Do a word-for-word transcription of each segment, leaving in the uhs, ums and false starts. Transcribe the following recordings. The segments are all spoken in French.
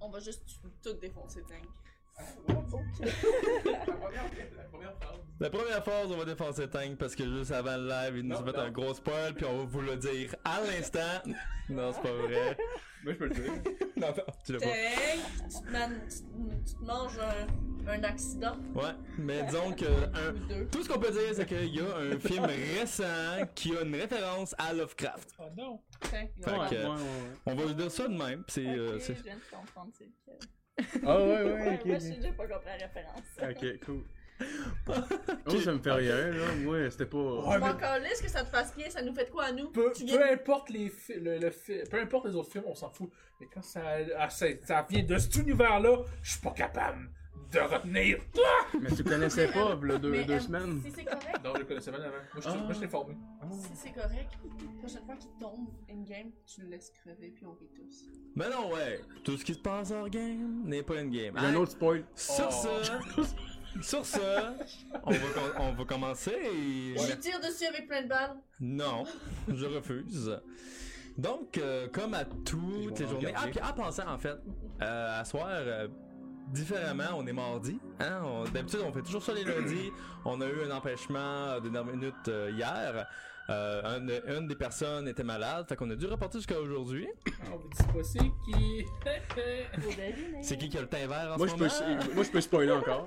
On va juste tout défoncer, Tank. la, première, la première phrase. La première phase, on va défoncer Tank parce que juste avant le live, il nous a fait un gros spoil, puis on va vous le dire à l'instant. Non, c'est pas vrai. Moi, je peux le dire. Non, non, tu l'as pas. Tank, tu te, man... tu, tu te manges un, un accident. Ouais, mais disons que un... tout ce qu'on peut dire, c'est qu'il y a un film récent qui a une référence à Lovecraft. Oh non! Tank, Fait ouais. que, Ouais, ouais, ouais. on va dire ça de même, pis c'est... Ok, euh, c'est... je viens de comprendre c'est lequel. Ah ouais, ouais, Ouais, ok. moi, j'ai j'ai pas compris la référence. Ok, cool. Oh, ça me fait rien, là. Moi, c'était pas. Ouais, Mais mais encore là, est-ce que ça te fasse rien? Ça nous fait de quoi à nous? peu, Tu viens peu importe les fi- le, le fi- peu importe les autres films, on s'en fout. Mais quand ça, ah, ça, ça vient de cet univers-là, je suis pas capable de retenir. Mais tu connaissais pas, là, deux, Mais, deux euh, semaines. Si c'est correct, Non, je le connaissais bien avant. Moi, je, Ah. moi, je l'ai formé. si c'est correct, la prochaine fois qu'il tombe in-game, tu le laisses crever puis on rit tous. Mais non, ouais, tout ce qui se passe hors game n'est pas une game. Il y a un autre spoil. Sur Oh. ce, sur ce, on va, com- on va commencer et... Je tire dessus avec plein de balles. Non, je refuse. Donc, euh, comme à toutes ces vais journées... Ah, regarder. puis en passant, en fait, euh, à soir, euh, différemment, on est mardi. Hein? On- D'habitude, on fait toujours ça les lundis. On a eu un empêchement de dernière minute euh, hier. Euh, une, une des personnes était malade, fait qu'on a dû reporter jusqu'à aujourd'hui. On vous dit pas c'est qui. Faut deviner. C'est qui qui a le teint vert en Moi, ce je peux, moment? moi, je peux spoiler encore.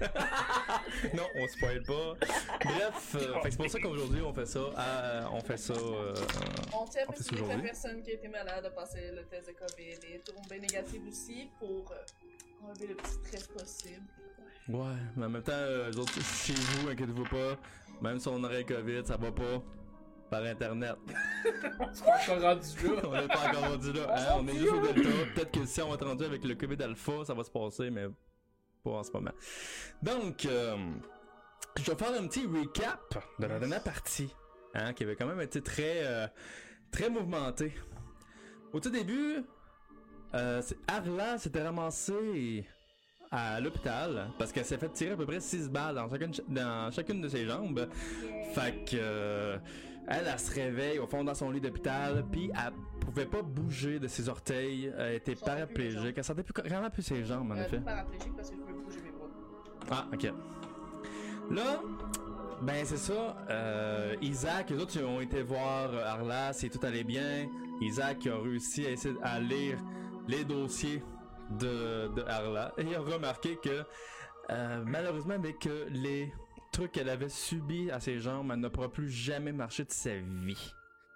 Non, on spoil pas. Bref, euh, fait que c'est pour ça qu'aujourd'hui on fait ça. à- on fait ça. Euh, On tient à On fait ça préciser que la aujourd'hui. personne qui a été malade a passé le test de COVID et est tombée négative aussi pour euh, enlever le plus de stress possible. ouais, mais en même temps, euh, eux autres, chez vous, inquiétez-vous pas. Même si on aurait COVID, ça va pas. Par internet. On s'est encore rendu là. On n'est pas encore rendu là. Hein? On est juste au Delta. Peut-être que si on va être rendu avec le COVID Alpha, ça va se passer, mais pas en ce moment. Donc, euh, je vais faire un petit recap de la dernière partie, hein, qui avait quand même été très, euh, très mouvementée. Au tout début, euh, c'est- Arla s'était ramassée à l'hôpital parce qu'elle s'est fait tirer à peu près six balles dans chacune, dans chacune de ses jambes. Fait que euh, elle, elle se réveille au fond dans son lit d'hôpital, puis elle pouvait pas bouger de ses orteils, elle était Elle sentait plus les paraplégique, jambes. elle sentait plus vraiment plus ses jambes en Euh, effet. pas paraplégique parce que je peux bouger mes bras. Ah, ok. Là, ben c'est ça. Euh, Isaac, les autres ils ont été voir euh, Arla, si tout allait bien. Isaac a réussi à essayer à lire les dossiers de, de Arla et il a remarqué que euh, malheureusement avec euh, les trucs qu'elle avait subis à ses jambes, elle ne pourra plus jamais marcher de sa vie.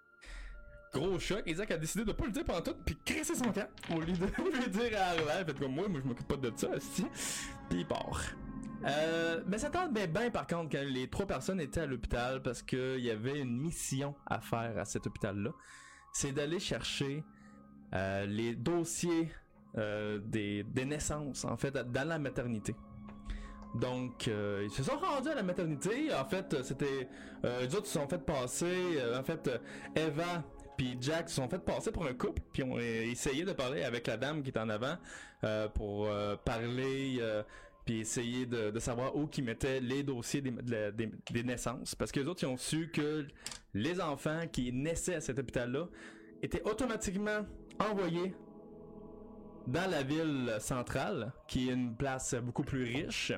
Gros choc, Isaac a décidé de pas le dire pendant tout puis crisser son camp au lieu de lui dire à Arla. Fait comme moi, moi je m'occupe pas de ça, esti. Puis il part. Euh, mais ça tente bien bien par contre quand les trois personnes étaient à l'hôpital parce qu'il y avait une mission à faire à cet hôpital-là. C'est d'aller chercher euh, les dossiers euh, des, des naissances, en fait, dans la maternité. Donc, euh, ils se sont rendus à la maternité. En fait, c'était... Euh, les autres se sont fait passer... euh, en fait, euh, Eva puis Jack se sont fait passer pour un couple, puis ont euh, essayé de parler avec la dame qui est en avant euh, pour euh, parler... Euh, puis essayer de, de savoir où qu'ils mettaient les dossiers des, de la- des, des naissances. Parce que les autres, ils ont su que les enfants qui naissaient à cet hôpital-là étaient automatiquement envoyés dans la ville centrale, qui est une place beaucoup plus riche.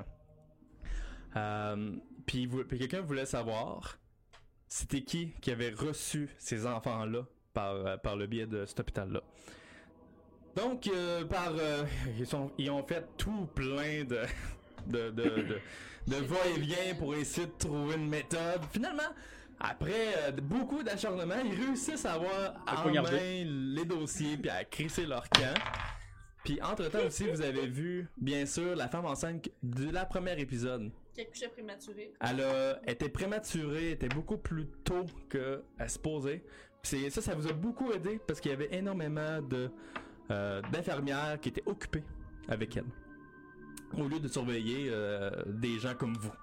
Euh, puis, vou- puis quelqu'un voulait savoir c'était qui qui avait reçu ces enfants-là par, euh, par le biais de cet hôpital-là. Donc, euh, par, euh, ils, sont, ils ont fait tout plein de, de, de, de, de va-et-vient pour essayer de trouver une méthode. Finalement, après euh, beaucoup d'acharnement, ils réussissent à avoir À en poignarder. main les dossiers puis à crisser leur camp. Puis entre-temps aussi, vous avez vu, bien sûr, la femme enceinte de la première épisode. Qui accouchait prématuré. Elle a été prématurée, était beaucoup plus tôt que à se poser. Puis c'est- ça, ça vous a beaucoup aidé parce qu'il y avait énormément de euh, d'infirmières qui étaient occupées avec elle, au lieu de surveiller euh, des gens comme vous.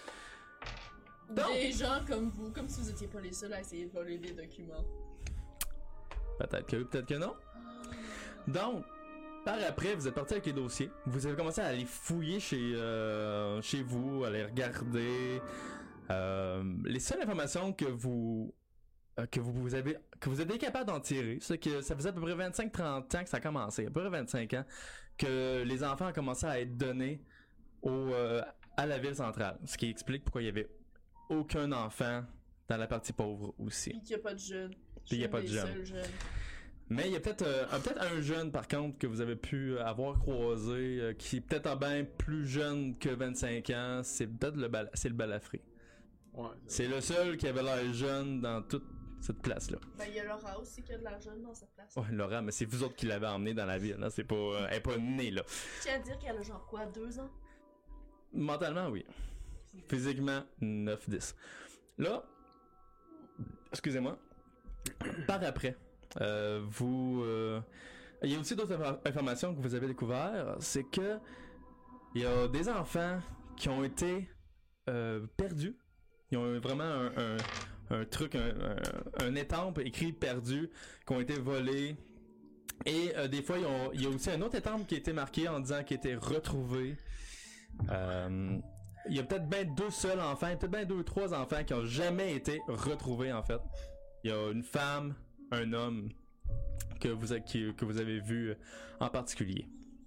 Donc- Des gens comme vous, comme si vous étiez pas les seuls à essayer de voler des documents. Peut-être que oui, peut-être que non. Donc, par après, vous êtes parti avec les dossiers. Vous avez commencé à aller fouiller chez, euh, chez vous, à les regarder. Euh, les seules informations que vous euh, que vous, vous avez que vous êtes incapable d'en tirer, c'est que ça faisait à peu près vingt-cinq trente ans que ça a commencé, à peu près vingt-cinq ans, que les enfants ont commencé à être donnés au, euh, à la ville centrale. Ce qui explique pourquoi il y avait aucun enfant dans la partie pauvre aussi. Puis qu'il n'y a pas de jeunes. Puis il n'y a pas de jeunes. jeunes. Mais il y a peut-être euh, peut-être un jeune, par contre, que vous avez pu avoir croisé, euh, qui est peut-être un bien plus jeune que vingt-cinq ans. C'est peut-être le, bal- c'est le balafré. Ouais, C'est le seul qui avait l'air jeune dans toute cette place-là. Ben, il y a Laura aussi qui a de la jeune dans cette place. Ouais, Laura, mais c'est vous autres qui l'avez emmenée dans la ville, là. C'est pas, euh, elle est pas née, là. Je tiens à dire qu'elle a genre quoi, deux ans? Mentalement, oui. Physiquement, neuf dix. Là, excusez-moi, par après, euh, vous... euh, il y a aussi d'autres infor- informations que vous avez découvertes, c'est que il y a des enfants qui ont été euh, perdus. Ils ont eu vraiment un, un, un truc, un, un, un étampe écrit perdu, qui ont été volés. Et euh, des fois, ils ont- il y a aussi un autre étampe qui a été marqué en disant qu'il a été retrouvé. Euh, il y a peut-être bien deux seuls enfants, peut-être bien deux ou trois enfants qui ont jamais été retrouvés en fait. Il y a une femme, un homme que vous, a- qui- que vous avez vu en particulier.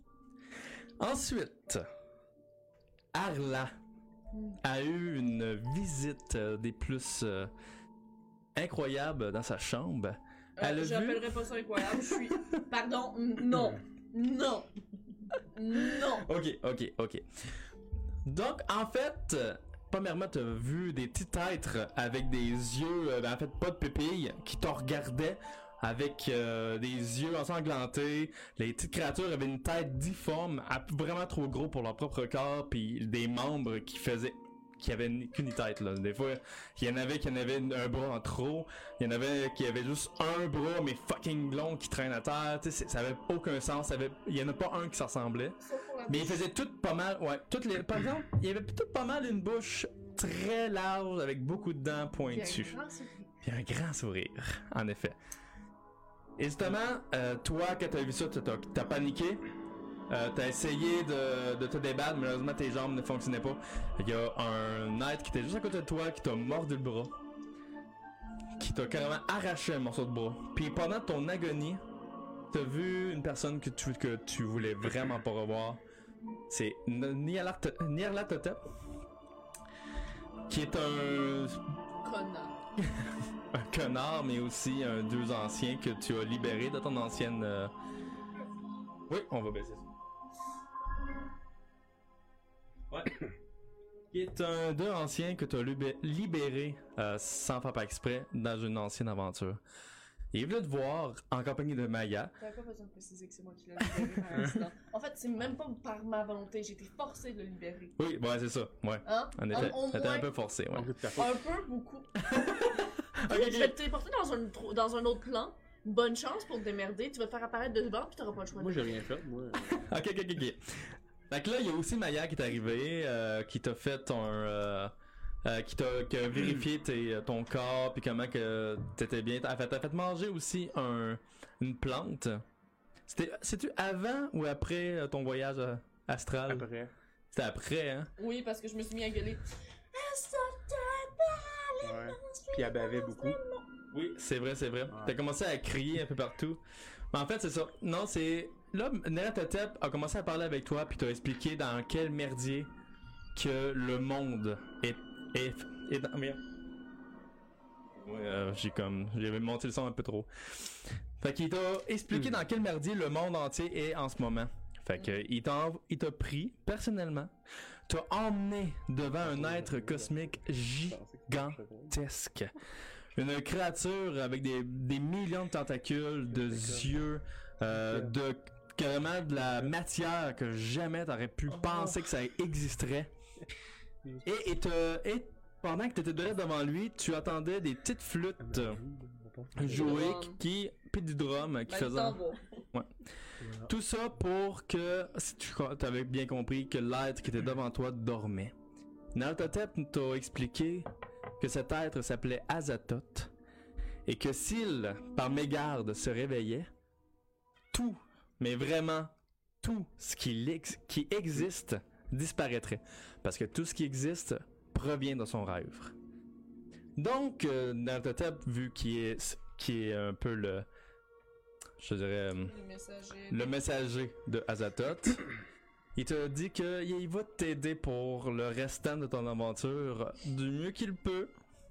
Ensuite, Arla a eu une visite euh, des plus euh, incroyables dans sa chambre. Elle a Euh, vu- J'appellerais pas ça incroyable, je suis... Pardon, n- non, non, non. Ok, ok, ok. Donc, en fait, euh, premièrement, tu as vu des petits êtres avec des yeux, euh, ben, en fait, pas de pupilles, qui te regardaient avec euh, des yeux ensanglantés. Les petites créatures avaient une tête difforme, à- vraiment trop gros pour leur propre corps, puis des membres qui faisaient qui avaient ni- qu'une tête là. Des fois, il y en avait qui en avaient un bras en trop, il y en avait qui avaient juste un bras mais fucking long qui traîne à terre. Tu sais, c'est- ça avait aucun sens. Ça avait, il y en a pas un qui se ressemblait. Sauf pour la Mais ils bouche. faisaient toutes pas mal, ouais, toutes les, par exemple, il y avait toutes pas mal une bouche très large avec beaucoup de dents pointues. Il y a un grand sourire. Puis un grand sourire, en effet. Et justement, euh, toi, quand t'as vu ça, t'as, t'as paniqué. Euh, t'as essayé de, de te débattre, mais malheureusement tes jambes ne fonctionnaient pas. Il y a un être qui était juste à côté de toi qui t'a mordu le bras. Qui t'a carrément arraché un morceau de bras. Puis pendant ton agonie, t'as vu une personne que tu, que tu voulais vraiment pas revoir. C'est Nyarlathotep. Qui est un Connard. un connard, mais aussi un dieu ancien que tu as libéré de ton ancienne... euh, Oui, on va baisser ça. Ouais. Qui est un dieu ancien que tu as libé- libéré euh, sans faire pas exprès dans une ancienne aventure. Il est venu te voir en compagnie de Maya. T'avais pas besoin de préciser que c'est moi qui l'ai libéré par accident. En fait, c'est même pas par ma volonté, j'ai été forcée de le libérer. Oui, ouais, c'est ça. Ouais. Hein? En effet, Au- au t'étais moins, un peu forcé, ouais. En fait, ta faute. un peu, beaucoup. Ok, Je vais ok. te téléporter dans un, tro- dans un autre plan. Bonne chance pour te démerder. Tu vas te faire apparaître devant puis t'auras pas le choix. Moi, j'ai rien fait, moi. Ok, ok, ok, ok. Fait que là, il y a aussi Maya qui est arrivée, euh, qui t'a fait ton... Euh, euh, qui t'a qui a vérifié tes, ton corps, puis comment que t'étais bien. En fait, t'as fait manger aussi un, une plante. C'était, c'est-tu avant ou après euh, ton voyage euh, astral? Après. C'était après, hein? Oui, parce que je me suis mis à gueuler. Ouais. Puis elle bavait beaucoup. Oui, c'est vrai, c'est vrai. Ouais. T'as commencé à crier un peu partout. Mais en fait, c'est ça. Non, c'est... Là, Nyarlathotep a commencé à parler avec toi, puis t'as expliqué dans quel merdier que le monde est... est, est dans... Merde. Ouais, euh, j'ai comme... J'ai monté le son un peu trop. Fait qu'il t'a expliqué dans quel merdier le monde entier est en ce moment. Fait que il t'a, il t'a pris, personnellement, t'as emmené devant un être cosmique gigantesque. Une créature avec des, des millions de tentacules, de yeux, euh, de carrément de la matière que jamais t'aurais pu penser que ça existerait. Et, et, te- et pendant que t'étais direct devant lui, tu entendais des petites flûtes jouer qui, puis du drum qui Ben, faisaient. t'en vas. Tout ça pour que, si tu avais bien compris, que l'être qui était devant toi dormait. Nyarlathotep t'a expliqué que cet être s'appelait Azathoth et que s'il, par mégarde, se réveillait, tout, mais vraiment tout ce qui, ex- qui existe disparaîtrait. Parce que tout ce qui existe provient de son rêve. Donc, euh, Nyarlathotep, vu qu'il est, qui est un peu le, je dirais, euh, Le messager. le messager de Azathoth, il te dit qu'il va t'aider pour le restant de ton aventure du mieux qu'il peut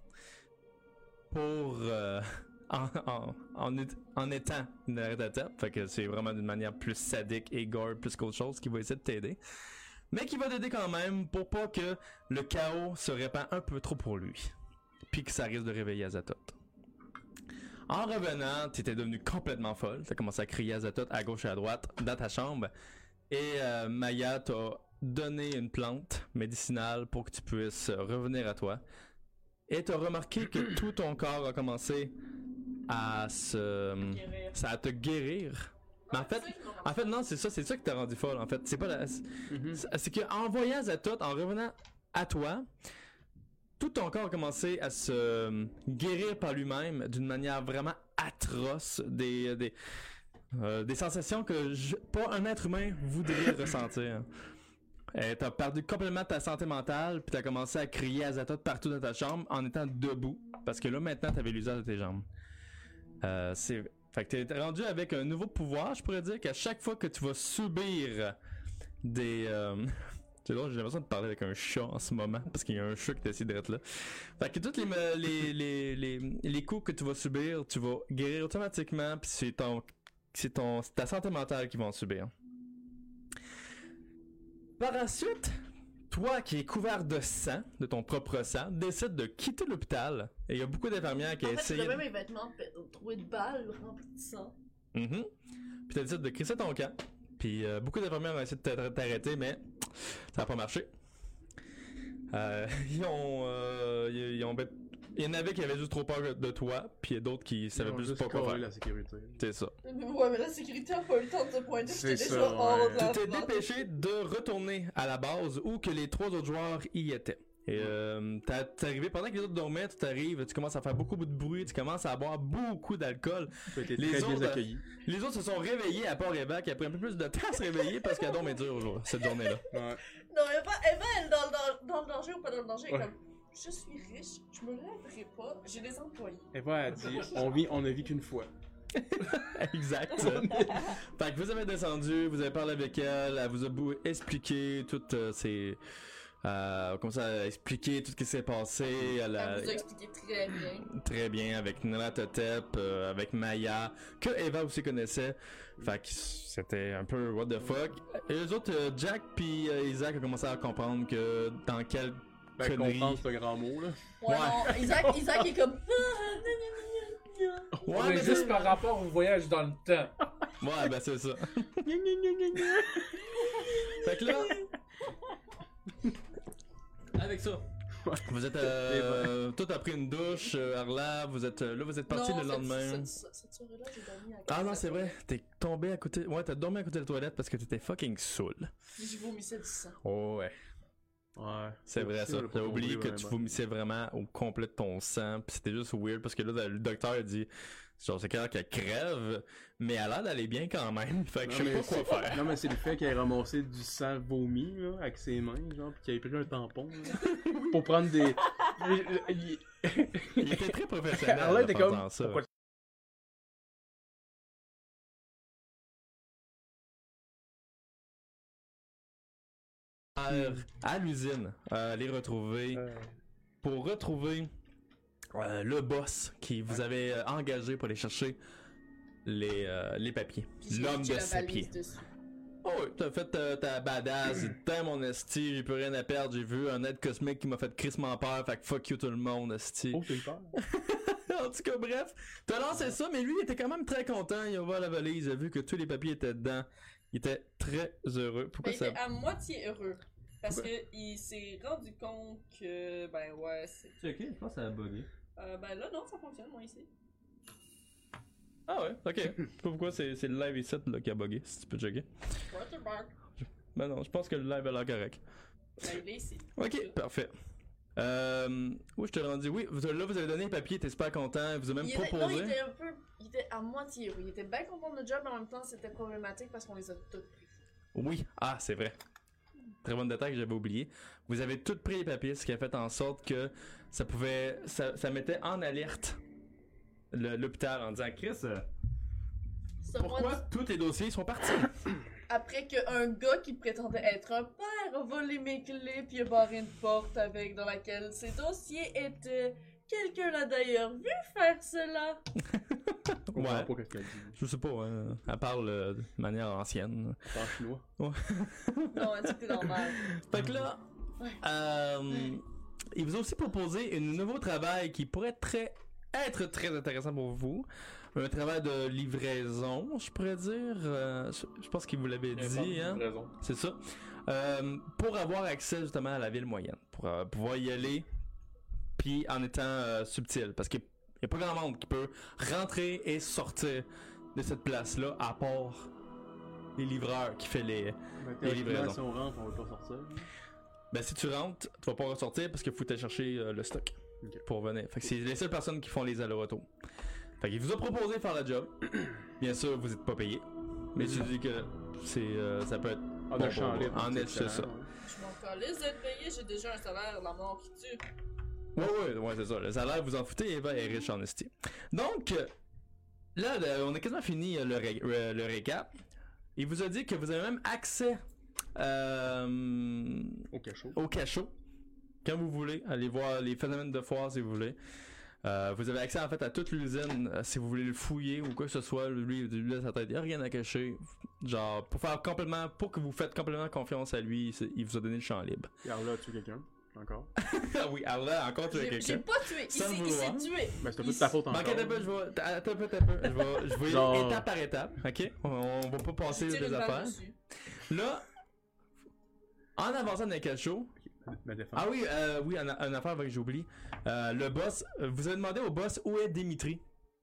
pour euh, en, en, en, en étant Nyarlathotep. Fait que c'est vraiment d'une manière plus sadique et gore plus qu'autre chose qui va essayer de t'aider. Mais qui va t'aider quand même pour pas que le chaos se répand un peu trop pour lui. Puis que ça risque de réveiller Azathoth. En revenant, t'étais devenu complètement folle. T'as commencé à crier Azathoth à gauche et à droite dans ta chambre. Et euh, Maya t'a donné une plante médicinale pour que tu puisses revenir à toi. Et t'as remarqué que tout ton corps a commencé à se... Guérir. ça à te guérir. Mais en fait, en fait non, c'est ça, c'est ça qui t'a rendu folle. En fait, c'est pas la... Mhm. c'est c'est qu'en voyant Azathoth, en revenant à toi, tout ton corps a commencé à se guérir par lui-même d'une manière vraiment atroce, des des, euh, des sensations que je- pas un être humain voudrait ressentir. Euh, t'as perdu complètement ta santé mentale, puis t'as commencé à crier Azathoth partout dans ta chambre en étant debout, parce que là maintenant t'avais l'usage de tes jambes. Euh, c'est fait que t'es rendu avec un nouveau pouvoir, je pourrais dire qu'à chaque fois que tu vas subir des euh, c'est drôle, j'ai l'impression de parler avec un chat en ce moment, parce qu'il y a un chat qui décide d'être là. Fait que tous les, me- les, les, les, les coups que tu vas subir, tu vas guérir automatiquement, puis c'est ton, c'est ton, c'est ta santé mentale qui va en subir. Par la suite, toi qui es couvert de sang, de ton propre sang, décides de quitter l'hôpital, et il y a beaucoup d'infirmières qui En ont fait, essayé... j'avais mes vêtements pe- troués de balles remplis de sang. Mhm. Puis t'as décidé de crisser ton camp. Puis euh, beaucoup d'infirmières ont essayé de t'a- t'arrêter, mais ça n'a pas marché. Euh, ils ont... Euh, ils, ils ont bet- il y en avait qui avaient juste trop peur de toi, puis il y a d'autres qui savaient Ils ont juste juste pas quoi collé faire. la sécurité. C'est ça. Ouais, mais la sécurité a pas eu le temps de se pointer, C'est j'étais ça, déjà hors ouais. de la Tu t'es fenêtre. dépêché de retourner à la base où que les trois autres joueurs y étaient. Et euh, t'as- t'es arrivé pendant que les autres dormaient, tu t'arrives, tu commences à faire beaucoup de bruit, tu commences à boire beaucoup d'alcool. Tu as été Les très autres, bien accueilli. Les autres se sont réveillés à part Eva qui a pris un peu plus de temps à se réveiller parce qu'elle dormait dur aujourd'hui, cette journée-là. Ouais. Non, Eva, Eva, elle est dans, le dan- dans le danger ou pas dans le danger, elle est Ouais. comme, je suis riche, je me lèverai pas, j'ai des employés. Eva a dit, on vit, on ne vit qu'une fois. Exact. Fait que vous avez descendu, vous avez parlé avec elle, elle vous a bou- expliqué toutes euh, ces... Euh, comme ça, elle a expliqué tout ce qui s'est passé. Elle a, Elle vous a expliqué très bien. très bien avec Nyarlathotep, euh, avec Maya, que Eva aussi connaissait. Fait que c'était un peu what the fuck. Et les autres, euh, Jack puis euh, Isaac ont commencé à comprendre que dans quel Ben, connerie... comprendre, c'est un grand mot, là. Ouais, Ouais. non, Isaac, Isaac est comme. Ah, gna, gna, gna, gna. Ouais, On mais est juste c'est- par rapport au voyage dans le temps. Ouais, ben c'est ça. Fait que là... Avec ça. Ouais. Vous êtes euh, tout a pris une douche, euh, Arla, vous êtes euh, là, vous êtes parti Non, le cette- lendemain. Cette, cette soirée-là, j'ai dormi à Ah côté non, de c'est la vrai, toilette. t'es tombé à côté. Ouais, t'as dormi à côté de la toilette parce que t'étais fucking saoul. Puis je vomissais du sang. Oh ouais, Ouais. c'est vrai ça. le J'ai oublié que vraiment. tu vomissais vraiment au complet de ton sang, pis c'était juste weird parce que là le docteur a dit genre c'est clair qu'elle crève, mais elle a l'air d'aller bien quand même. Fait que je sais mais pas quoi c'est- faire. Non, mais c'est le fait qu'elle ait ramassé du sang vomi, là, avec ses mains, genre, pis qu'elle ait pris un tampon, là, pour prendre des... Il- Il était très professionnel. Arla en était faisant comme, ça. pourquoi À l'usine, euh, les retrouver. Euh, Pour retrouver euh, le boss qui vous avait euh, engagé pour aller chercher les, euh, les papiers. Puis j'ai L'homme pitché de la ses valise pieds. dessus. Oh oui, t'as fait euh, ta badass, t'es mon esti, j'ai plus rien à perdre, j'ai vu un aide cosmique qui m'a fait crissement peur, fait que fuck you tout le monde esti. Oh, c'est hyper. En tout cas, bref, t'as lancé ça, mais lui il était quand même très content, il a ouvert la valise, il a vu que tous les papiers étaient dedans, il était très heureux. Pourquoi Ben, il ça... était à moitié heureux. Parce que il s'est rendu compte que, ben ouais, c'est. C'est ok, je pense que ça a bugué. Euh, ben là, non, ça fonctionne, moi, ici. Ah ouais, ok. Je sais pas pourquoi c'est c'est le live ici là, qui a bugué, si tu peux checker. Watermark. Ben non, je pense que le live a l'air correct. Ben, il est ici. Ok, parfait. Euh, où je t'ai rendu? Oui, vous, là vous avez donné les papiers, t'es super content, vous avez même Il était, non, proposé. il était un peu. Il était à moitié heureux. Il était bien content de notre job, mais en même temps, c'était problématique parce qu'on les a tous pris. Oui, ah c'est vrai. très bon détail que j'avais oublié. Vous avez tout pris les papiers, ce qui a fait en sorte que ça pouvait, ça, ça mettait en alerte le- l'hôpital en disant Chris, euh, Ça, pourquoi moi, tous tes dossiers sont partis? après qu'un gars qui prétendait être un père a volé mes clés puis a barré une porte avec dans laquelle ses dossiers étaient. Quelqu'un l'a d'ailleurs vu faire cela. Je comprends Ouais. pas qu'est-ce qu'elle dit. Je sais pas, hein, elle parle euh, de manière ancienne. C'est en chinois. Non, elle dit que t'es normal. Fait que là, Ouais. euh, il vous a aussi proposé un nouveau travail qui pourrait très, être très intéressant pour vous. Un travail de livraison, je pourrais dire. Euh, je, je pense qu'il vous l'avait dit, hein. Raison. C'est ça. Euh, pour avoir accès justement à la ville moyenne. Pour euh, pouvoir y aller, puis en étant euh, subtil. Parce qu'il n'y a pas grand monde qui peut rentrer et sortir de cette place-là, à part les livreurs qui fait les... Mais Les livraisons. théoriquement, si on rentre, on va pas sortir. Ben si tu rentres, tu vas pas ressortir parce qu'il faut aller chercher euh, le stock Ok. pour venir. Fait que c'est les seules personnes qui font les allers-retours. Fait qu'il vous a proposé de faire le job. Bien sûr, vous êtes pas payé. Mais tu dis que c'est euh, ça peut être En bon un champ pour- libre. en edge, c'est ça. ouais. Je m'en calisse d'être payé, j'ai déjà un salaire, la mort qui tue. Ouais, ouais, ouais, c'est ça. Le salaire, vous en foutez, Eva est riche en esti. Donc, euh, là, le- on a quasiment fini euh, le, ré- euh, le récap. Il vous a dit que vous avez même accès euh, Au cachot. au cachot. Quand vous voulez, allez voir les phénomènes de foire si vous voulez. Euh, vous avez accès en fait à toute l'usine euh, si vous voulez le fouiller ou quoi que ce soit. Lui, lui de sa tête, il n'y a rien à cacher. Genre, pour faire complètement, pour que vous faites complètement confiance à lui, c'est- il vous a donné le champ libre. Et alors là, tu quelqu'un Encore. Ah oui, alors là, encore tu as J'ai j'ai quelqu'un. pas tué, il Sans s'est le il s'est vouloir. tué. Ben, c'est un peu Il de ta faute encore. Ok, attends un peu, je vais. Attends un peu, attends un peu. Je vais, je vais y Genre- aller étape par étape, ok? On, on va pas passer Je tire des une balle affaires. dessus. Là, en avançant dans le cachot. Ma défense. Ah oui, euh, oui, une, une affaire que j'oublie. Euh, le boss, euh, vous avez demandé au boss où est Dimitri.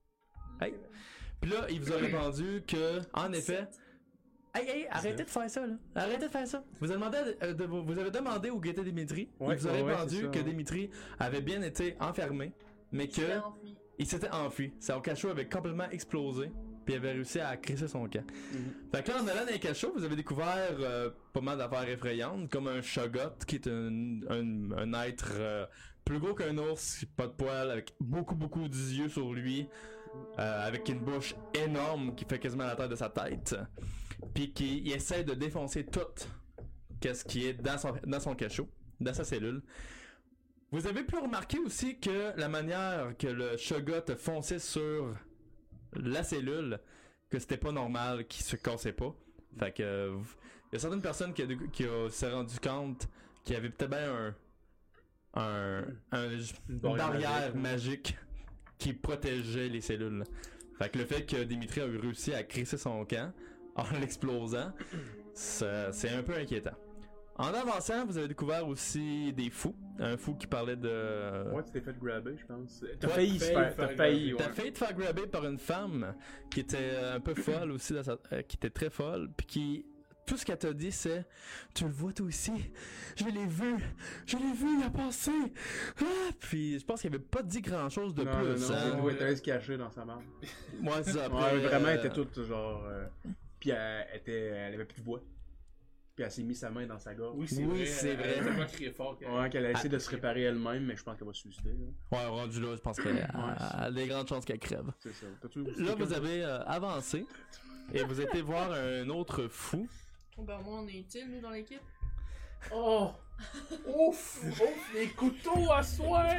Hey. Puis là, il vous a répondu que, en effet. Hey, hey, arrêtez de faire ça, là. Arrêtez de faire ça. Vous avez demandé, euh, de, vous avez demandé où était Dimitri. Ouais, il vous a ouais, ouais, répondu c'est ça, que ouais. Dimitri avait bien été enfermé, mais Il s'est que enfui. il s'était enfui. Son cachot avait complètement explosé, puis il avait réussi à crisser son camp. Mhm. Fait que là, en allant dans les cachots, vous avez découvert euh, pas mal d'affaires effrayantes, comme un Shoggoth, qui est un, un, un être euh, plus gros qu'un ours, pas de poils, avec beaucoup, beaucoup d'yeux sur lui, euh, avec une bouche énorme qui fait quasiment la taille de sa tête, puis qui il essaie de défoncer tout qu'est-ce qui est dans son, dans son cachot, dans sa cellule. Vous avez pu remarquer aussi que la manière que le Shoggoth fonçait sur la cellule, que c'était pas normal, qu'il se cassait pas. Fait que euh, il y a certaines personnes qui, a, qui a, s'est rendu compte qu'il y avait peut-être bien un, un, un- une barrière barrière magique, ouais. magique qui protégeait les cellules. Fait que le fait que Dimitri a eu réussi à crisser son camp en l'explosant, ça- c'est un peu inquiétant. En avançant, vous avez découvert aussi des fous. Un fou qui parlait de... Ouais, tu t'es fait grabber, je pense. T'as Ouais, failli se failli faire. faire T'as failli, grabber. T'as ouais. failli te faire grabber par une femme qui était euh, un peu folle aussi, dans sa- euh, qui était très folle, puis qui tout ce qu'elle t'a dit c'est tu le vois toi aussi, je l'ai vu, je l'ai vu il a passé, ah! Puis je pense qu'il avait pas dit grand chose de non, plus. non, hein. non, ouais, t'allais se cacher dans sa marde. Moi c'est ça, après, Ouais, vraiment, elle euh, était toute genre. euh, Puis elle, elle était, elle avait plus de voix. Puis elle s'est mis sa main dans sa gorge. Oui, c'est Oui, vrai. c'est elle- vrai. Elle a tellement crié fort qu'elle... Ouais, qu'elle a essayé Ah. de se réparer elle-même, mais je pense qu'elle va se suicider. Là. ouais rendu là je pense qu'elle a, a des grandes chances qu'elle crève. C'est ça. T'as-tu Là vous avez euh, avancé et vous été voir un autre fou. Ben, moi, on est utile, nous, dans l'équipe. Oh! Ouf! Ouf! Les couteaux à soir!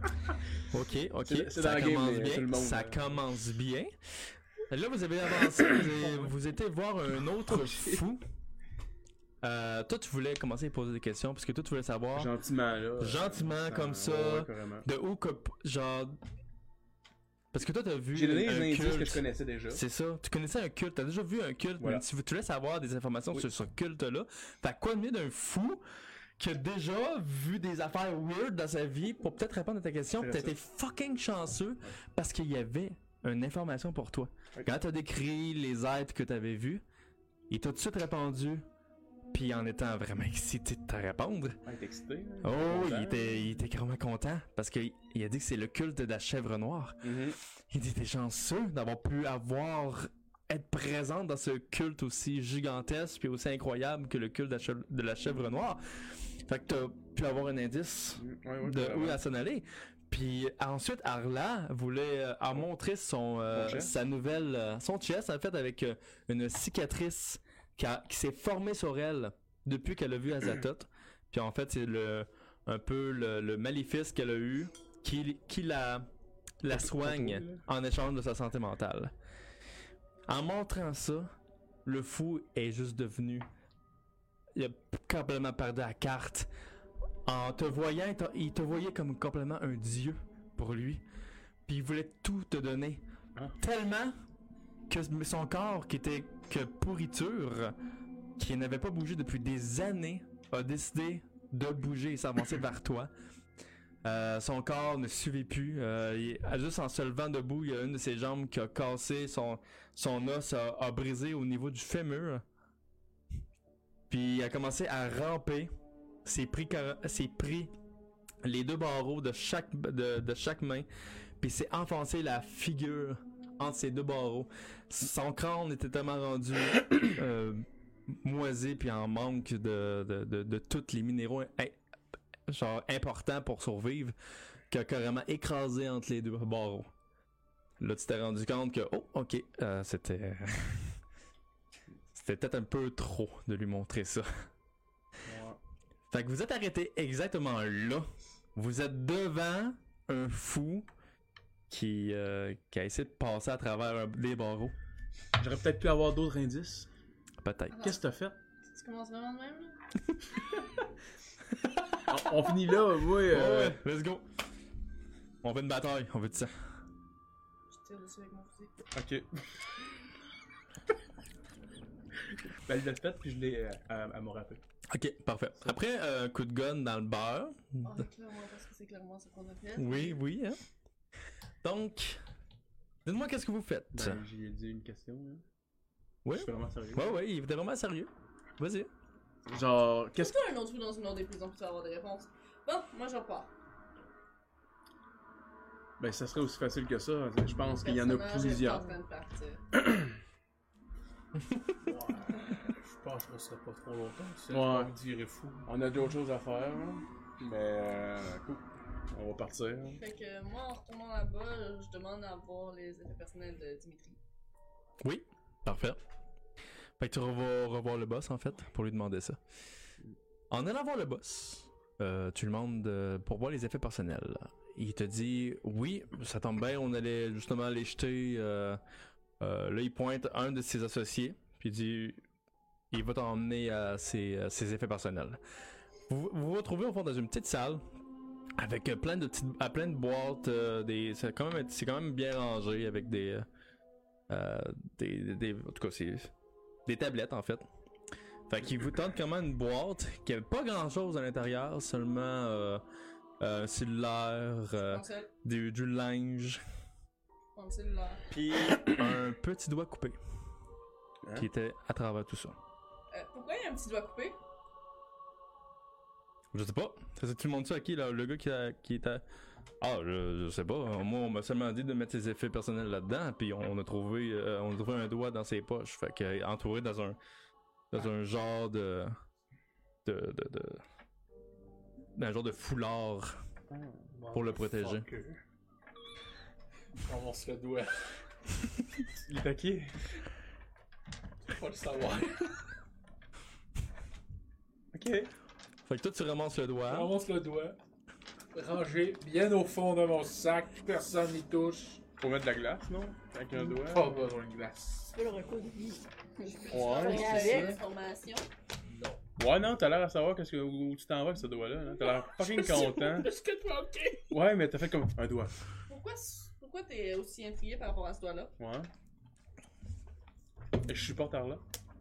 Ok, ok, C'est- c'est ça dans la game, commence mais bien, tout le monde, ça euh. commence bien. Là, vous avez avancé, vous, avez, vous étiez voir un autre fou. Euh, toi, tu voulais commencer à poser des questions, parce que toi, tu voulais savoir Gentiment, là. Gentiment, euh, comme ça. Ouais, ouais, carrément. de où que, genre... Parce que toi, t'as vu J'ai donné un les indices culte. que je connaissais déjà. C'est ça. Tu connaissais un culte. T'as déjà vu un culte. Voilà. Mais tu, tu voulais savoir des informations Oui. sur ce culte-là. Fait quoi de mieux d'un fou qui a déjà vu des affaires weird dans sa vie pour peut-être répondre à ta question. C'est T'as ça. été fucking chanceux parce qu'il y avait une information pour toi. Oui. Quand t'as décrit les êtres que t'avais vus, il t'a tout de suite répondu. Puis en étant vraiment excité de te répondre. Ah, il était excité. là. Oh, Content. il était, il était carrément content parce qu'il il a dit que c'est le culte de la chèvre noire. Mhm. Il dit t'es chanceux d'avoir pu avoir être présente dans ce culte aussi gigantesque puis aussi incroyable que le culte de la chèvre, de la chèvre noire. Fait que t'as pu avoir un indice Ouais, ouais, de vraiment. où elle s'en allait. Puis ensuite, Arla voulait euh, en montrer son, euh, Son chest? sa nouvelle, euh, son chest en fait avec euh, une cicatrice qui, a- qui s'est formée sur elle depuis qu'elle a vu Azathoth. Puis en fait, c'est le un peu le, le maléfice qu'elle a eu qui, qui la, la soigne en échange de sa santé mentale. En montrant ça, le fou est juste devenu, il a complètement perdu la carte. En te voyant, il te- il te voyait comme complètement un dieu pour lui. Puis il voulait tout te donner. Hein? Tellement que son corps, qui était que pourriture, qui n'avait pas bougé depuis des années, a décidé de bouger et s'avancer vers toi. Euh, son corps ne suivait plus. Euh, il- juste en se levant debout, il y a une de ses jambes qui a cassé, son, son os a, a brisé au niveau du fémur. Puis il a commencé à ramper. S'est pris, car- s'est pris les deux barreaux de chaque, de, de chaque main. Puis s'est enfoncé la figure entre ces deux barreaux. Son crâne était tellement rendu euh, moisi puis en manque de, de, de, de tous les minéraux in- genre importants pour survivre qu'il a carrément écrasé entre les deux barreaux. Là, tu t'es rendu compte que, oh, ok, euh, c'était... c'était peut-être un peu trop de lui montrer ça. Ouais. Fait que vous êtes arrêté exactement là. Vous êtes devant un fou qui, euh, qui a essayé de passer à travers un, des barreaux. J'aurais peut-être pu avoir d'autres indices. Peut-être. Ah. Qu'est-ce que t'as fait? Tu commences vraiment de même, là? on, on finit là, ouais. euh, Ouais, let's go. On veut une bataille, on veut de ça. Je tire dessus avec mon fusil. Ok. ben, elle l'a fait, puis je l'ai euh, à, à me rappeler. Ok, parfait. Après un coup de gun dans le beurre. Oh, clairement, parce que c'est clairement ce qu'on a fait. Oui, oui, hein. Donc, dites-moi qu'est-ce que vous faites. Ben, j'ai dit une question, là. Oui. Je suis vraiment sérieux. Ouais, ouais, il était vraiment sérieux. Vas-y. Genre, qu'est-ce que. Est-ce que un autre trou dans une autre des prisons pour tu vas avoir des réponses? Bon, moi je repars. Ben, ça serait aussi facile que ça. Je pense qu'il y en a Personnage est plusieurs. en train de partir. Ouais, je pense que ça serait pas trop longtemps. C'est Ouais. on me dirait fou. On a d'autres choses à faire, hein. Mais, euh, cool. On va partir. Fait que moi, en retournant là-bas, je demande à voir les effets personnels de Dimitri. Oui, parfait. Fait que tu vas revoir le boss, en fait, pour lui demander ça. En allant voir le boss, euh, tu lui demandes euh, pour voir les effets personnels. Il te dit, oui, ça tombe bien, on allait justement les jeter. Euh, euh, là, il pointe un de ses associés, puis il dit, il va t'emmener à ses, à ses effets personnels. Vous vous vous retrouvez au fond dans une petite salle, avec euh, plein de petites, à plein de boîtes, euh, des, c'est quand même, c'est quand même bien rangé avec des, euh, euh, des, des, des- en tout cas c'est des tablettes en fait. Fait qu'il vous tente comment une boîte qui avait pas grand chose à l'intérieur, seulement euh, euh, un cellulaire, euh, Mon cell, du, du linge, mon cellulaire. puis un petit doigt coupé Hein? qui était à travers tout ça. Euh, pourquoi il y a un petit doigt coupé? Je sais pas. Ça c'est tout le monde ça à qui là, le gars qui, a, qui était. Ah, je, je sais pas. Moi, on m'a seulement dit de mettre ses effets personnels là-dedans, puis on, on a trouvé, euh, on a trouvé un doigt dans ses poches, fait que entouré dans un, dans un genre de, de, de, de, d'un genre de foulard pour le protéger. Fucker. On se le doigt. Il est taqué. Tu peux pas le savoir. Ok. Fait que toi tu ramasses le Je doigt. ramasse le doigt. Rangé bien au fond de mon sac. Personne n'y touche. Faut mettre de la glace, non? Avec un doigt. Pas besoin de glace. Tu peux le recoudre. Ouais, J'ai c'est avec ça. information. Ouais, non, t'as l'air à savoir qu'est-ce que, où tu t'en vas avec ce doigt-là. Hein? T'as l'air fucking content. Est-ce que tu vas ok? Ouais, mais t'as fait comme un doigt. Pourquoi, pourquoi t'es aussi intrigué par rapport à ce doigt-là? Ouais. Et je supporte Arla.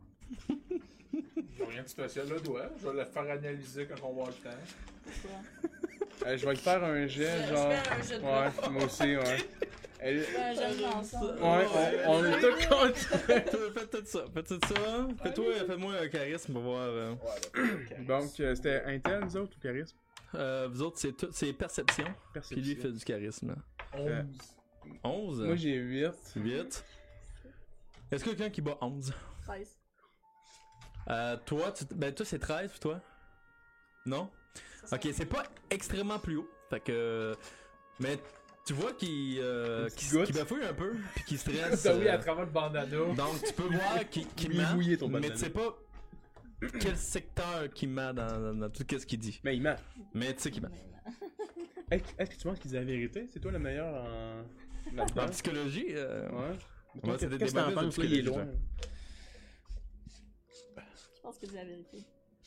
J'ai rien de spécial le doigt. Je vais le faire analyser quand on va avoir le temps. Euh, je vais te faire un jet, Je genre. fais un jet de Ouais, doigt. moi aussi, ouais. Elle... Ben, j'aime l'ensemble. Ouais, on, on est tous contents. Faites tout ça, faites tout ça. Fais-toi, faites-moi un charisme pour voir. Euh, Donc, euh, c'était Intel, nous autres, ou charisme? euh, vous autres, c'est tout, c'est perception. Puis lui il fait Perception. du charisme. onze. onze. Moi, j'ai huit. huit. Est-ce que quelqu'un qui bat onze? treize. Euh, toi, tu, ben toi c'est treize, puis toi? Non? Ça, Ok, c'est pas extrêmement plus haut. Fait que... Mais tu vois qu'il euh, Une qu'il petite goutte. qu'il bafouille un peu, puis qu'il stresse. T'as oui euh, à travers le bandana. Donc tu peux voir qu'il qu'il Il est ment, mouillé, ton mais bandana. tu sais pas quel secteur qu'il ment dans, dans, dans tout ce qu'il dit. Mais il ment. Mais tu sais qu'il ment. Est-ce est-ce que tu penses qu'il dit la vérité? C'est toi le meilleur en... là-dedans? En psychologie, euh, Ouais. Ouais, c'est des Qu'est-ce que t'en débats de penses, là, il est psychologie, loin. Je pense que c'est la vérité.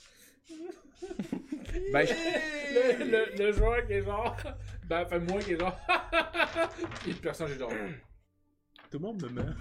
Ben, je- Le, le, le joueur qui est genre. Ben, enfin, moi qui est genre. Et le personnage est genre. tout le monde me ment.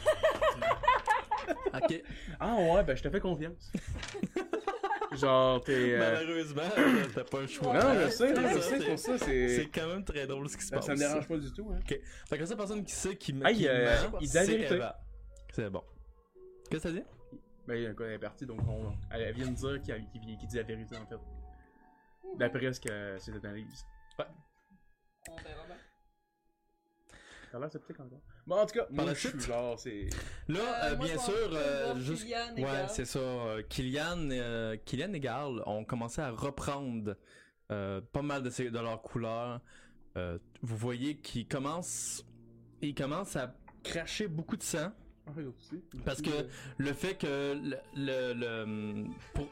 ok. Ah ouais, ben je te fais confiance. Genre, t'es... euh, Malheureusement, t'as pas le choix. Non, je sais, C'est je ça, sais, c'est- pour ça, C'est c'est... quand même très drôle ce qui se Ça, passe. ça me dérange pas du tout, hein. Fait que la seule personne qui sait qui, m- Hey, qui euh, ment, il dit la c'est vérité. Eva. C'est bon. Qu'est-ce que t'as dit? Ben, quand elle est partie, donc on... elle vient de dire qu'il qu'il- qu'il dit la vérité, en fait. D'après ce que ses analyses. On verra bien. Ça a l'air sceptique encore. Bon, en tout cas, moi, la je suis suite? genre, c'est... Là, Euh, euh, moi, bien je vais sûr, en- euh, voir juste... Kylian et Ouais, Gal. c'est ça. euh, Kylian, euh, Kylian et Garl ont commencé à reprendre euh, pas mal de, ces- de leurs couleurs. Euh, vous voyez qu'ils commencent... Ils commencent à cracher beaucoup de sang. Ah, oui, aussi. Parce que le fait que le... le, le- pour-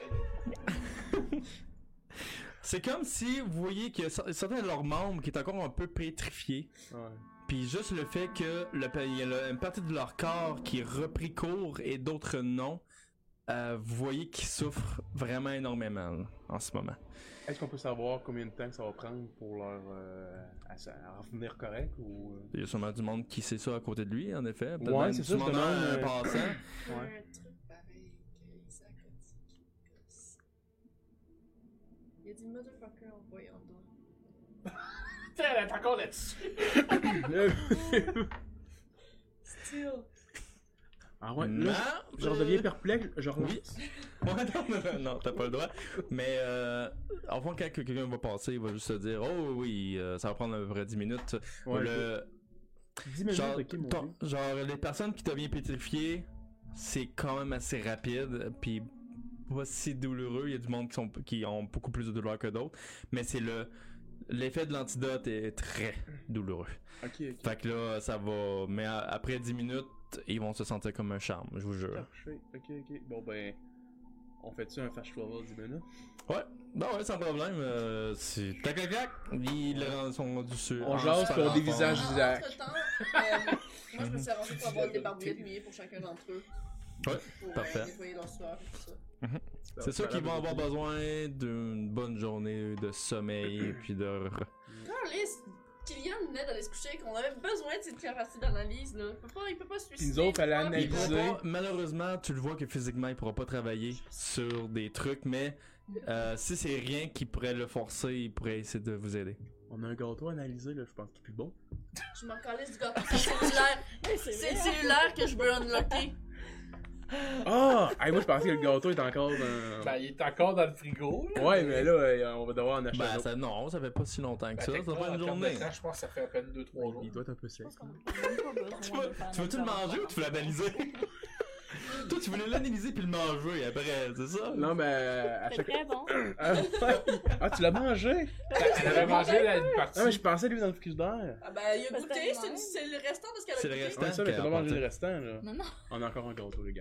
C'est comme si vous voyez qu'il y a cer- certains de leurs membres qui est encore un peu pétrifiés. Ouais. Puis juste le fait que le, il y a le- une partie de leur corps qui est repris court et d'autres non, euh, vous voyez qu'ils souffrent vraiment énormément là, en ce moment. Est-ce qu'on peut savoir combien de temps que ça va prendre pour leur... Euh, à, s- à revenir correct, ou... euh? Il y a sûrement du monde qui sait ça à côté de lui, en effet. Peut-être Ouais, même c'est du ça, je monde demande, un euh, passant. Ouais. Un truc pareil que Isaac a dit qui me gosse. Il a dit motherfucker en voyant dedans. T'es encore là-dessus. Still. Ah ouais, Non, là, je euh, redeviens perplexe, je relance. Oui. Ouais, non, non, non, non, t'as pas le droit. Mais euh, en fond, quand quelqu'un va passer, il va juste se dire, oh oui, euh, ça va prendre à peu près dix minutes. Ouais, le, dix minutes, genre, ok, mon ton- Dieu. genre, les personnes qui deviennent pétrifiées, c'est quand même assez rapide, puis pas si douloureux. Il y a du monde qui, sont, qui ont beaucoup plus de douleur que d'autres, mais c'est le l'effet de l'antidote est très douloureux. Ok, ok. Fait que là, ça va. Mais a- après dix minutes, ils vont se sentir comme un charme, je vous jure. Parfait, ok, ok. Bon ben, on fait-tu un fast forward dix minutes? Ouais, non, ouais, sans problème. Euh, c'est tac tac tac. Ils le- sont rendus sur. On en jase super pour des en forme. visages- En- Isaac. Entre-temps, euh, moi je me suis arrangé pour avoir des barbouillettes mouillées pour chacun d'entre eux. Ouais, pour, parfait. Euh, nettoyer leur sueur et tout ça. C'est sûr qu'ils vont avoir besoin d'une bonne journée de sommeil, puis de. Carlis, Kylian venait d'aller se coucher, qu'on avait besoin de cette capacité d'analyse là. Il peut pas, il peut pas se suicider. Puis nous autres, elle a il peut pas- Il pourra analysé. pas- malheureusement, tu le vois que physiquement, il pourra pas travailler sur des trucs, mais euh, si c'est rien qui pourrait le forcer, il pourrait essayer de vous aider. On a un gâteau analysé, là, je pense qu'il est plus bon. Je m'en calisse du gâteau. C'est cellulaire. C'est cellulaire que je veux unlocker. Ah! Hey, moi, je pensais que le gâteau est encore dans... Ben, il est encore dans le frigo. Là. Ouais, mais là, euh, on va devoir en acheter un Ben, autre. ça, non, ça fait pas si longtemps que Ben, ça, ça techniquement, va pas en une termes de journée. temps, je pense que ça fait à peine deux trois jours. Il doit être un peu sec. Je pense qu'on a même pas besoin Tu de veux, faire tu veux-tu le notre manger ou tu veux l'analyser? Toi, tu voulais l'analyser puis le manger après, c'est ça? Non, mais euh, à C'est chaque... très bon. Ah, ah, tu l'as mangé? Elle avait mangé là, une partie. Ah, mais je pensais, lui, dans le frigidaire. Ah ben, il a Parce goûté, que c'est c'est le restant de ce qu'elle a C'est le goûté. restant. Ouais, ça, mais qu'elle t'as a pas mangé apporté. le restant, là. Non, non. On a encore un gâteau, les gars.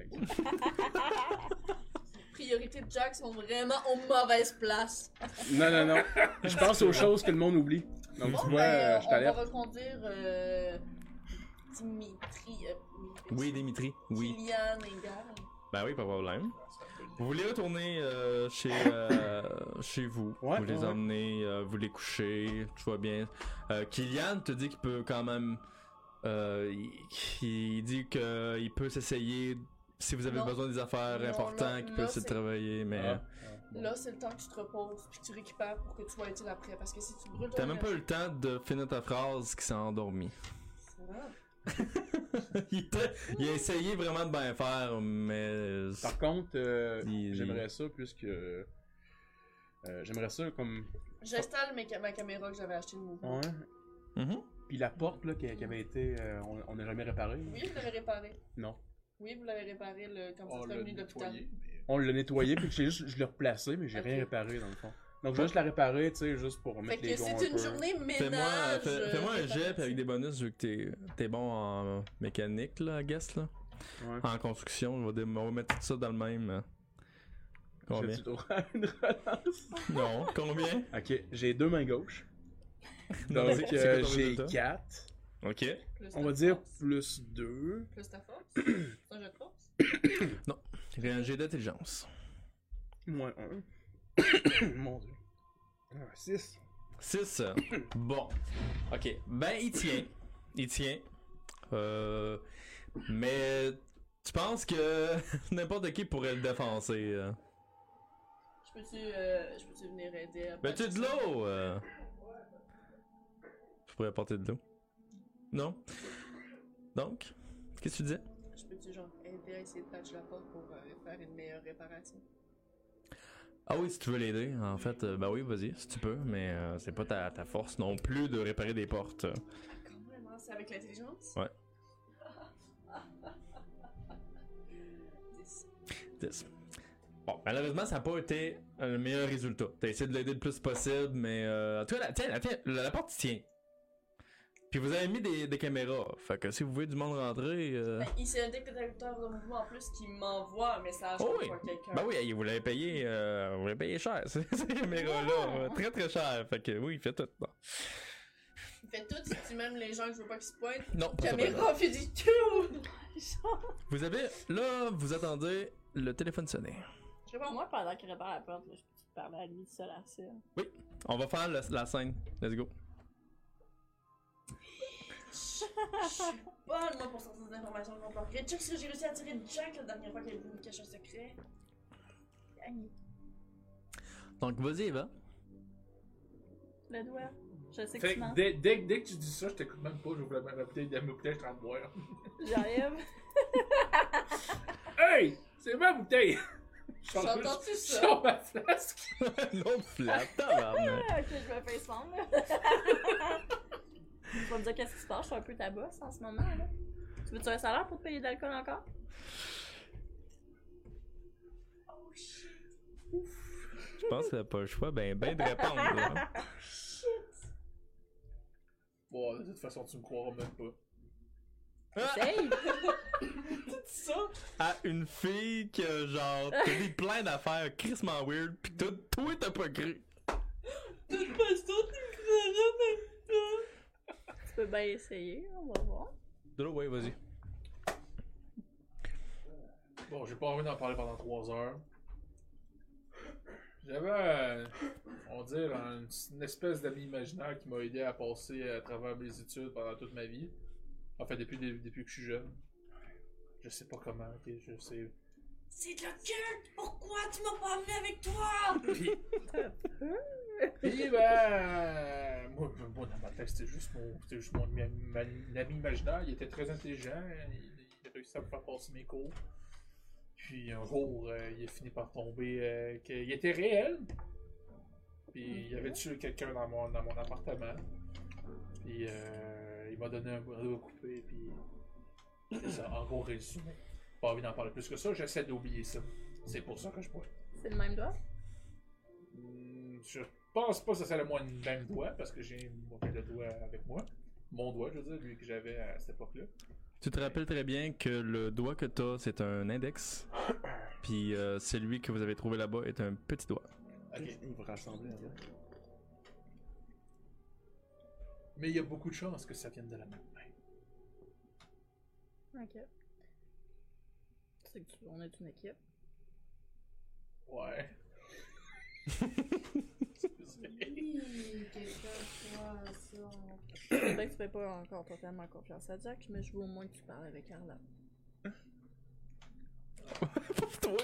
Priorités de Jack sont vraiment aux mauvaises places. Non, non, non. Je pense aux choses que le monde oublie. Donc, Bon, tu vois, ben, euh, je on va t'alerte. reconduire euh, Dimitri, euh, Oui, Dimitri, oui. Kylian et Gal. Ben oui, pas de problème. Vous voulez retourner euh, chez euh, chez vous, Ouais, vous les ouais, ouais. emmenez, euh, vous les couchez, tout va bien. Euh, Kylian te dit qu'il peut quand même, euh, il, il dit que il peut s'essayer si vous avez Non. besoin des affaires Non, importantes, là- qu'il là, peut essayer de c'est- travailler, mais Ah, ah, bon. Là, c'est le temps que tu te reposes puis que tu récupères pour que tu sois utile après. Parce que si tu brûles t'as ton même pas eu le temps de finir ta phrase qui s'est endormi. C'est vrai. il, était- il a essayé vraiment de bien faire, mais Par contre, euh, Il- j'aimerais ça, puisque... euh, j'aimerais ça comme... J'installe mes ca- ma caméra que j'avais achetée de mouvement. Ouais. Mhm. Puis la porte là, qui, qui avait été. Euh, on on n'a jamais réparée. Oui, vous l'avez réparé. Non. Oui, vous l'avez réparé le... quand On vous l'a êtes revenu de l'hôpital. nettoyé, mais... On l'a nettoyé, puis j'ai juste, je l'ai replacé, mais j'ai Ok. rien réparé dans le fond. Donc je vais juste la réparer, tu sais, juste pour Fait mettre que les gonds un c'est une peu. journée Fais-moi ménage. fais, euh, fais-moi un jet, réparation. puis avec des bonus, vu que t'es, t'es bon en mécanique, là, I guess, là. Ouais. En construction, on va, dé- on va mettre tout ça dans le même. euh, Combien? J'ai-tu droit à une relance? Non, combien? Ok, j'ai deux mains gauches. Non, Donc c'est- c'est quoi euh, ton j'ai résultat? quatre. Ok. Plus On ta va dire force. plus deux. Plus ta force. C'est un jeu de force. J'ai un jet d'intelligence. Moins un. Mon dieu. Ah, six. six. Bon. Ok. Ben, il tient. Il tient. Euh. Mais. Tu penses que n'importe qui pourrait le défoncer. euh. Je peux-tu euh, je peux-tu venir aider à Ben, tu de l'eau! euh. Je pourrais apporter de l'eau. Non? Donc, qu'est-ce que tu disais? Je peux-tu genre aider à essayer de patcher la porte pour euh, faire une meilleure réparation? Ah oui, si tu veux l'aider, en fait, euh, ben oui, vas-y, si tu peux, mais euh, c'est pas ta, ta force non plus de réparer des portes. Quand même, hein, c'est avec l'intelligence? Ouais. dix. dix. Bon, malheureusement, ça n'a pas été euh, le meilleur résultat. T'as essayé de l'aider le plus possible, mais euh, toi, la, tiens, la, tiens, la, la porte tient. Puis vous avez mis des, des caméras, fait que si vous voulez du monde rentrer... Euh... Ben, il c'est un détecteur de mouvement en plus qui m'envoie un message Oh quand oui. je vois quelqu'un. Ben oui, vous l'avez payé, euh, vous l'avez payé cher, ces, ces caméras-là, euh, très très cher, fait que oui, il fait tout. Bon. Il fait tout, si tu m'aimes les gens que je veux pas qu'ils se pointent. Non, pas ça, pas Caméra fait du tout! Vous avez, là, vous attendez le téléphone sonner. Je sais pas, moi. Moi, pendant qu'il répare la porte, là, je peux te parler à lui seul à ça. On va faire le- la scène, let's go. Je suis bonne, moi, pour sortir des informations de mon plan. Check ce que j'ai réussi à tirer de Jack la dernière fois qu'il a voulu me cacher un secret. Donc, vas-y, Eva. Le doigt. Je sais que Fait tu que mens. dès, dès, dès que tu dis ça, je t'écoute même pas, j'ouvre la, ma bouteille, ma bouteille, je suis en train de boire. J'arrive. Hey! C'est ma bouteille! Je sors- J'entends-tu je ça? sors ma flasque! L'autre flat, tabarnak. Ah, ok, je me fais fendre, là. Tu vas me dire qu'est-ce qui se passe, je suis un peu ta bosse en ce moment, là. Tu veux-tu un salaire pour te payer de l'alcool encore? Oh shit. Je pense que t'as pas le choix, ben, ben de répondre, là. Bon, de toute façon, tu me croiras même pas. Essaye! Ça? À une fille qui a genre, t'as dit plein d'affaires crissement weird, pis toi, toi t'as pas cru. De toute façon, tu me croiras même pas. Tu peux bien essayer, on va voir. De là, ouais, vas-y. Bon, j'ai pas envie d'en parler pendant trois heures. J'avais, euh, on va dire, une, une espèce d'ami imaginaire qui m'a aidé à passer à travers mes études pendant toute ma vie. Enfin, depuis, depuis que je suis jeune. Je sais pas comment, ok, je sais. C'est de la culte! Pourquoi tu m'as pas amené avec toi? Puis, puis ben, moi, moi, dans ma tête, c'était juste mon, c'était juste mon ami, ma- ami imaginaire. Il était très intelligent, il, il a réussi à me faire passer mes cours. Puis un jour, euh, il a fini par tomber euh, qu'il était réel. Puis il avait tué quelqu'un dans mon, dans mon appartement. Puis euh, il m'a donné un bras coupé. Puis c'est ça, en gros résumé. Pas envie d'en parler plus que ça, j'essaie d'oublier ça. C'est pour ça que je bois. C'est le même doigt? Hmm, Je pense pas que ça serait moi le même doigt parce que j'ai mon le doigt avec moi. Mon doigt, je veux dire, lui que j'avais à cette époque-là. Tu te rappelles très bien que le doigt que t'as, c'est un index. Puis euh, celui que vous avez trouvé là-bas est un petit doigt. Ok. Il va rassembler avant. Mais il y a beaucoup de chances que ça vienne de la même main. Ok. C'est que tu... on est une équipe. Ouais. Oui, quelqu'un croit à ça. C'est vrai que tu fais pas encore totalement confiance à Jack, mais je veux au moins que tu parles avec Carla. Pour toi!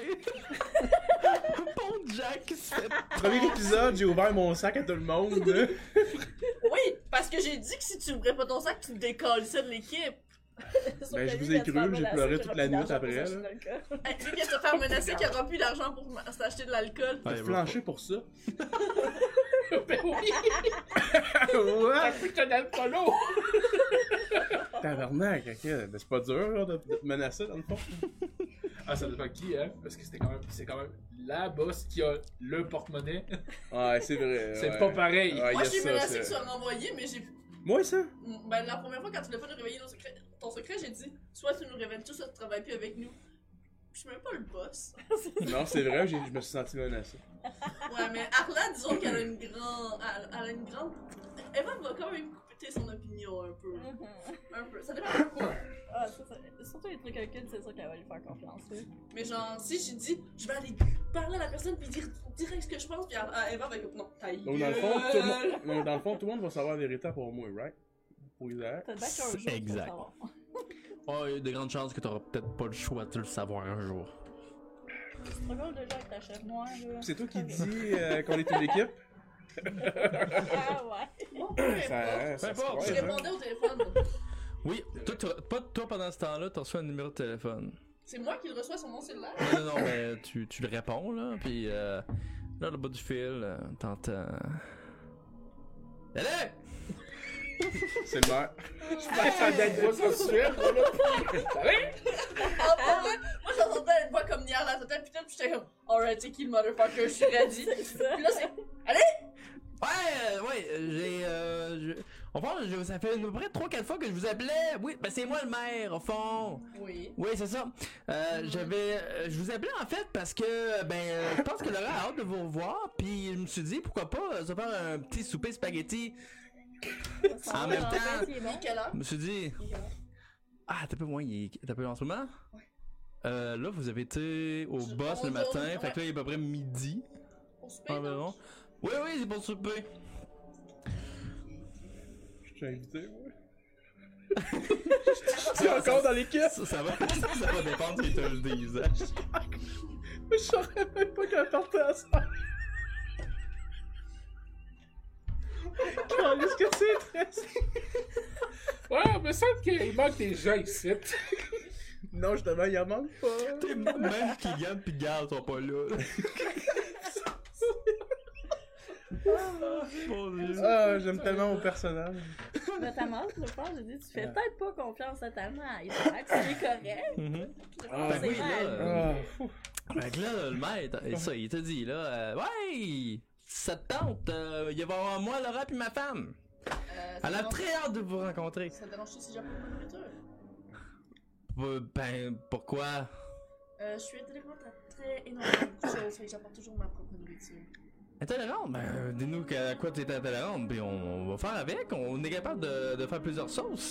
Bon Jack qui se fait... Premier épisode, j'ai ouvert mon sac à tout le monde. Oui, parce que j'ai dit que si tu ouvrais pas ton sac, tu décolles ça de l'équipe. Ben, je vous ai cru, j'ai pleuré toute la nuit après, là. Hey, tu veux que je te faire menacer qu'il n'y aura plus d'argent pour m- s'acheter de l'alcool? Ouais, J'ai va- flanché pour ça. Ben oui! What? T'as plus que dans le polo! Tabarnak, ok. Ben, c'est pas dur là, de, de te menacer dans le fond. Ah, ça dépend qui, hein? Parce que c'était quand même, c'est quand même la boss qui a le porte-monnaie. Ouais, c'est vrai. C'est ouais. pas pareil. Ouais, Moi, y a je suis ça, menacée c'est- que tu vas m'envoyer, mais j'ai. Moi, ça? Ben, la première fois, quand tu l'as pas nous réveiller ton secret, ton secret, j'ai dit soit tu nous révèles tout, soit tu travailles plus avec nous. Je suis même pas le boss. Non, c'est vrai, j'ai- je me suis senti menacé. Ouais, mais Arla, disons qu'elle a une grande. Elle, elle a une grande. Eva va quand même écouter son opinion un peu. Un peu. Ça dépend de quoi. Ah, ça, ça, surtout les trucs occultes, c'est sûr qu'elle va lui faire confiance. Oui. Mais genre, si j'ai dit, je vais aller parler à la personne puis dire direct ce que je pense, puis Eva va être non, ta Donc, dans le fond, tout le monde, donc, dans le fond, tout le monde va savoir la vérité pour moi, right? Pour Isaac. T'as bac un jour. pour Exact. savoir. Oh, il y a de grandes chances que t'auras peut-être pas le choix de le savoir un jour. Tu struggles déjà avec ta chef noire, là. C'est toi qui dis euh, qu'on est une équipe? Ah ouais. Bon, peu Ça, importe. ça Peu se importe. croise, Je hein. répondais au téléphone. Oui, toi, t'as- pas toi pendant ce temps-là, t'as reçu un numéro de téléphone. C'est moi qui le reçois sur mon cellulaire. Non, non, non, mais tu, tu le réponds, là, pis euh, là, le bas du fil, euh, t'entends... Allez! C'est le maire. Je m'attendais à une voix sensuelle, moi, là. Allez! Ah, pour vrai, moi j'entendais une voix comme Nier la totale, pis tout, pis j'étais comme, alright, c'est qui le motherfucker, je suis ready. C'est ça. Pis là, c'est, Ouais, euh, ouais, euh, j'ai... Euh, je- Au fond, je- ça fait à peu près trois quatre fois que je vous appelais. Oui, ben c'est moi le maire, au fond. oui. Oui, c'est ça. Euh, j'avais... euh, je vous appelais, en fait, parce que, ben, euh, je pense que Laura a hâte de vous revoir, puis je me suis dit, pourquoi pas euh, se faire un petit souper spaghetti. En même temps- Il est bon. Puis quelle heure? Je me suis dit... Ah, t'as peu moins, il est... T'as peu en ce moment? Ouais. Euh, là, vous avez été au Je- boss on le tourne, matin, ouais. fait que là, il est à peu près midi, On se paye, environ. donc? Oui, oui, c'est pour le souper. Je t'ai invité, moi. Tu es encore dans l'équipe? Ça, ça va, ça va dépendre si tu le dis, hein. Je saurais même pas qu'elle partait à ça. Qu'est-ce que c'est triste? Ouais, me semble qu'il manque des gens ici. Non, justement, il en manque pas. T'es même qui gagne pis Gale sont pas là. Mon Dieu. Ah, j'aime tellement mon personnage. Notamment, le frère, j'ai dit, tu fais peut-être pas confiance totalement à Isaac, c'est correct. Mhm. Ah, Fait que c'est oui, là, mal. euh, Ah, fou. fait que là, le maître, et ça, il t'a dit, là, euh, ouais, ça te tente, euh, il va y avoir moi, Laura pis ma femme. Euh, ça Elle a dérange- très hâte de vous rencontrer. Ça te dérange-tu si j'apporte ma nourriture? Euh, Ben, pourquoi? Euh, je suis intolérante à très énormément de choses, fait que j'apporte toujours ma propre nourriture. Intolérante? Ben, euh, dis-nous qu'à à quoi tu es intolérante, puis on, on va faire avec. On est capable de, de faire plusieurs sauces.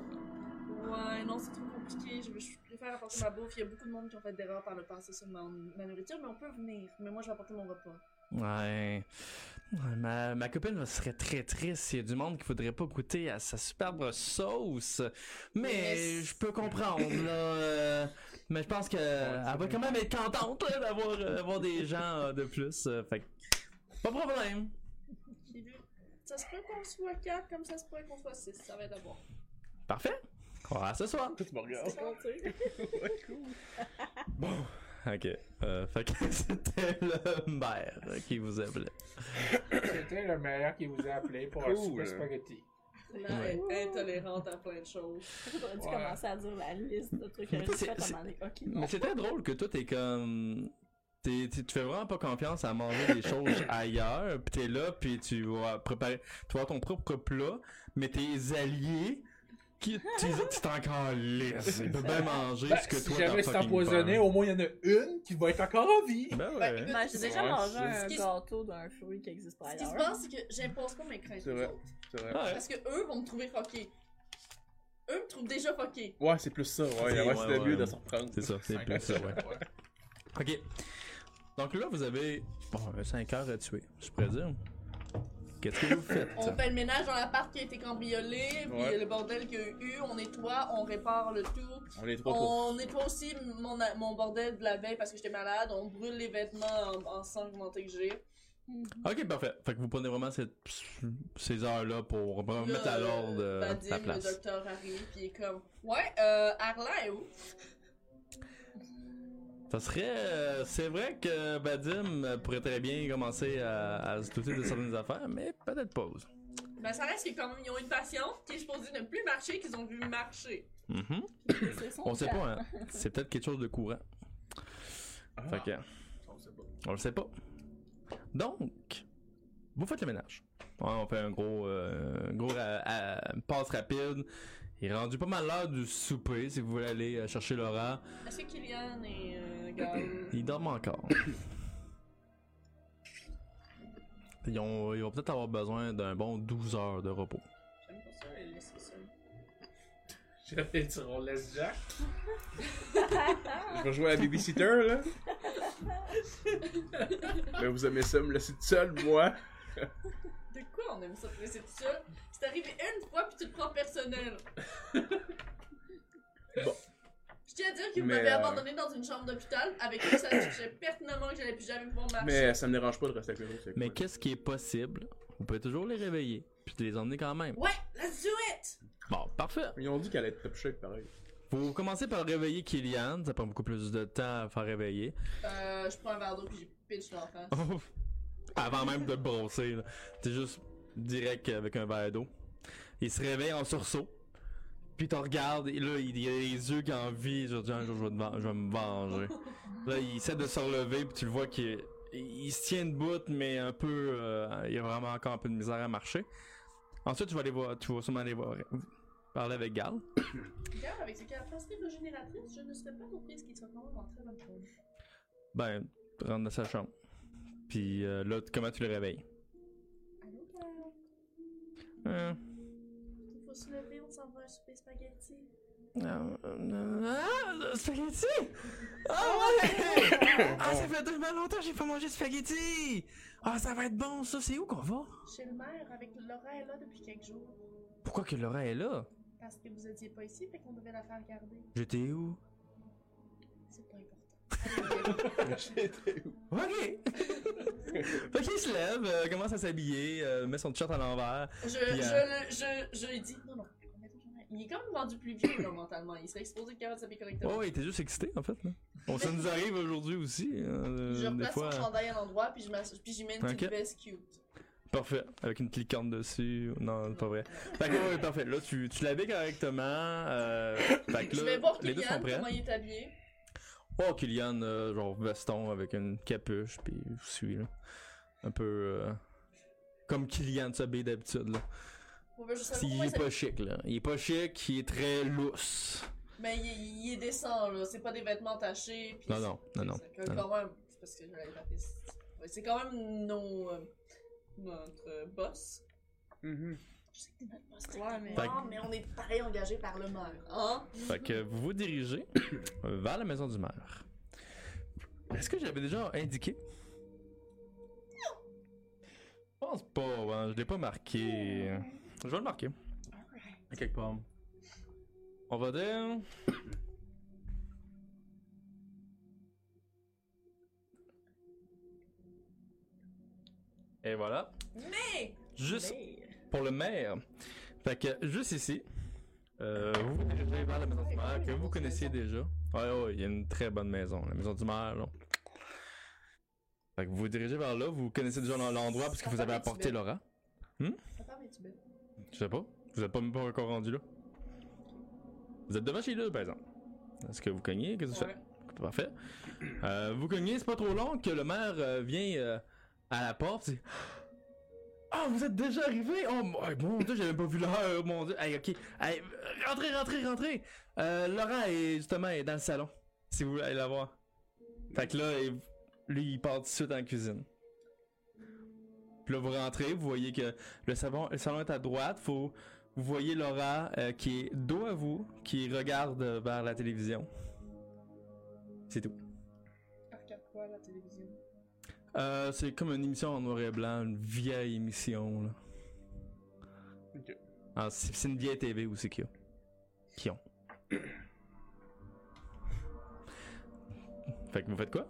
Ouais, non, c'est trop compliqué. Je, je préfère apporter ma bouffe. Il y a beaucoup de monde qui ont fait d'erreurs par le passé sur ma, ma nourriture, mais on peut venir. Mais moi, je vais apporter mon repas. Ouais. Ouais, Ma, ma copine serait très triste s'il y a du monde qui voudrait pas goûter à sa superbe sauce. Mais Yes. je peux comprendre, là. euh, mais je pense que elle va quand même être contente là, d'avoir euh, avoir des gens euh, de plus. euh, fait que, pas de problème. Qui veut- Ça se peut qu'on soit quatre, comme ça se peut qu'on soit six. Ça va être à voir. Parfait. On va ce soir. Tu me regardes. Ouais, cool. Bon. Ok. Euh, fait que c'était le maire qui vous appelait. C'était le meilleur qui vous a appelé pour un Cool. super spaghetti. Là, Ouais. elle est intolérante à plein de choses. T'aurais dû Ouais. commencer à dire la liste de trucs qu'elle a C'est- fait à un c'est- moment donné. Ok, non. Mais c'est très drôle que toi, t'es comme... T'es, t'es- tu fais vraiment pas confiance à manger des choses ailleurs, pis t'es là, pis tu vas préparer... Tu vas avoir ton propre plat, mais tes alliés... Qui, tes autres, tu t'es encore lisse. Ils peuvent bien manger Ben, ce que si toi jamais t'as c'est fucking empoisonné, peur. au moins il y en a une qui va être encore en vie. Ben ouais. Ben, Ben, j'ai déjà Ouais, mangé c'est- un Ce qui se- gâteau d'un fruit qui existe pas Ce qui se ailleurs. passe, c'est que j'impose pas mes craintes C'est aux vrai. autres. C'est vrai. Ouais. Parce que eux vont me trouver fucké. Eux me trouvent déjà fucké. Ouais, c'est plus ça. Ouais, C'est- ouais, ouais, c'était ouais. mieux de s'en reprendre. C'est ça, c'est plus ça, ouais. Ok. Donc là, vous avez... Bon, cinq heures à tuer, je pourrais dire. Qu'est-ce que vous faites? On fait le ménage dans l'appart qui a été cambriolé, puis Ouais. le bordel qu'il y a eu, on nettoie, on répare le tout. On est trois trois. On nettoie aussi mon, mon bordel de la veille parce que j'étais malade, on brûle les vêtements en- ensangumentés que j'ai. Ok, parfait. Fait que vous prenez vraiment cette, ces heures-là pour vraiment Là, mettre à l'ordre euh, Vadim, la le place. docteur arrive, puis il est comme « Ouais, euh, Arla est où? » Ça serait... euh, c'est vrai que Badim euh, pourrait très bien commencer à, à se douter de certaines affaires, mais peut-être pas. Ben, ça reste que quand même, ils ont une patiente qui est supposée ne plus marcher, qu'ils ont vu marcher. Mhm. C'est son On sait cas. pas, hein. C'est peut-être quelque chose de courant. Ah, Fait que, on sait pas. on le sait pas. Donc, vous faites le ménage. Ouais, on fait un gros, euh, gros euh, euh, passe rapide. Il est rendu pas mal l'heure du souper si vous voulez aller euh, chercher Laura. Est-ce que Kylian et euh, Gal... Ils dorment encore. Ils, ont, ils vont peut-être avoir besoin d'un bon douze heures de repos. J'aime pas ça, les laisser seuls. J'avais dit, on laisse Jack. Je vais jouer à la babysitter, là. Mais vous aimez ça, me laisser tout seul, moi. De quoi on aime ça te laisser tout seul? C'est arrivé une fois puis tu le prends personnel. Bon. Je tiens à dire que vous Mais, m'avez euh, abandonné dans une chambre d'hôpital avec qui ça je savais pertinemment que j'allais plus jamais pouvoir marcher. Mais ça me dérange pas de rester avec les autres. c'est Mais cool. qu'est-ce qui est possible? Vous pouvez toujours les réveiller, puis les emmener quand même. Ouais, let's do it! Bon, parfait. Ils ont dit qu'elle allait être top shape, pareil. Vous commencez par réveiller Kylian, ça prend beaucoup plus de temps à faire réveiller. Euh, je prends un verre d'eau puis j'ai pitch l'enfant. Avant même de le brosser, là. T'es juste direct avec un verre d'eau. Il se réveille en sursaut. Puis tu regardes, et là, il y a les yeux qui ont envie. Je dis, un jour, je vais, te ven- je vais me venger. Là, il essaie de se relever, puis tu le vois qu'il il se tient debout, mais un peu. Euh, il a vraiment encore un peu de misère à marcher. Ensuite, tu vas aller voir, tu vas sûrement aller voir, parler avec Gal. Gal, avec ses capacités régénératrices, je ne serais pas surprise qu'il soit quand même en très bonne forme. Ben, rentre dans sa chambre. Puis euh, là, t- comment tu le réveilles? Allô, Gal? Euh, Il faut se lever, on s'en va à un souper spaghetti. euh, euh, ah, spaghetti! Ah ouais! Ah, ça fait tellement longtemps que j'ai pas mangé de spaghetti! Ah, ça va être bon, ça. C'est où qu'on va? Chez le maire, avec Laura est là depuis quelques jours. Pourquoi que Laura est là? Parce que vous étiez pas ici, fait qu'on devait la faire garder. J'étais où? C'est pas important. J'étais où? Ok! Fait qu'il se lève, euh, commence à s'habiller, euh, met son t-shirt à l'envers. Je, je, Puis, le- je, je lui dis, non, non, remets-toi jamais. Il est quand même rendu plus vieux, là, mentalement. Il serait exposé de capable de s'habiller correctement. Oh, il était juste excité, en fait. Là. Bon, ça nous arrive aujourd'hui aussi. euh, Je des replace fois. son chandail à l'endroit, puis je m'ass- puis j'y mets une petite Ok. veste cute. Parfait. Avec une petite licorne dessus. Non, pas vrai. Fait que, ouais, ouais, parfait. Là, tu, tu l'habilles correctement. Euh, fait que Je là, vais voir les deux sont Kylian, prêts. comment il est habillé. Oh, Kylian, euh, genre veston avec une capuche, puis je suis là. Un peu. Euh, comme Kylian s'habille d'habitude, là. On veut juste savoir S'il comment il est pas s'habille. chic, là. Il est pas chic, il est très lousse. Mais il, est- il est décent, là. C'est pas des vêtements tachés. puis Non, non, non, non. c'est que non, quand même. C'est parce que j'allais taper. Ouais, c'est quand même nos, euh, notre euh, boss. Mhm. Je sais que t'es notre boss. Ouais, mais- Fait Ah, mais on est pareil engagé par le maire. Hein? Fait que vous vous dirigez vers la maison du maire. Est-ce que j'avais déjà indiqué? Je pense pas, hein, je l'ai pas marqué. Je vais le marquer. À quelque part. On va dire. Et voilà. Mais! Juste Mais- pour le maire. Fait que juste ici, euh, vous vous dirigez vers la maison du maire que vous connaissiez déjà. Ouais, ouais, il y a une très bonne maison, la maison du maire. Là. Fait que vous vous dirigez vers là, vous connaissez déjà l'endroit parce que vous avez apporté Laura. Attends, mais tu belle. Je sais pas, vous êtes pas même pas encore rendu là. Vous êtes devant chez lui, par exemple. Est-ce que vous cognez? Qu'est-ce que vous Ouais. faites? Parfait. Euh, vous cognez, c'est pas trop long que le maire euh, vient euh, à la porte. C'est... Ah, vous êtes déjà arrivé? Oh mon mon dieu, j'avais pas vu l'heure, mon dieu. Hey, ok. Hey, rentrez, rentrez, rentrez. Euh, Laurent est justement est dans le salon. Si vous voulez aller la voir. Fait que là, il- lui, il part tout de suite en cuisine. Puis là, vous rentrez, vous voyez que le salon, le salon est à droite. Faut, vous voyez Laura euh, qui est dos à vous, qui regarde euh, vers la télévision. C'est tout. Elle regarde quoi à la télévision? Euh, c'est comme une émission en noir et blanc, une vieille émission, là. Ok. Ah, c'est, c'est une vieille T V aussi qu'il y a. Qui ont. Fait que vous faites quoi?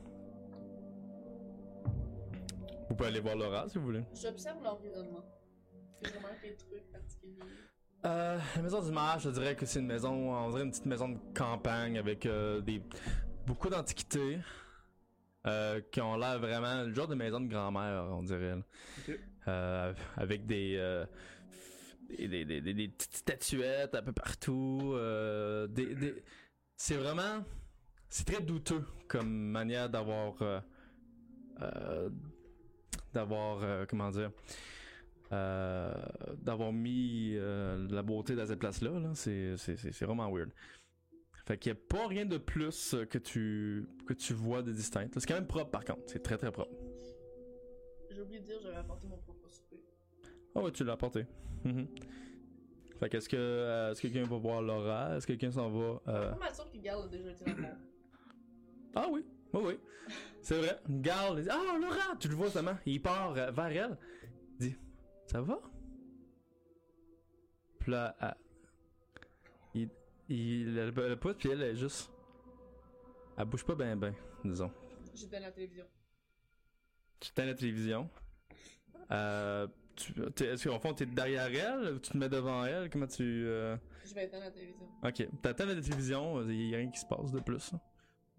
Vous pouvez aller voir Laura si vous voulez. J'observe l'environnement. Est-ce que je remarque des trucs particuliers? Euh, la maison du maire, je dirais que c'est une maison, on dirait une petite maison de campagne avec euh, des, beaucoup d'antiquités euh, qui ont l'air vraiment le genre de maison de grand-mère, on dirait. Là. Ok. Euh, avec des, euh, des, des, des, des, des petites statuettes un peu partout. Euh, des, des... C'est vraiment... C'est très douteux comme manière d'avoir... Euh, euh, d'avoir... Euh, comment dire... Euh, d'avoir mis euh, la beauté dans cette place-là. Là. C'est, c'est, c'est, c'est vraiment weird. Fait qu'il n'y a pas rien de plus que tu, que tu vois de distinct. C'est quand même propre par contre. C'est très très propre. J'ai oublié de dire, j'avais apporté mon propre souper. Ah ouais, tu l'as apporté. Mhm. Fait qu'est-ce que euh, est-ce que quelqu'un va voir Laura? Est-ce que quelqu'un s'en va? Euh... Je suis pas mal sûr que Garl a déjà été dans le monde. Ah oui, oui, oui. C'est vrai. Garl, il dit, ah Laura! Tu le vois seulement. Il part euh, vers elle. Il dit, ça va? Puis là, elle- il, il le, le pousse, puis elle est juste. Elle bouge pas ben ben, disons. J'étais à la télévision. Tu t'es à la télévision. Euh, tu, t'es- est-ce qu'en fond t'es derrière elle ou tu te mets devant elle? Comment tu. Euh... Je vais être à la télévision. Ok, t'attends la télévision, il y a rien qui se passe de plus. Là.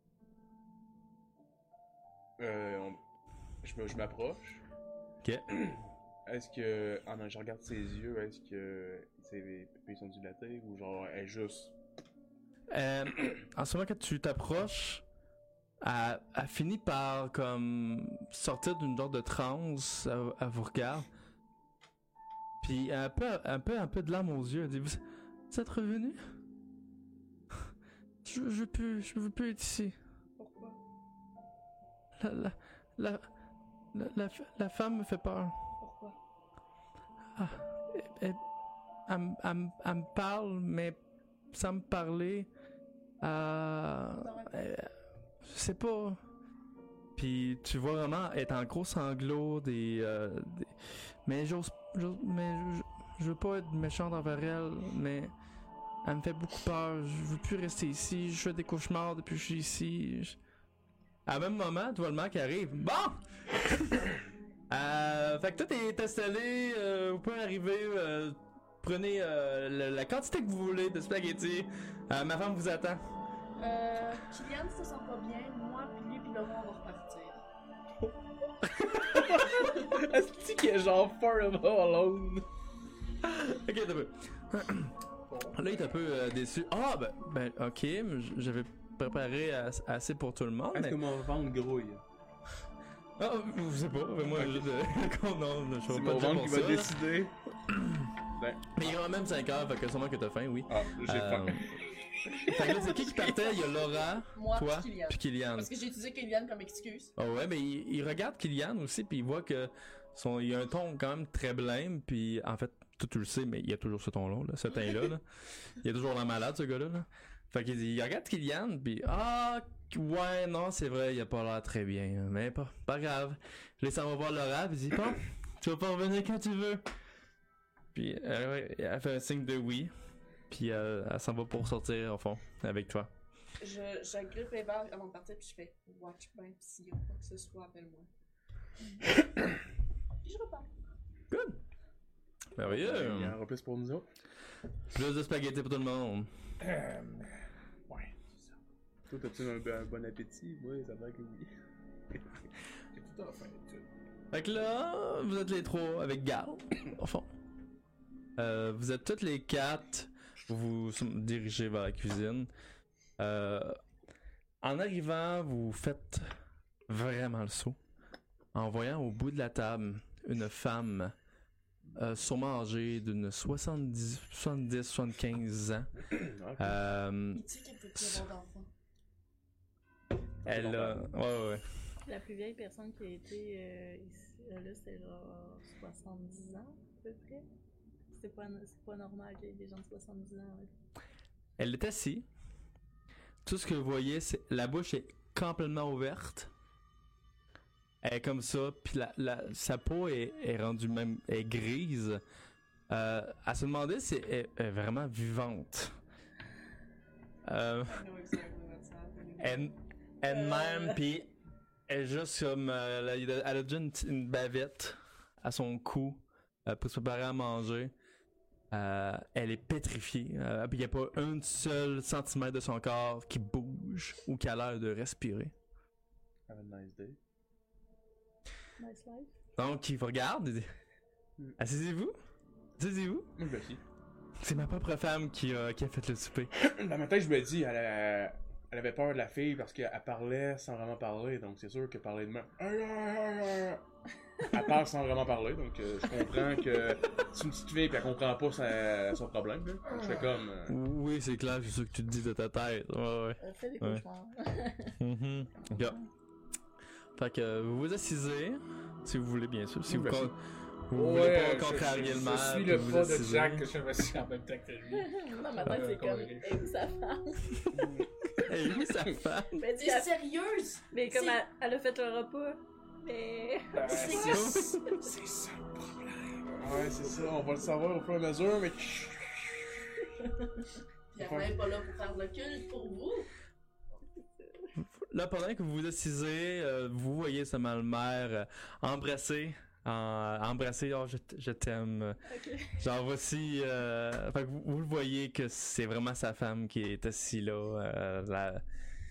Euh, on- je, me- je m'approche. Ok. Est-ce que. Ah non, je regarde ses yeux, est-ce que ses pupilles sont dilatées ou genre elle est juste. Euh, en ce moment, quand tu t'approches, elle, elle finit par comme sortir d'une genre de transe, elle, elle vous regarde. Puis un peu, un peu, un peu de larmes aux yeux. Elle dit, vous, vous êtes revenu? Je, je veux plus, je veux plus être ici. Pourquoi? La, la, la, la, la, la femme me fait peur. Pourquoi? Ah, elle, elle, elle me- elle me- elle me parle, mais sans me parler. Euh, euh, je sais pas. Puis tu vois vraiment être en gros sanglots, des, euh, des- mais j'ose, j'ose- mais je, je veux pas être méchante envers elle, mais elle me fait beaucoup peur. Je veux plus rester ici. Je fais des cauchemars depuis que je suis ici. Je- À même moment, tu vois le mec qui arrive. Bon! euh, fait que tout est installé. Euh, vous pouvez arriver. Euh, prenez euh, la, la quantité que vous voulez de spaghettis. Euh, ma femme vous attend. Euh, Kylian se sent pas bien, moi, puis lui, puis Laurent, on va repartir. Est-ce qu'il est genre forever alone? Ok, t'as peu. Là, il est un peu euh, déçu. Ah, ben, ben, ok, mais j- j'avais préparé as- assez pour tout le monde. Est-ce Mais... que mon ventre grouille? Ah, je sais pas. Mais moi, je. non, je C'est suis pas mon déjà ventre pour qui ça. va là. décider. Ben, Mais il y a quand même cinq heures, fait que sûrement que t'as faim, oui. ah, j'ai Euh, faim. Fait que là, c'est qui qui partait? Il y a Laura, Moi, toi, puis Kylian. puis Kylian. Parce que j'ai utilisé Kylian comme excuse. Ah ouais, mais il, il regarde Kylian aussi, puis il voit que son, il a un ton quand même très blême, puis en fait, toi tu le sais, mais il y a toujours ce ton-là, là, ce teint-là. Là. Il est toujours la malade, ce gars-là. Là. Fait qu'il dit, il regarde Kylian, puis ah, ouais, non, c'est vrai, il a pas l'air très bien, hein, mais pas, pas grave. Là, ça va voir Laura, puis il dit, bon, tu vas pas revenir quand tu veux. Puis euh, ouais, elle fait un signe de oui, puis euh, elle s'en va pour sortir, au fond, avec toi. Je, j'agrippe Eva avant de partir, puis je fais watch ben, pis s'il y a quoi que ce soit, appelle-moi. Puis je repars. Good! Merveilleux! Il y a un repas pour nous autres. Plus de spaghettis pour tout le monde. Euh, ouais, c'est ça. Toi, t'as-tu un, un bon appétit? Oui, ça va que oui. J'ai tout à fait tout. Fait que là, vous êtes les trois avec Gal, au fond. Euh, vous êtes toutes les quatre, vous vous dirigez vers la cuisine. Euh, en arrivant, vous faites vraiment le saut. En voyant au bout de la table une femme euh, sûrement âgée d'une soixante-dix, soixante-dix, soixante-quinze ans. Euh, Tu sais qu'elle peut plus avoir d'enfants. elle a... Ouais, ouais. La plus vieille personne qui a été euh, ici, euh, là, c'est genre soixante-dix ans, à peu près. C'est pas, c'est pas normal qu'il y ait des gens de soixante-dix ans. Ouais. Elle est assise. Tout ce que vous voyez, c'est la bouche est complètement ouverte. Elle est comme ça, puis la, la, sa peau est, est rendue même est grise. Euh, à se demander si elle est, est vraiment vivante. Euh, I know exactly what's happening. elle, elle-même, puis elle est juste comme euh, elle, a, elle a déjà une, petite- une bavette à son cou euh, pour se préparer à manger. Euh, elle est pétrifiée. Euh, Il n'y a pas un seul centimètre de son corps qui bouge ou qui a l'air de respirer. Have a nice day. Nice life. Donc, il vous regarde et dit Mm. Asseyez-vous. Asseyez-vous. Moi, je me dis. C'est ma propre femme qui a, qui a fait le souper. Dans ma tête, je me dis, elle, a- elle avait peur de la fille parce qu'elle parlait sans vraiment parler, donc c'est sûr que parler de même. Elle parle sans vraiment parler, donc euh, je comprends que c'est une petite fille et elle comprend pas sa- son problème. Là. Donc, je fais comme. euh, Oui, c'est clair, c'est ce que tu te dis de ta tête. Ouais, ouais. Elle fait des Ouais. cauchemars. Mhm. Ok. Fait que euh, vous vous assisez, si vous voulez, bien sûr. Si vous, Oui, con- merci. vous Ouais, voulez je- pas contrarier je- le mal. Je suis puis le vous pas de assisez. Jack que je me suis en même temps que lui. Dans ma tête, c'est comme. Et où sa femme? Hey, oui, sa femme. Mais, dis, T'es elle- sérieuse? mais comme C'est- elle, elle a fait le repas. Mais. Ben, C'est c'est que- c'est ça le problème. Ouais, c'est ça, on va le savoir au fur et à mesure, mais. Pierre n'est pas là pour faire le culte pour vous. Là, pendant que vous vous assisez, euh, vous voyez sa mère euh, embrasser. En, embrasser, oh, je, t- je t'aime. Ok. Genre, voici. Euh, fait que vous, vous le voyez que c'est vraiment sa femme qui est assise là. Euh, là.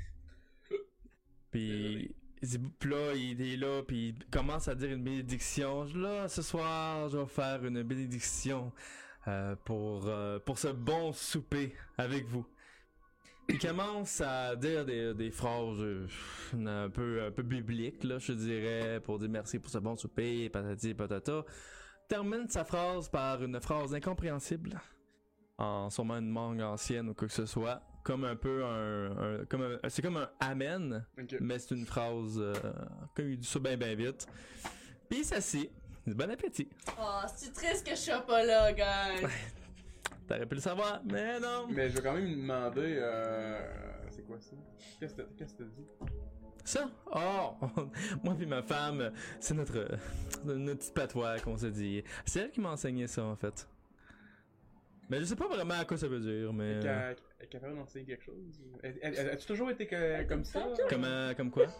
Puis, il dit- puis là, il est là, puis il commence à dire une bénédiction. Là, ce soir, je vais faire une bénédiction euh, pour, euh, pour ce bon souper avec vous. Il commence à dire des, des phrases euh, un peu, un peu bibliques, là, je dirais, pour dire merci pour ce bon souper, patati patata. Termine sa phrase par une phrase incompréhensible, en sûrement une langue ancienne ou quoi que ce soit, comme un peu un, un- comme un- c'est comme un amen, Ok. mais c'est une phrase euh, comme il dit ça bien bien vite. Puis il s'assied. Il dit bon appétit. Oh, c'est triste que je sois pas là, guys. T'aurais pu le savoir, mais non. Mais je vais quand même lui demander. Euh... C'est quoi ça? Qu'est-ce que t'as- qu'est-ce que t'as dit? Ça? Oh! Moi puis ma femme, c'est notre, notre petit patois qu'on se dit. C'est elle qui m'a enseigné ça, en fait. Mais je sais pas vraiment à quoi ça veut dire, mais... euh, Qu'elle est capable d'enseigner quelque chose? Elle- elle- elle- As-tu toujours été que- comme ça? Comment, comme quoi?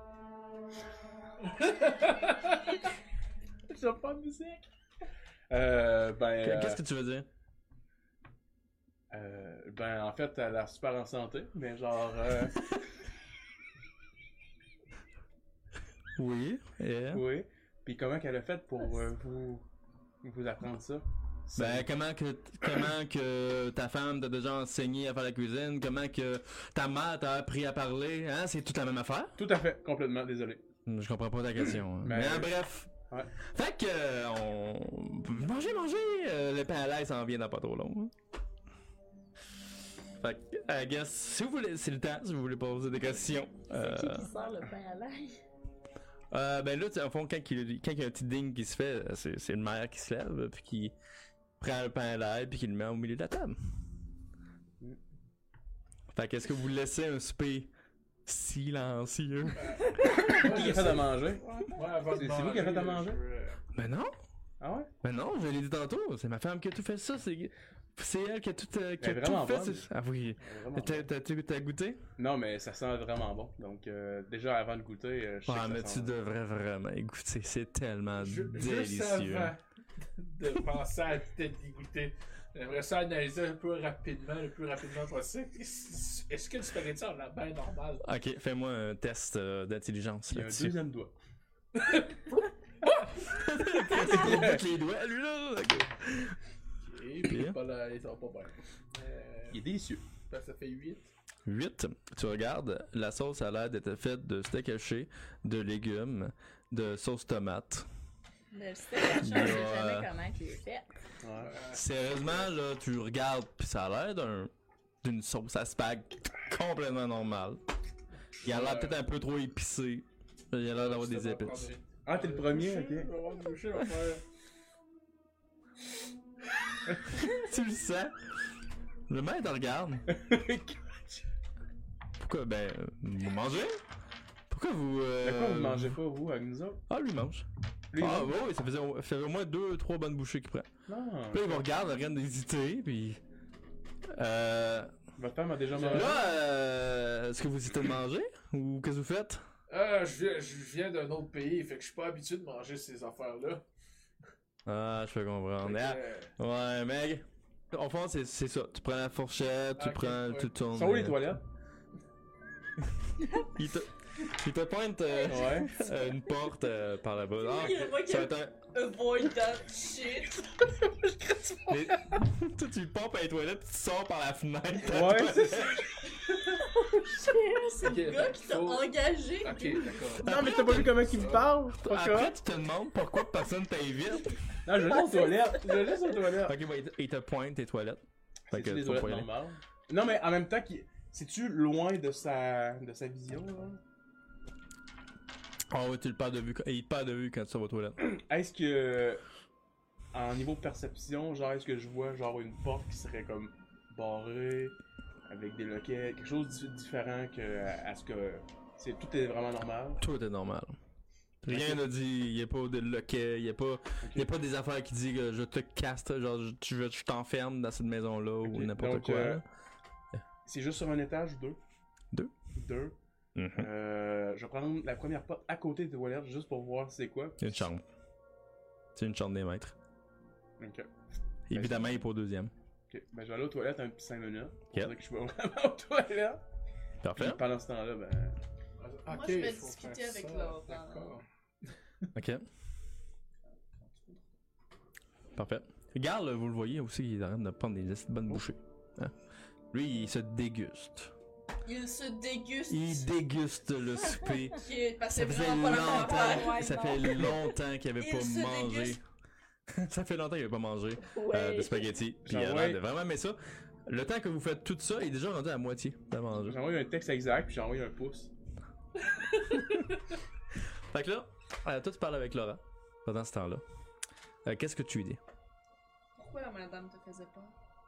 J'ai pas de musique. Euh, ben. Qu- euh, Qu'est-ce que tu veux dire? euh, ben, en fait, elle a l'air super en santé, mais genre. Euh, Oui. Yeah. oui. Puis comment qu'elle a fait pour euh, vous, vous apprendre ça? Ben, comment que, comment que ta femme t'a déjà enseigné à faire la cuisine? Comment que ta mère t'a appris à parler? Hein? C'est toute la même affaire? Tout à fait, complètement, désolé. Je comprends pas ta question. hein. Ben, Mais euh, bref. ouais. Fait que, euh, on... Mangez, mangez! euh, le pain à l'ail s'en vient dans pas trop long. hein. Fait que, I guess, si vous voulez, c'est le temps, si vous voulez poser des questions. Euh, C'est qui qui sert le pain à l'ail? euh, ben là, tu sais, en fond, quand il, quand il y a un petit ding qui se fait, c'est, c'est le maire qui se lève, puis qui prend le pain à l'ail, puis qui le met au milieu de la table. Mm. Fait que, est-ce que vous laissez un souper silencieux? Qui qui a fait à manger? Ouais, avant de C'est- c'est vous qui a fait à manger? je veux, euh, Ben non! Ah ouais? Ben non, je l'ai dit tantôt, c'est ma femme qui a tout fait ça, c'est, c'est elle qui a tout, euh, qui a Elle est tout vraiment fait. bonne. c'est- Ah oui. Elle est vraiment T'as, bonne. t'as, t'as, t'as goûté? Non, mais ça sent vraiment bon. Donc, euh, déjà avant de goûter, euh, je sais Ah, que mais ça tu sent bon. devrais vraiment y goûter, c'est tellement je- Juste délicieux. avant de penser à peut-être y goûter, j'aimerais ça analyser un peu rapidement, le plus rapidement possible. Est-ce est-ce que tu ferais ça en la bien normale? Ok, fais-moi un test euh, d'intelligence Il y a un là-dessus. deuxième doigt. Il botte les doigts, lui là! Ok. Et puis, Bien. pas là, ils sont pas bien. Euh, Il est délicieux. ben, ça fait huit. huit. Tu regardes, la sauce a l'air d'être faite de steak haché, de légumes, de sauce tomate. Mais le steak haché, on sait Ouais. jamais comment il est fait. Ouais. Sérieusement, là, tu regardes, puis ça a l'air d'un, d'une sauce à spag complètement normale. Il a l'air Ouais. peut-être un peu trop épicé. Il a l'air d'avoir des Ça va épices. prendre- Ah, t'es le premier, ok. Je vais avoir une bouchée, je vais faire- Tu le sens? Le maître te regarde. Pourquoi? Ben, euh, vous mangez? Pourquoi vous... Euh... Mais quoi, vous mangez pas, vous, avec nous autres? Ah, lui mange. Lui, ah, il mange? ouais, ouais, ça faisait, ça fait au moins deux, trois bonnes bouchées qu'il prend. Non. Puis là, il vous regarde, rien d'hésiter, puis... Euh... Votre femme a déjà mangé? Là, euh, est-ce que vous hésitez de manger? Ou qu'est-ce que vous faites? Ah, je viens, je viens d'un autre pays, fait que je suis pas habitué de manger ces affaires-là. Ah, je peux comprendre. Fait Ah, que, ouais, mais au fond, c'est c'est ça. Tu prends la fourchette, tu Ok, prends, ouais. tu tournes. Sont où les euh, toilettes? Il te, il te pointe euh, Ouais. euh, une porte euh, par là-bas. Ah, Il y a moi qui ça va être un. avoid that shit. Mais, toi, tu pompes à les toilettes, tu sors par la fenêtre. Ouais, c'est ça. C'est Ok, le gars qui t'a faut- engagé. Ok, d'accord. Non, mais t'as pas vu comment il me parle? Pas Après, tu te demandes pourquoi personne t'invite. Non, je laisse aux toilettes. Je laisse aux toilettes. Ok, bon, il te- il te pointe tes toilettes. Fait C'est que des tu vas toilettes pas y aller. normales. Non, mais en même temps, qu'il- c'est-tu loin de sa, de sa vision, là? Ah ouais, tu le perds de vue. Il te perd de vue quand tu vas aux toilettes. Est-ce que, en niveau de perception, genre, est-ce que je vois, genre, une porte qui serait comme barrée, avec des loquets, quelque chose de différent que à, à ce que c'est tout est vraiment normal? Tout est normal. Rien n'a dit, il n'y a pas de loquet, il n'y a, pas- y a pas des affaires qui disent que je te caste, genre je, tu veux- je t'enferme dans cette maison-là Ok, ou n'importe donc, quoi. euh, là. C'est juste sur un étage ou deux? Deux. Deux. Mhm. Euh, je vais prendre la première porte à côté des toilettes juste pour voir c'est quoi. Il y a une chambre. C'est une chambre des maîtres. Ok. Évidemment, il est pas au deuxième. Ok. Ben, je vais aller aux toilettes un petit cinq minutes. Ok. C'est que je suis vraiment aux toilettes. Parfait. Puis pendant ce temps-là, ben. Ok, Moi, je vais faut discuter faire avec ça, Laurent. D'accord. Ok. Parfait. Regarde, là, vous le voyez aussi, il est en train de prendre des bonnes bouchées. Hein? Lui, il se déguste. Il se déguste. Il déguste le souper. Qui est parce Ça que fait vraiment pas la première longtemps, fois. Ouais, ça non. fait longtemps qu'il avait Il pas se mangé. déguste. Ça fait longtemps qu'il avait pas mangé euh, Ouais. de spaghetti. Puis il a Genre, l'air ouais. de vraiment aimer ça. Le temps que vous faites tout ça, il est déjà rendu à moitié de manger. J'ai envoyé un texte exact, puis j'ai envoyé un pouce. Fait que là, euh, toi tu parles avec Laura pendant ce temps-là. Euh, Qu'est-ce que tu lui dis? Pourquoi la madame te faisait peur?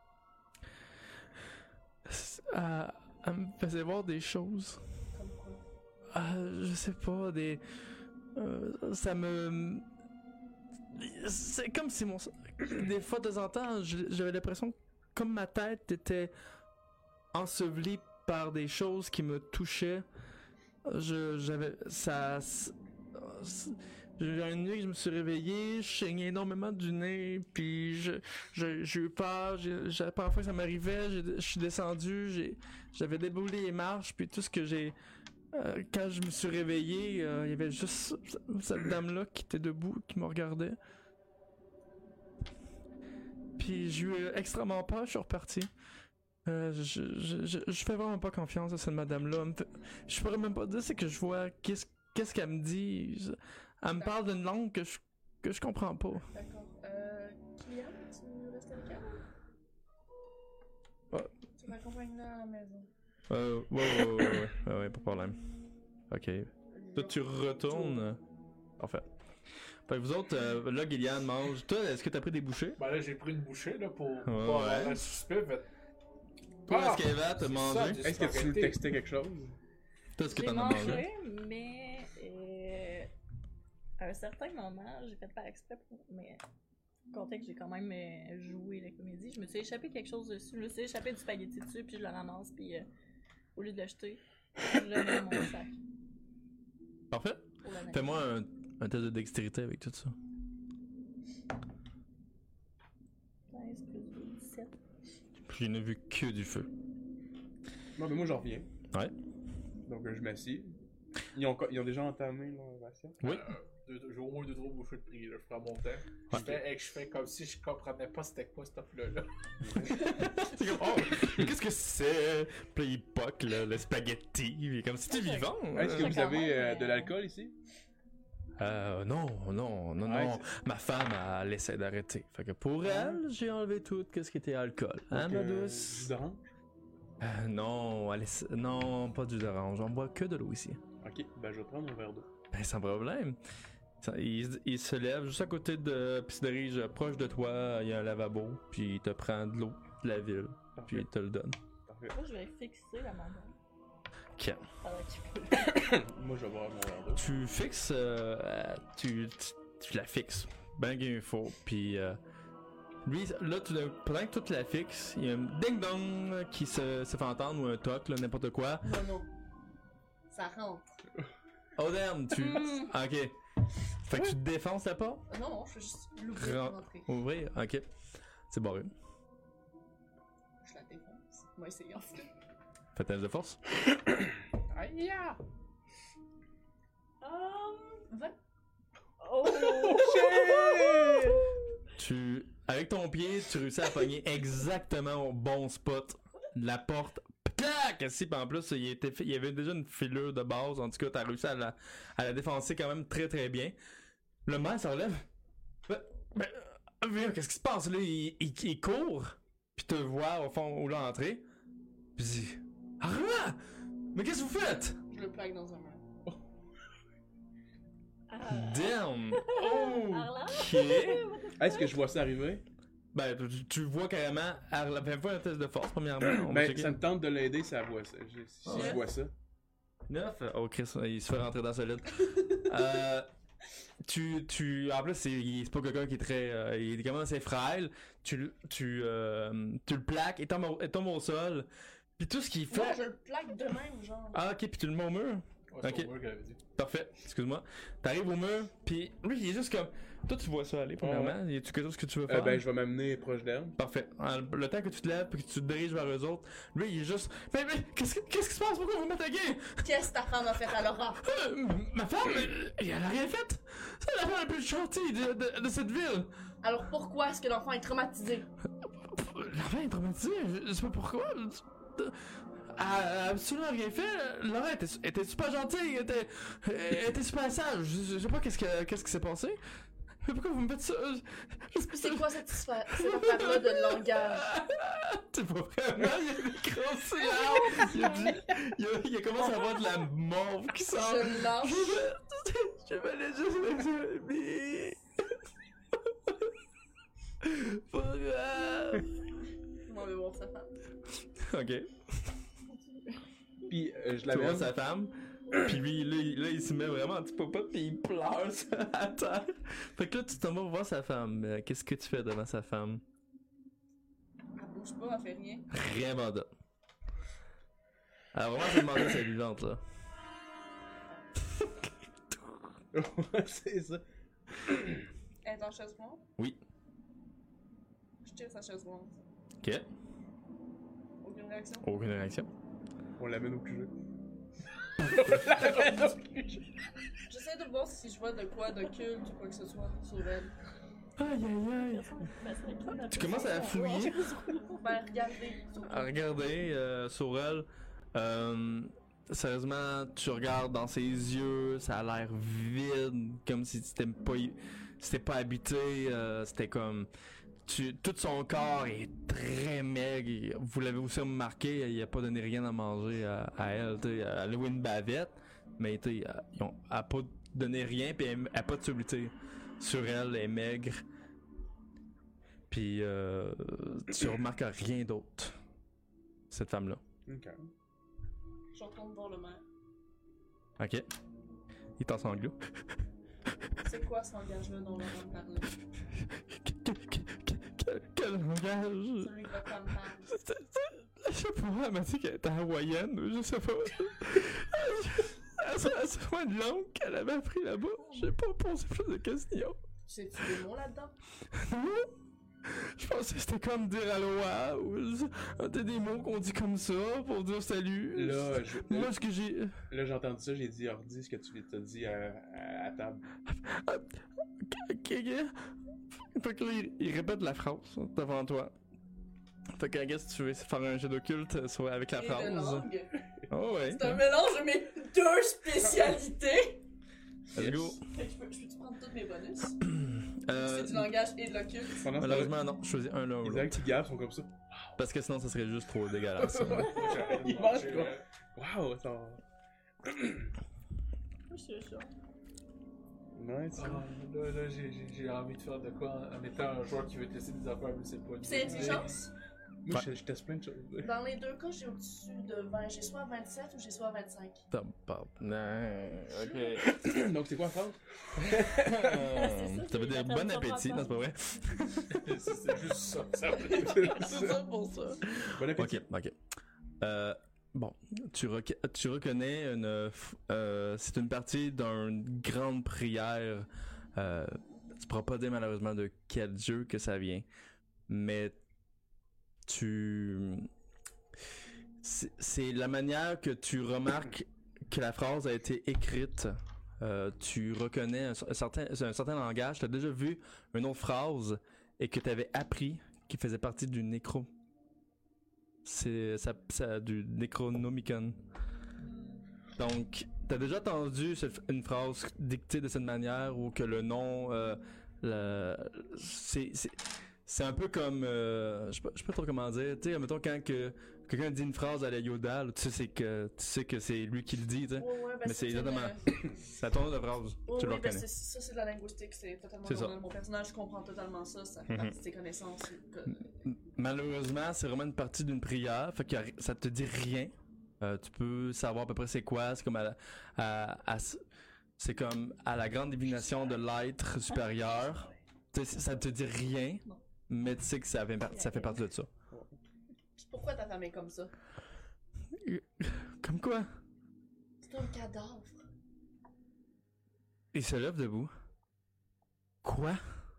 Euh, elle me faisait voir des choses. Comme quoi? Euh, je sais pas, des. Euh, ça me. C'est comme si mon. Des fois, de temps en temps, je- j'avais l'impression que comme ma tête était ensevelie par des choses qui me touchaient. Je, j'avais. Ça. c'est- J'ai une nuit que je me suis réveillé, je saignais énormément du nez, puis je, je, j'ai eu peur, j'ai, j'ai- la première fois que ça m'arrivait, j'ai- je suis descendu, j'ai, j'avais déboulé les marches, puis tout ce que j'ai... euh, quand je me suis réveillé, euh, il y avait juste cette dame-là qui était debout, qui me regardait. Puis j'ai eu euh, extrêmement peur, je suis reparti. Euh, je, je, je, je fais vraiment pas confiance à cette madame-là. Elle me fait- Je pourrais même pas dire, c'est que je vois qu'est-ce, qu'est-ce qu'elle me dit. Je- Elle me parle d'une langue que je, que je comprends pas. D'accord. Euh, Kylian, tu restes avec elle? Ouais. Tu m'accompagnes-la à la maison. Euh, ouais, ouais, ouais, ouais, ouais, ouais, pas de problème. Ok. Toi, tu retournes. Parfait. Fait que vous autres, euh, là, Gillian mange. Toi, est-ce que t'as pris des bouchées? Ben là, j'ai pris une bouchée là, pour Ouais. pas avoir un suspect. Fait... Toi, Ah, est-ce qu'Eva t'a c'est mangé? ça, du Est-ce que tu spaghetti. nous textais quelque chose? Toi, est-ce que J'ai t'en as mangé? mangé, mais euh, à un certain moment, j'ai fait pas exprès pour. Mais comptais que j'ai quand même euh, joué la comédie. Je me suis échappé quelque chose dessus. Je me suis échappé du spaghetti dessus, puis je le ramasse, puis euh, au lieu de le jeter, je le mets dans mon sac. Parfait. Pour l'analyser. Fais-moi un, un test de dextérité avec tout ça. quinze plus deux, dix-sept. Je n'ai vu que du feu. Non, mais moi, j'en reviens. Ouais. Donc, euh, je m'assieds. Ils ont, co- ils ont déjà entamé leur assiette? Oui. Deux- deux- J'ai au moins deux trois bouchées de prix, là. Je prends mon temps. Je Ouais. fais, et je fais comme si je comprenais pas c'était quoi cette plat-là. C'est comme, oh, mais qu'est-ce que c'est? Puis il poque, là, le spaghetti. Il est comme, c'est-tu vivant? Est-ce que Ouais, vous quand avez même, euh, euh, de l'alcool ici? Euh, non, non, non, Ouais, non. Ma femme, elle essaie d'arrêter. Fait que pour elle, j'ai enlevé tout ce qui était alcool. Hein, Donc, ma euh, douce? jus d'orange? Euh, non, elle essa- non, pas du d'orange. On boit que de l'eau ici. Ok, ben je vais prendre un verre d'eau. Ben, sans problème. Ça- Il, il se lève juste à côté de Pisserige, proche de toi, il y a un lavabo, puis il te prend de l'eau de la ville, puis Parfait. il te le donne. Parfait. Moi, je vais fixer la mandale. Ok. Pendant qu'il peut. Moi, je vais boire mon verre d'eau. Tu fixes, euh, euh, tu, tu, tu la fixes, ben qu'il faut, puis euh, lui, là, tu, pendant que tu la fixes, il y a un ding-dong qui se, se fait entendre, ou un toc, là, n'importe quoi. Non, non. Ça rentre. Odem, tu... Mm. Ok. Fait que tu te défonces la porte? Non, non, je fais juste l'ouvrir Ren- pour rentrer. Ouvrir? Ok. C'est barré. Je la défonce. On va essayer en tout cas. Fais test de force. Aïe! ya! Um, vingt. Oh! Tu, avec ton pied, tu réussis à pogner exactement au bon spot. La porte, clac! Assis, puis en plus, il, était fait- il y avait déjà une filure de base. En tout cas, t'as réussi à la, à la défoncer quand même très très bien. Le maire se relève. Ben, ben, euh, viens, qu'est-ce qui se passe là? Il, il, il court, puis te voit au fond où l'entrée. Puis il dit, Arma! Mais qu'est-ce que vous faites? Je le plaque dans un mur. Ah. Damn! Oh! Arla? Ok! Est-ce que je vois ça arriver? Ben, tu, tu vois carrément, Arla, fais un test de force premièrement. On va Ben, checker. ça me tente de l'aider si elle voit ça. Je- Si Ouais. je vois ça. neuf. Oh Chris, il se fait rentrer dans solide. euh, tu, tu, en plus, c'est, il- c'est pas quelqu'un qui est très, euh, il est quand même assez frêle. Tu, le- tu, euh, tu le plaques, il tombe, au- il tombe au sol. Puis tout ce qu'il Non, fait. je le plaque de même, genre. Ah ok, puis tu le mets au mur. Ouais, c'est Ok. au mur qu'elle avait dit. Parfait, excuse-moi. T'arrives au mur, puis lui, il est juste comme, toi tu vois ça aller premièrement. Y a-tu quelque chose que tu veux Euh, faire? ben, je vais m'amener proche d'elle. Parfait. En- Le temps que tu te lèves et que tu te diriges vers eux autres, lui, il est juste. Mais, mais, qu'est-ce, que- qu'est-ce qui se passe? Pourquoi vous m'attaquez? Qu'est-ce que ta femme a fait à Laura? Euh, ma femme, euh, elle a rien fait. C'est la femme la plus gentille de, de, de cette ville. Alors pourquoi est-ce que l'enfant est traumatisé? L'enfant est traumatisé, je, je sais pas pourquoi. Elle a absolument rien fait. Laura était, était super gentille, elle était, elle était super sage. Je, je sais pas qu'est-ce, que, qu'est-ce qui s'est passé. Mais pourquoi vous me faites ça? Je- je- C'est quoi cette, sphère- cette affaire-là de langage? C'est pas vraiment, il y a des gros silence. Il, a dit- il, a, il a commencé à avoir de la morve qui sort. Je lâche. Je vais aller juste me dormir. Pas grave. Je m'en vais voir sa femme. Ok. Puis, euh, je Tu vois l'amène. sa femme. Puis lui, là, il, là, il se met vraiment un petit popote pis il pleure à terre. Fait que là, tu t'en vas voir sa femme. Euh, Qu'est-ce que tu fais devant sa femme? Elle bouge pas, elle fait rien. Rien mandat. Alors vraiment, je demandé si elle est vivante, là. C'est ça. Elle est en chaise roulante? Oui. Je tire sa chaise roulante. Ok. Aucune réaction? Aucune réaction. On l'amène au Q G. J'essaie de voir si je vois de quoi d'occulte ou quoi que ce soit sur elle. Aïe aïe aïe. Tu commences à fouiller. Ben, regardez. surtout. À regarder euh, sur elle. Euh, sérieusement, tu regardes dans ses yeux, ça a l'air vide, comme si c'était pas, c'était pas habité. Euh, c'était comme, tu, tout son corps est très maigre. Vous l'avez aussi remarqué, il a pas donné rien à manger à, à elle. T'sais, elle a loué une bavette, mais t'sais, ils ont, elle a pas donné rien, puis elle, elle a pas de subtilité sur elle, elle est maigre. Puis euh, tu remarques rien d'autre, cette femme-là. Ok. Je retourne voir le maire. Ok. Il est en sanglots. C'est quoi ce langage-là dont on va parler? Quel, quel, quel, quel langage? Celui que votre femme parle. C'est- c'est- c'est- Je sais pas, elle m'a dit qu'elle était hawaïenne, je sais pas. C'est sûrement une langue qu'elle avait appris là-bas. J'ai pas posé plus de questions. Sais-tu des mots là-dedans? Non? Je pensais que c'était comme dire aloha ou euh, des des mots qu'on dit comme ça pour dire salut. Là, je- Moi, ce que j'ai. Là, j'ai entendu ça, j'ai dit, ordi, ce que tu t'as dit à, à, à table. Ok, ok. Fait que là, il, il répète la phrase devant toi. Fait que, qu'est-ce que tu veux faire un jeu d'occulte sur- avec la Et phrase? de langue. Oh ouais. C'est un mélange de mes deux spécialités. Let's go. Fait que je peux, je peux-tu prendre tous mes bonus? Euh, C'est du langage et de l'occulte. Pendant ce temps-là, malheureusement, non. Je choisis un l'un ou les gens l'autre. qui gavent sont comme ça. Parce que sinon, ça serait juste trop dégueulasse. Ils mangent trop. Wow, ça. Je suis chaud. Nice. Ah, là, là, j'ai- j'ai j'ai envie de faire de quoi en, en étant un joueur qui veut tester des affaires, mais c'est pas une C'est bonne idée. intelligence? Moi, je, je teste plein de choses. Dans les deux cas, j'ai au-dessus de vingt. J'ai soit vingt-sept ou j'ai soit vingt-cinq. Tabarnak. Ok. Donc, c'est quoi la phrase? Euh, Ça veut dire bon appétit, non, c'est pas vrai? C'est c'est juste ça. ça veut dire. C'est ça pour ça. Bon appétit. Ok, ok. Euh, bon, tu, rec- tu reconnais une. f- euh, c'est une partie d'une grande prière Euh, tu pourras pas dire malheureusement de quel dieu que ça vient, mais tu... C'est, c'est la manière que tu remarques que la phrase a été écrite. Euh, tu reconnais un, un, certain, un certain langage. Tu as déjà vu une autre phrase et que tu avais appris qui faisait partie du nécro. C'est ça, ça, du Necronomicon. Donc, tu as déjà entendu cette, une phrase dictée de cette manière ou que le nom... Euh, le, c'est, c'est, c'est un peu comme... Euh, je sais pas, je sais pas trop comment dire. Tu sais, mettons quand que... Quelqu'un dit une phrase à la Yoda, là, tu sais c'est que tu sais que c'est lui qui le dit, tu sais. Ouais, ouais, ben Mais c'est une, exactement. euh, C'est à ton de phrase. Oh, tu le oui, ben reconnais. c'est, ça, c'est de la linguistique, c'est totalement C'est ça. normal. Mon personnage comprend totalement ça, ça fait Mhm. partie de ses connaissances. que- Malheureusement, c'est vraiment une partie d'une prière, fait que ça te dit rien. Euh, tu peux savoir à peu près c'est quoi, c'est comme à, à, à c'est comme à la grande divination de l'être supérieur. Tu sais, ça te dit rien, mais tu sais que ça fait, par- ça fait partie de ça. Puis pourquoi ta femme est comme ça? Comme quoi? C'est un cadavre. Il se lève debout. Quoi?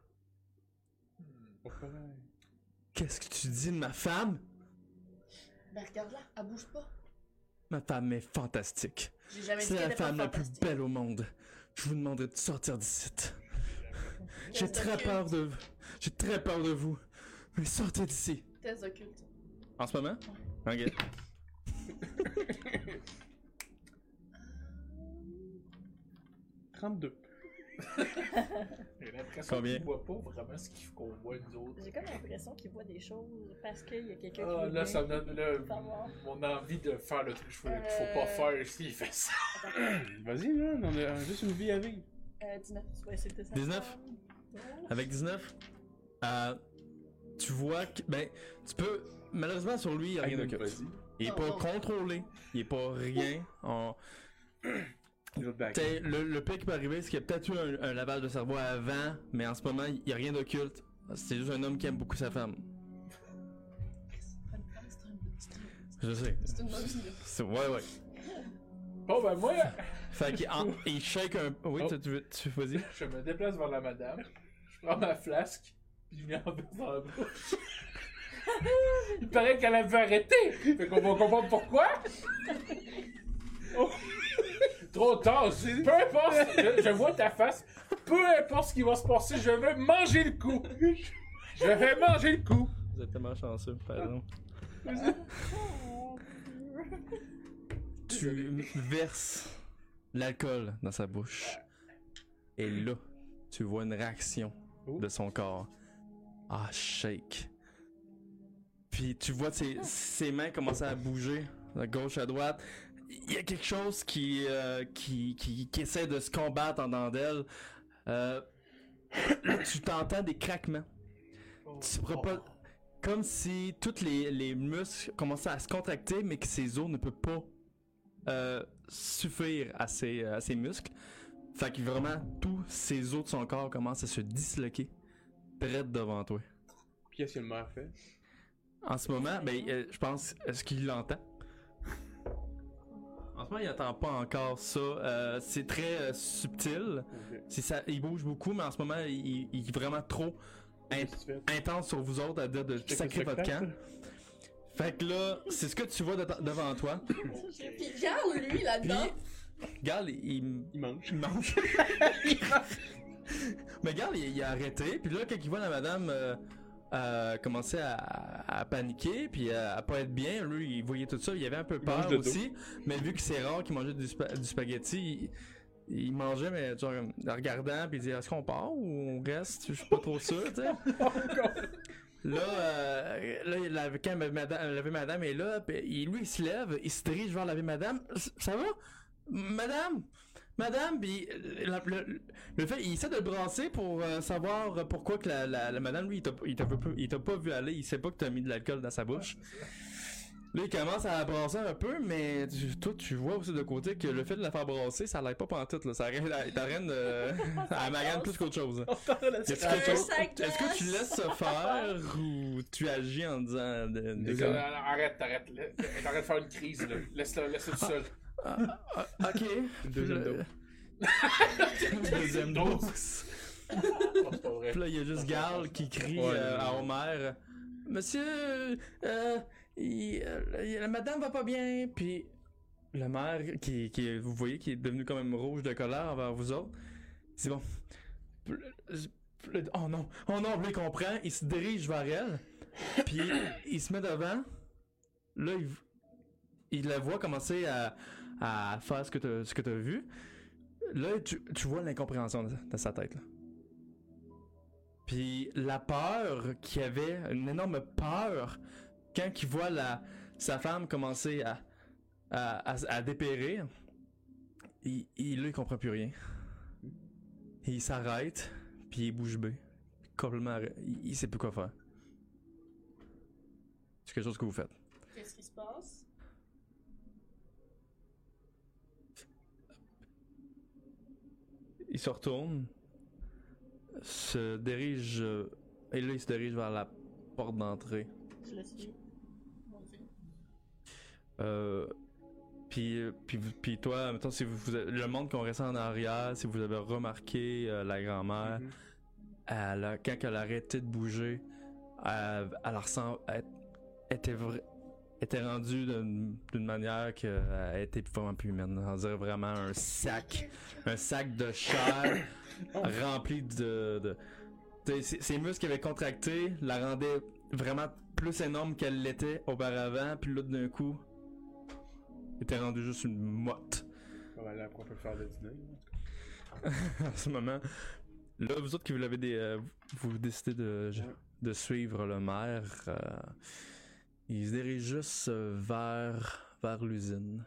Qu'est-ce que tu dis de ma femme? Ben regarde-la, elle bouge pas. Ma femme est fantastique. J'ai jamais dit C'est qu'elle la était pas femme la plus fantastique. belle au monde. Je vous demanderai de sortir d'ici. J'ai Test très occulte. peur de J'ai très peur de vous. Mais sortez d'ici. Test occulte. En ce moment? Ok. trente-deux. J'ai l'impression Combien? qu'il voit pas vraiment ce qu'il faut qu'on voit nous autres. J'ai comme l'impression qu'il voit des choses parce qu'il y a quelqu'un Ah, qui là, est ça me donne là, savoir. mon envie de faire le truc qu'il faut, qu'il faut pas faire s'il fait ça. Vas-y, là, on a juste une vie à vivre. Euh, dix-neuf. Ouais, c'était ça. dix-neuf? Avec dix-neuf, euh, tu vois que, ben, tu peux, malheureusement sur lui, il n'y a rien de Vas-y. culte. Il est Oh, pas oh. contrôlé, il est pas rien. On... L'autre back. T'sais, le, le pire qui peut arriver, c'est qu'il y a peut-être eu un, un lavage de cerveau avant, mais en ce moment, il n'y a rien d'occulte. C'est juste un homme qui aime beaucoup sa femme. Je sais. C'est une bonne idée. C'est- Ouais, ouais. Bon, ben moi, Fait qu'il en- il shake un... Oui, Oh. tu, tu veux... Tu vas-y. je me déplace vers la madame, je prends ma flasque, puis je viens en verse dans la bouche. Il paraît qu'elle avait arrêté, fait qu'on va comprendre pourquoi. Oh. Trop tard, c'est- peu importe, je, je vois ta face, peu importe ce qui va se passer, je vais manger le coup. Je vais manger le coup. Vous êtes tellement chanceux, par exemple. Tu verses l'alcool dans sa bouche. Et là, tu vois une réaction de son corps. Ah, shake. Puis tu vois ses, ses mains commencer à bouger de gauche à droite. Il y a quelque chose qui, euh, qui, qui, qui essaie de se combattre en dedans d'elle. Euh, là, tu t'entends des craquements. Tu pourras pas... Comme si tous les, les muscles commençaient à se contracter, mais que ses os ne peuvent pas euh, suffire à ses, à ses muscles. Fait que vraiment, tous ses os de son corps commencent à se disloquer, près devant toi. Puis qu'est-ce que le maire fait? En ce moment, ben, euh, je pense, est-ce qu'il l'entend? En ce moment, il n'entend pas encore ça. Euh, c'est très euh, subtil. Ok. C'est ça, il bouge beaucoup, mais en ce moment, il, il est vraiment trop in- Qu'est-ce que tu fais? intense sur vous autres à dire de Check sacrer le votre camp. spectacle. Fait que là, c'est ce que tu vois de- devant toi. Puis regarde lui Puis, là-dedans. regarde, il, il, Il mange. il mange. Mais regarde, il, il a arrêté. Puis là, quand il voit la madame euh, euh, commencer à, à paniquer, puis à, à pas être bien, lui, il voyait tout ça. Il avait un peu Il peur mange de aussi. Mais vu que c'est rare qu'il mangeait du, spa- du spaghetti, il, il mangeait, mais genre, en regardant, puis il dit, est-ce qu'on part ou on reste? Je suis pas trop sûr, tu sais. Là, euh, là, la, quand madame, la vieille madame est là, pis il, lui, il se lève, il se dirige vers la vieille madame. Ça va? Madame? Madame? Puis le, le, le fait, il essaie de le brasser pour euh, savoir pourquoi que la, la, la madame, lui, il t'a, il, t'a, il t'a pas vu aller, il sait pas que t'as mis de l'alcool dans sa bouche. Là, il commence à la brasser un peu, mais tu, toi, tu vois aussi de côté que le fait de la faire brasser, ça l'aide pas pantoute, là. Ça arrête, il t'arrête de... Elle magane plus qu'autre chose. Est-ce que, Un quelque chose- sac est-ce que tu glace. laisses ça faire ou tu agis en disant de, de- Désolé, alors, arrête, arrête. là. Arrête de faire une crise, là. Laisse-le laisse tout seul. Ah, ah, ok. Deuxième dose. Deuxième dose. c'est pas vrai. Puis là, il y a juste Gal qui crie Ouais, euh, ouais, à ouais. Homer « Monsieur, euh, il- euh, la madame va pas bien. » Puis le maire, qui, qui, vous voyez, qui est devenu quand même rouge de colère envers vous autres, c'est bon. Oh non, oh non, lui il comprend, il se dirige vers elle, puis il se met devant. Là, il, il la voit commencer à, à faire ce que t'as, ce que t'as vu. Là, tu, tu vois l'incompréhension de, de sa tête, là. Puis la peur qu'il avait, une énorme peur, quand il voit la, sa femme commencer à, à, à, à dépérir, il, il, là, il comprend plus rien. Il s'arrête, puis il est bouche bée. Complètement arrêt- il, il sait plus quoi faire. C'est quelque chose que vous faites. Qu'est-ce qui se passe? Il se retourne, se dirige, euh, et là il se dirige vers la porte d'entrée. Je le suis. Euh, puis, euh, puis, vous- puis toi, mettons, si vous, vous avez- le monde qu'on restait en arrière, si vous avez remarqué euh, la grand-mère, Mhm. elle a- quand elle a arrêté de bouger, elle, elle ressemble, elle, elle était vra- elle était rendue d'une, d'une manière qu'elle était vraiment plus humaine. On dirait vraiment un sac, un sac de chair rempli de, de, de- ses, ses muscles qui avaient contracté la rendaient vraiment plus énorme qu'elle l'était auparavant, puis là d'un coup, elle était rendue juste une motte. On va là, après, on peut faire le dîner. En ce moment, là, vous autres qui vous l'avez des, euh, vous décidez de, Ouais. de suivre le maire. Euh, il se dirige juste euh, vers, vers l'usine.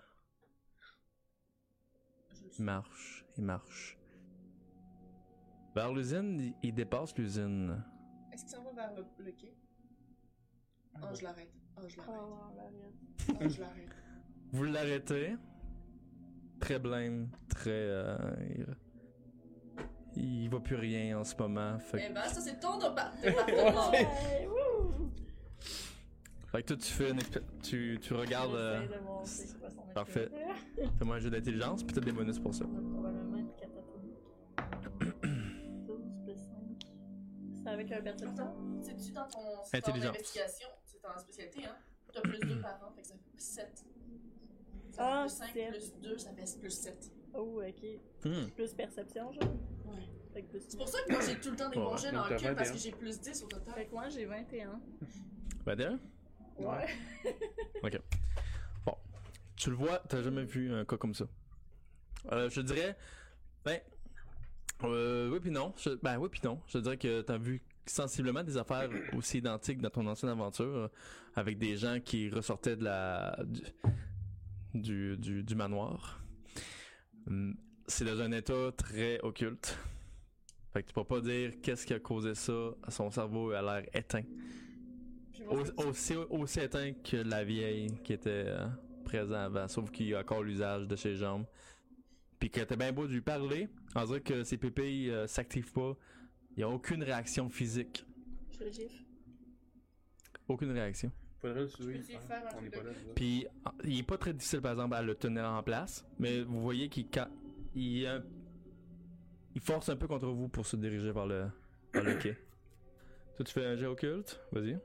Il marche, il marche. Vers l'usine, il, il dépasse l'usine. Est-ce qu'il s'en va vers le, le quai? Oh, je l'arrête. Oh, je Oh, l'arrête. on l'arrête. Oh, je l'arrête. Vous l'arrêtez. Très blême, très... Euh, il, il voit plus rien en ce moment. Fait que, Eh ben, ça, c'est ton dépa- département. Ouais, wouh! fait que toi, tu fais une expé- tu, tu regardes... euh, J'essaie de voir c'est quoi son parfait. activité. Fais-moi un jeu d'intelligence, peut-être des bonus pour ça. On a probablement une catatonique. douze plus cinq. C'est avec un perception? C'est-tu dans ton c'est ton Intelligence. investigation? C'est ta spécialité, hein? T'as plus deux par an, fait que ça fait sept. Ah, plus cinq sept. plus deux, ça fait plus sept. Oh, ok. Hmm. Plus perception, genre? Ouais. Fait que plus C'est pour ça que moi, j'ai tout le temps des Ouais, bons jets dans donc le t'as cul parce vingt et un. que j'ai plus dix au total. Fait que moi, j'ai vingt et un. Ben d'ailleurs, Ouais. ok. Bon, tu le vois, t'as jamais vu un cas comme ça. Euh, je te dirais, ben, euh, oui puis non. Je, ben oui puis non. Je te dirais que t'as vu sensiblement des affaires aussi identiques dans ton ancienne aventure, euh, avec des gens qui ressortaient de la du du, du, du manoir. Hum, C'est dans un état très occulte. Fait que tu peux pas dire qu'est-ce qui a causé ça. Son cerveau a l'air éteint. Puis moi, Au- Aussi, aussi éteint que la vieille qui était euh, présente avant, sauf qu'il a encore l'usage de ses jambes. Puis que t'es bien beau de lui parler, on dirait que ses pupilles euh, s'activent pas. Il y a aucune réaction physique. Je le gifle. Aucune réaction. Faudrait le suivre. Peux-tu hein. faire un On truc est pas de- là. tu vois. Puis ah, il est pas très difficile par exemple à le tenir en place, mais vous voyez qu'il quand il, euh, il force un peu contre vous pour se diriger vers le, vers le quai. Toi tu fais un jet occulte, vas-y.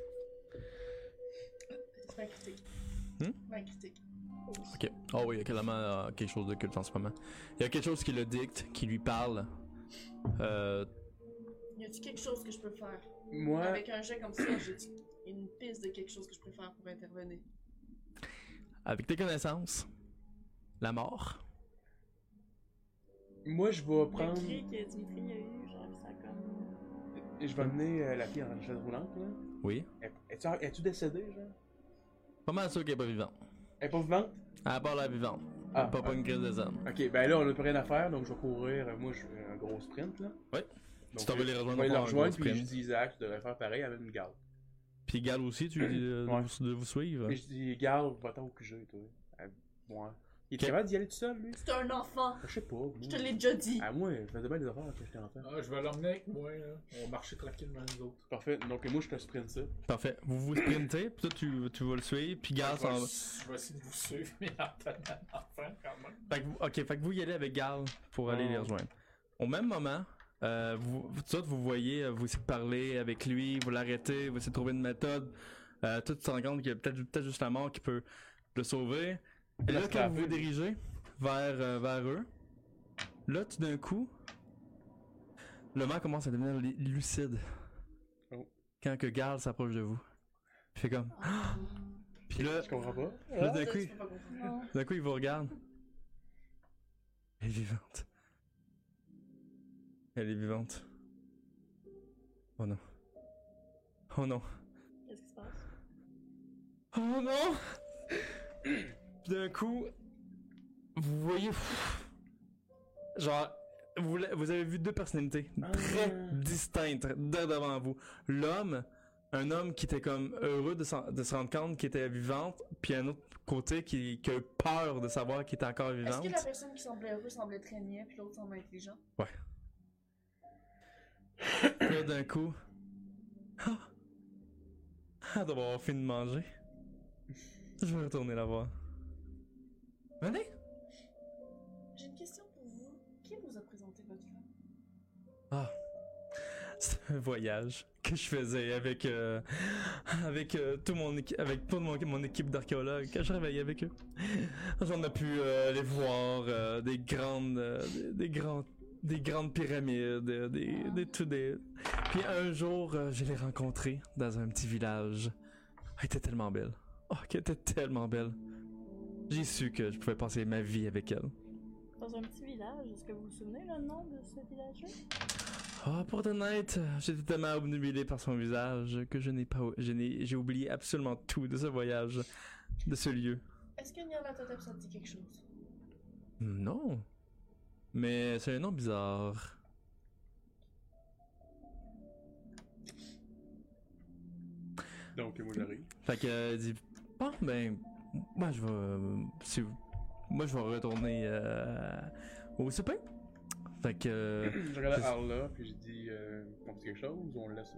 C'est vingt critique. Hmm? vingt critique. Ok. Oh oui, il y a clairement euh, quelque chose de culte en ce moment. Il y a quelque chose qui le dicte, qui lui parle. Euh, Y a-tu quelque chose que je peux faire? Moi, Avec un jet comme ça, j'ai une piste de quelque chose que je peux faire pour intervenir. avec tes connaissances, la mort. moi, je vais Le prendre. cri que Dimitri a eu, genre, ça comme. Je vais amener euh, la fille en chaise roulante, là. Oui. Es- Es-tu es-tu décédée, genre? Pas mal sûr qu'elle est pas vivante. Elle est pas vivante? À part la vivante. Ah, pas pas ah. une crise de zone. Ok, ben là, on a plus rien à faire, donc je vais courir. Euh, Moi, je fais un gros sprint, là. Ouais. Donc, Tu t'en vas les je- rejoindre Je vais pour les un rejoindre, gros puis sprint. je dis Isaac, tu devrais faire pareil avec une garde. Puis Gal aussi, tu lui dis de, de Ouais. vous, de vous suivre. Puis je dis, garde, va-t'en au Q G, toi. Euh, ouais. Il est Ok. capable d'y aller tout seul, lui? C'est un enfant. Je sais pas. moi. Je te l'ai déjà dit. Ah, moi, je faisais bien des affaires quand j'étais enfant. Ah, je vais l'emmener avec moi, là. On va marcher tranquillement, nous autres. Parfait, donc moi, je te sprint ça. Parfait. Vous vous sprintez, puis toi tu, tu vas le suivre, puis Gal je, s'en vais, va. je vais essayer de vous suivre, mais en tenant l'enfant, quand même. Fait que, vous- ok, fait que vous y allez avec Gal pour aller Oh. les rejoindre. Au même moment, Euh, vous, vous, tout ça, vous voyez, euh, vous essayez de parler avec lui, vous l'arrêtez, vous essayez de trouver une méthode. Euh, tout se rend compte qu'il y a peut-être peut-être juste la mort qui peut le sauver. Et là, quand vous vous dirigez vers, euh, vers eux, là, tout d'un coup, le maire commence à devenir li- lucide. Oh. Quand que Garl s'approche de vous. Il fait comme... Puis là, Je comprends pas. là d'un Ça, coup, tu peux pas comprendre. Non. d'un coup, il vous regarde. Elle est vivante. Elle est vivante. Oh non. Oh non. Qu'est-ce qui se passe? Oh non! Puis d'un coup, vous voyez... Genre, vous, la- vous avez vu deux personnalités très distinctes de devant vous. L'homme, un homme qui était comme heureux de, s'en- de se rendre compte qu'il était vivante, puis un autre côté qui, qui a eu peur de savoir qu'il était encore Est-ce vivante. que la personne qui semblait heureux semblait très niais, puis l'autre semblait intelligent? Puis là, d'un coup... Ah! Ah, d'avoir fini de manger. Je vais retourner la voir. Venez! J'ai une question pour vous. Qui vous a présenté votre femme? Ah, c'est un voyage que je faisais avec euh, avec euh, tout mon équi- avec toute mon, mon équipe d'archéologues quand je travaillais avec eux. On a pu euh, aller voir euh, des grandes euh, des, des grands des grandes pyramides, euh, des des tout des. Puis un jour, euh, je l'ai rencontrée dans un petit village. Elle était tellement belle. Oh, qu'elle était tellement belle. J'ai su que je pouvais passer ma vie avec elle. Dans un petit village, est-ce que vous vous souvenez le nom de ce village-là? Ah, pour être honnête, j'étais tellement obnubilé par son visage que je n'ai pas, je n'ai, j'ai oublié absolument tout de ce voyage, de ce lieu. Est-ce que Nyarlathotep ça te dit quelque chose? Non. Mais c'est un nom bizarre. Donc, moi, j'arrive. Fait que, euh, elle dit, bon, ben, moi je vais, euh, si vous- moi je vais retourner euh, au souper. Fait que, euh, Je regarde c'est- Arla, puis je dis, euh, on fait quelque chose ou on le laisse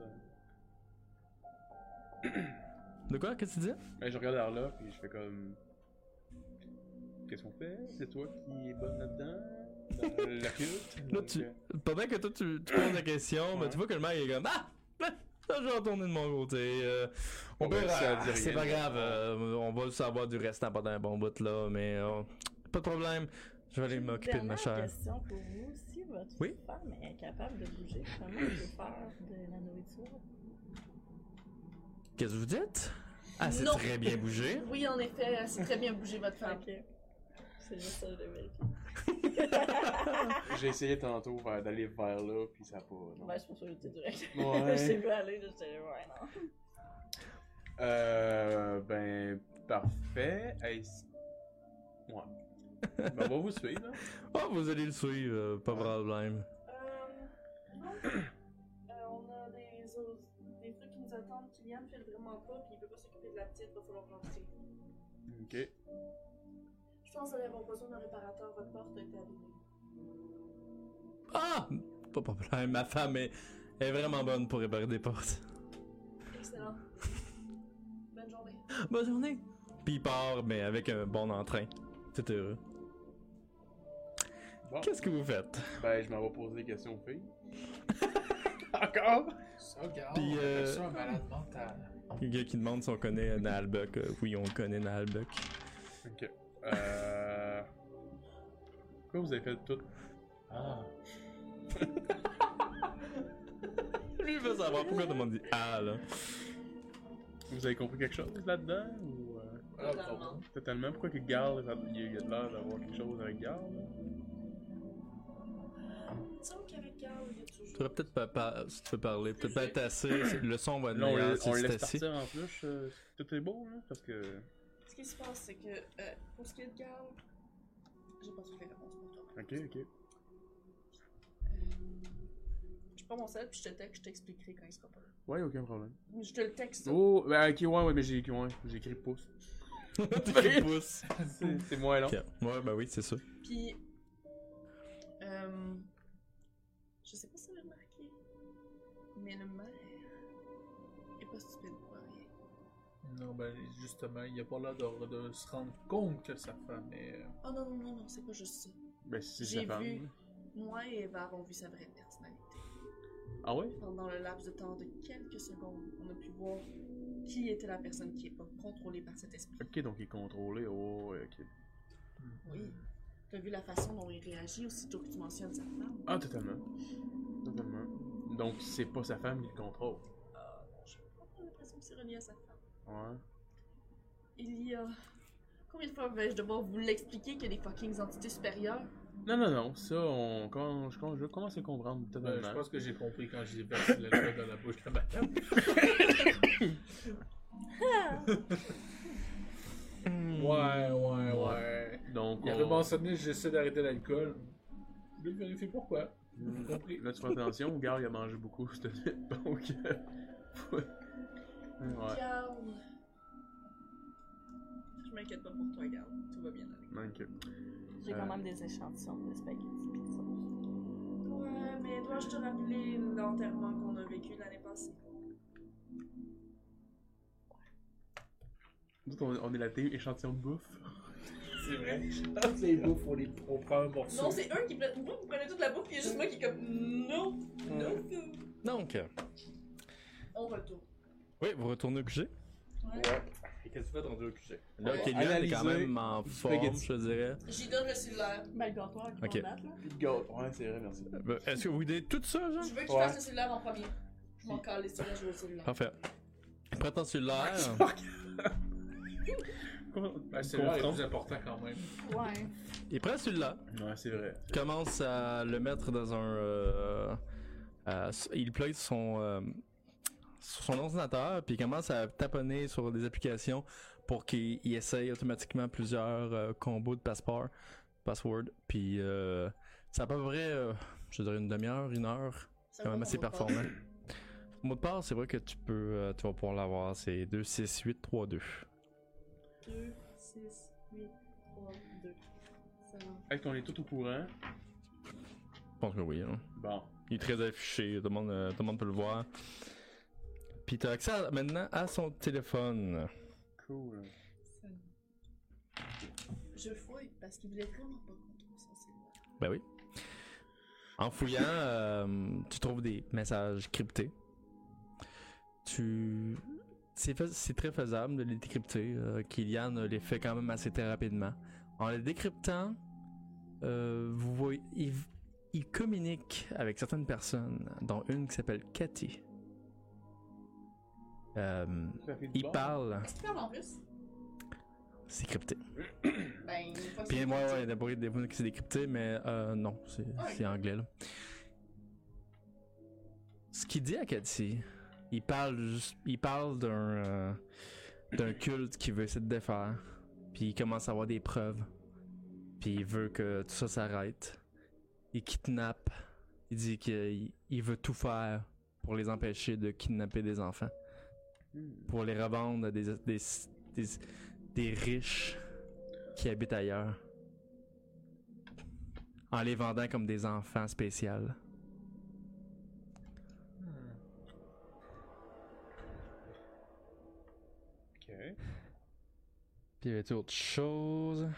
là? de quoi, qu'est-ce que tu dis? Ben, je regarde Arla, puis je fais comme. Qu'est-ce qu'on fait? C'est toi qui es bonne là-dedans? Dans la culte? Là, tu, pendant que toi tu, tu poses la question, ben, Ouais. tu vois que le mec est comme, ah, ben, ça, je vais retourner de mon côté. Euh, on Ouais, verra. ça dit C'est rien. pas grave, euh, on va le savoir du restant pendant un bon bout là, mais euh, pas de problème. Je vais aller m'occuper de ma Dernière chair. question pour vous. Si votre Oui? femme est capable de bouger, comment elle peut faire de la nourriture? Qu'est-ce que vous dites? Ah, c'est Non. très bien bougé. Oui, en effet, c'est très bien bougé votre femme. Ok. C'est juste ça, je l'ai vérifié. J'ai essayé tantôt vers- d'aller vers là, puis ça a pas. Non. Ouais, je pense que j'étais direct. Ouais. Je t'ai vu aller, j'étais ouais, non. Euh. Ben. Parfait. Est-ce- Ouais. Ben, on va vous suivre, là. Oh, vous allez le suivre, euh, pas de problème. Euh. Non. Euh, on a des, os- des trucs qui nous attendent. Kylian fait vraiment pas, puis il peut pas s'occuper de la petite, va falloir rentrer. Ok. Je pense que vous allez avoir besoin d'un réparateur, votre porte a été abîmée. Ah! Pas de problème, ma femme est, est vraiment bonne pour réparer des portes. Excellent. Bonne journée. Bonne journée! Puis il part, mais avec un bon entrain. Tout heureux. Bon. Qu'est-ce que vous faites? Ben, je m'en vais poser des questions aux filles. Encore? Ça, regarde, Puis, on appelle euh, ça un malade mental. Quelqu'un qui demande si on connaît Naalbuck. Euh, oui, on connaît Naalbuck. Ok. Euh. Pourquoi vous avez fait tout? Ah. Lui il veut savoir pourquoi tout le monde dit ah là. Vous avez compris quelque chose là-dedans? Ou. Euh... Ah, Totalement. pardon. Totalement. Pourquoi que Garl, il y a de l'air d'avoir quelque chose avec Garl? là? Disons qu'avec Carl, il y a Tu toujours. devrais peut-être pas, pas- si tu peux parler, peut-être pas être assez. Le son va être Là, on, meilleur le- si on le c'est laisse assis. partir en plus. euh, tout est beau, là? Parce que. Ce qui se passe, c'est que euh, pour ce qui est de Carl, j'ai pas toutes les réponses pour toi. Ok, ok. Je prends mon sel, puis je te texte, je t'expliquerai quand il sera pas là. Ouais, aucun problème. Je te le texte. Oh, ben ok, ouais, ouais, mais j'ai ouais, j'ai écrit pouce. T'écris pouce. C'est c'est moins long. Ok. Ouais, bah oui, c'est ça. Puis, euh, je sais pas si vous avez remarqué, mais le maire est pas stupide pour rien. Non, ben justement, il a pas l'air de, de se rendre compte que sa femme est. Oh non, non, non, non, c'est pas juste ça. Ben, si c'est J'ai sa femme. vu. moi et Eva avons vu sa vraie personnalité. Ah ouais? Pendant le laps de temps de quelques secondes, on a pu voir qui était la personne qui est pas contrôlée par cet esprit. Ok, donc il est contrôlé. Oh, ouais, ok. Oui. T'as vu la façon dont il réagit aussitôt que tu mentionnes sa femme? Ah, totalement. Totalement. Donc c'est pas sa femme qui le contrôle. Ah non, j'ai pas l'impression que c'est relié à sa femme. Ouais. Il y a... Combien de fois vais-je devoir vous l'expliquer qu'il y a des fucking entités supérieures? Non, non, non, ça, on, quand, je, je commence à comprendre Euh, totalement. je pense que j'ai compris quand j'ai versé l'alcool dans la bouche de madame. Ouais, ouais, ouais. Donc, Il on... avait mentionné j'essaie d'arrêter l'alcool. Je vais vérifier pourquoi. J'ai compris. Là, tu fais attention, Gare, il a mangé beaucoup cette nuit, donc... euh, ouais. Ouais. Garde. Je m'inquiète pas pour toi, garde. Tout va bien aller. Ok. J'ai Euh. quand même des échantillons de spaghetti pizza. Ouais, mais dois-je te rappeler l'enterrement qu'on a vécu l'année passée? Nous, on, on est la team échantillon de bouffe. C'est vrai. Quand c'est bouffe, on, les... on prend un morceau. Non, c'est eux qui prennent. Vous, vous prenez toute la bouffe, puis il y a juste moi qui est comme. Non! No food! Donc, euh, On retourne. oui, vous retournez au Q G. Ouais. Ouais. Et qu'est-ce que tu fais dans le Q G? Là, Ouais. Kélian est quand Analyser même en du forme, spaghetti. je dirais. J'y donne le cellulaire. Ben, le gâtoir qui Ok. va battre, là. Go. Ouais, c'est vrai, merci. Euh, Est-ce que vous voulez tout ça, genre? Je veux qu'il Ouais. fasse le cellulaire en premier. Je m'en calais sur je veux le cellulaire. Parfait. Prends ton cellulaire. Ben, c'est là le plus important quand même. Ouais. Il prend celui-là. Ouais, c'est vrai. Commence à le mettre dans un... euh, euh, il plug son, euh, sur son ordinateur, puis il commence à taponner sur des applications pour qu'il il essaye automatiquement plusieurs euh, combos de passeport, password, puis euh, c'est à peu près, euh, je dirais une demi-heure, une heure, Ça quand va, même mon assez mot de passe. performant. Le mot de passe, c'est vrai que tu peux, euh, tu vas pouvoir l'avoir, c'est deux six huit trois deux. deux, six, huit, trois, deux. Ça va. Est-ce qu'on est tout au courant? Je pense que oui, hein. Bon. Il est très affiché, tout le monde, euh, tout le monde peut le voir. Puis t'as accès à- maintenant à son téléphone. Cool. Ça va. Je fouille parce qu'il voulait vraiment pas qu'on trouve son cellulaire. Ben oui. En fouillant, euh, tu trouves des messages cryptés. Tu... C'est, fais- c'est très faisable de les décrypter. Euh, Kylian les fait quand même assez très rapidement. En les décryptant, euh, vous voyez, il, il communique avec certaines personnes, dont une qui s'appelle Cathy. Euh, Ça fait du il bon. parle, Est-ce qu'il parle en russe? c'est crypté. Ben, une fois que Puis c'est moi, parti. ouais, d'abord, des fois que c'est décrypté, mais euh, non, c'est, Ouais. c'est anglais, là. Ce qu'il dit à Cathy, il parle juste, il parle d'un, euh, d'un culte qui veut essayer de défaire. Puis il commence à avoir des preuves. Puis il veut que tout ça s'arrête. Il kidnappe. Il dit qu'il il veut tout faire pour les empêcher de kidnapper des enfants. Hmm. Pour les revendre à des, des, des, des riches qui habitent ailleurs. En les vendant comme des enfants spéciaux. Ok. Puis y avait autre chose?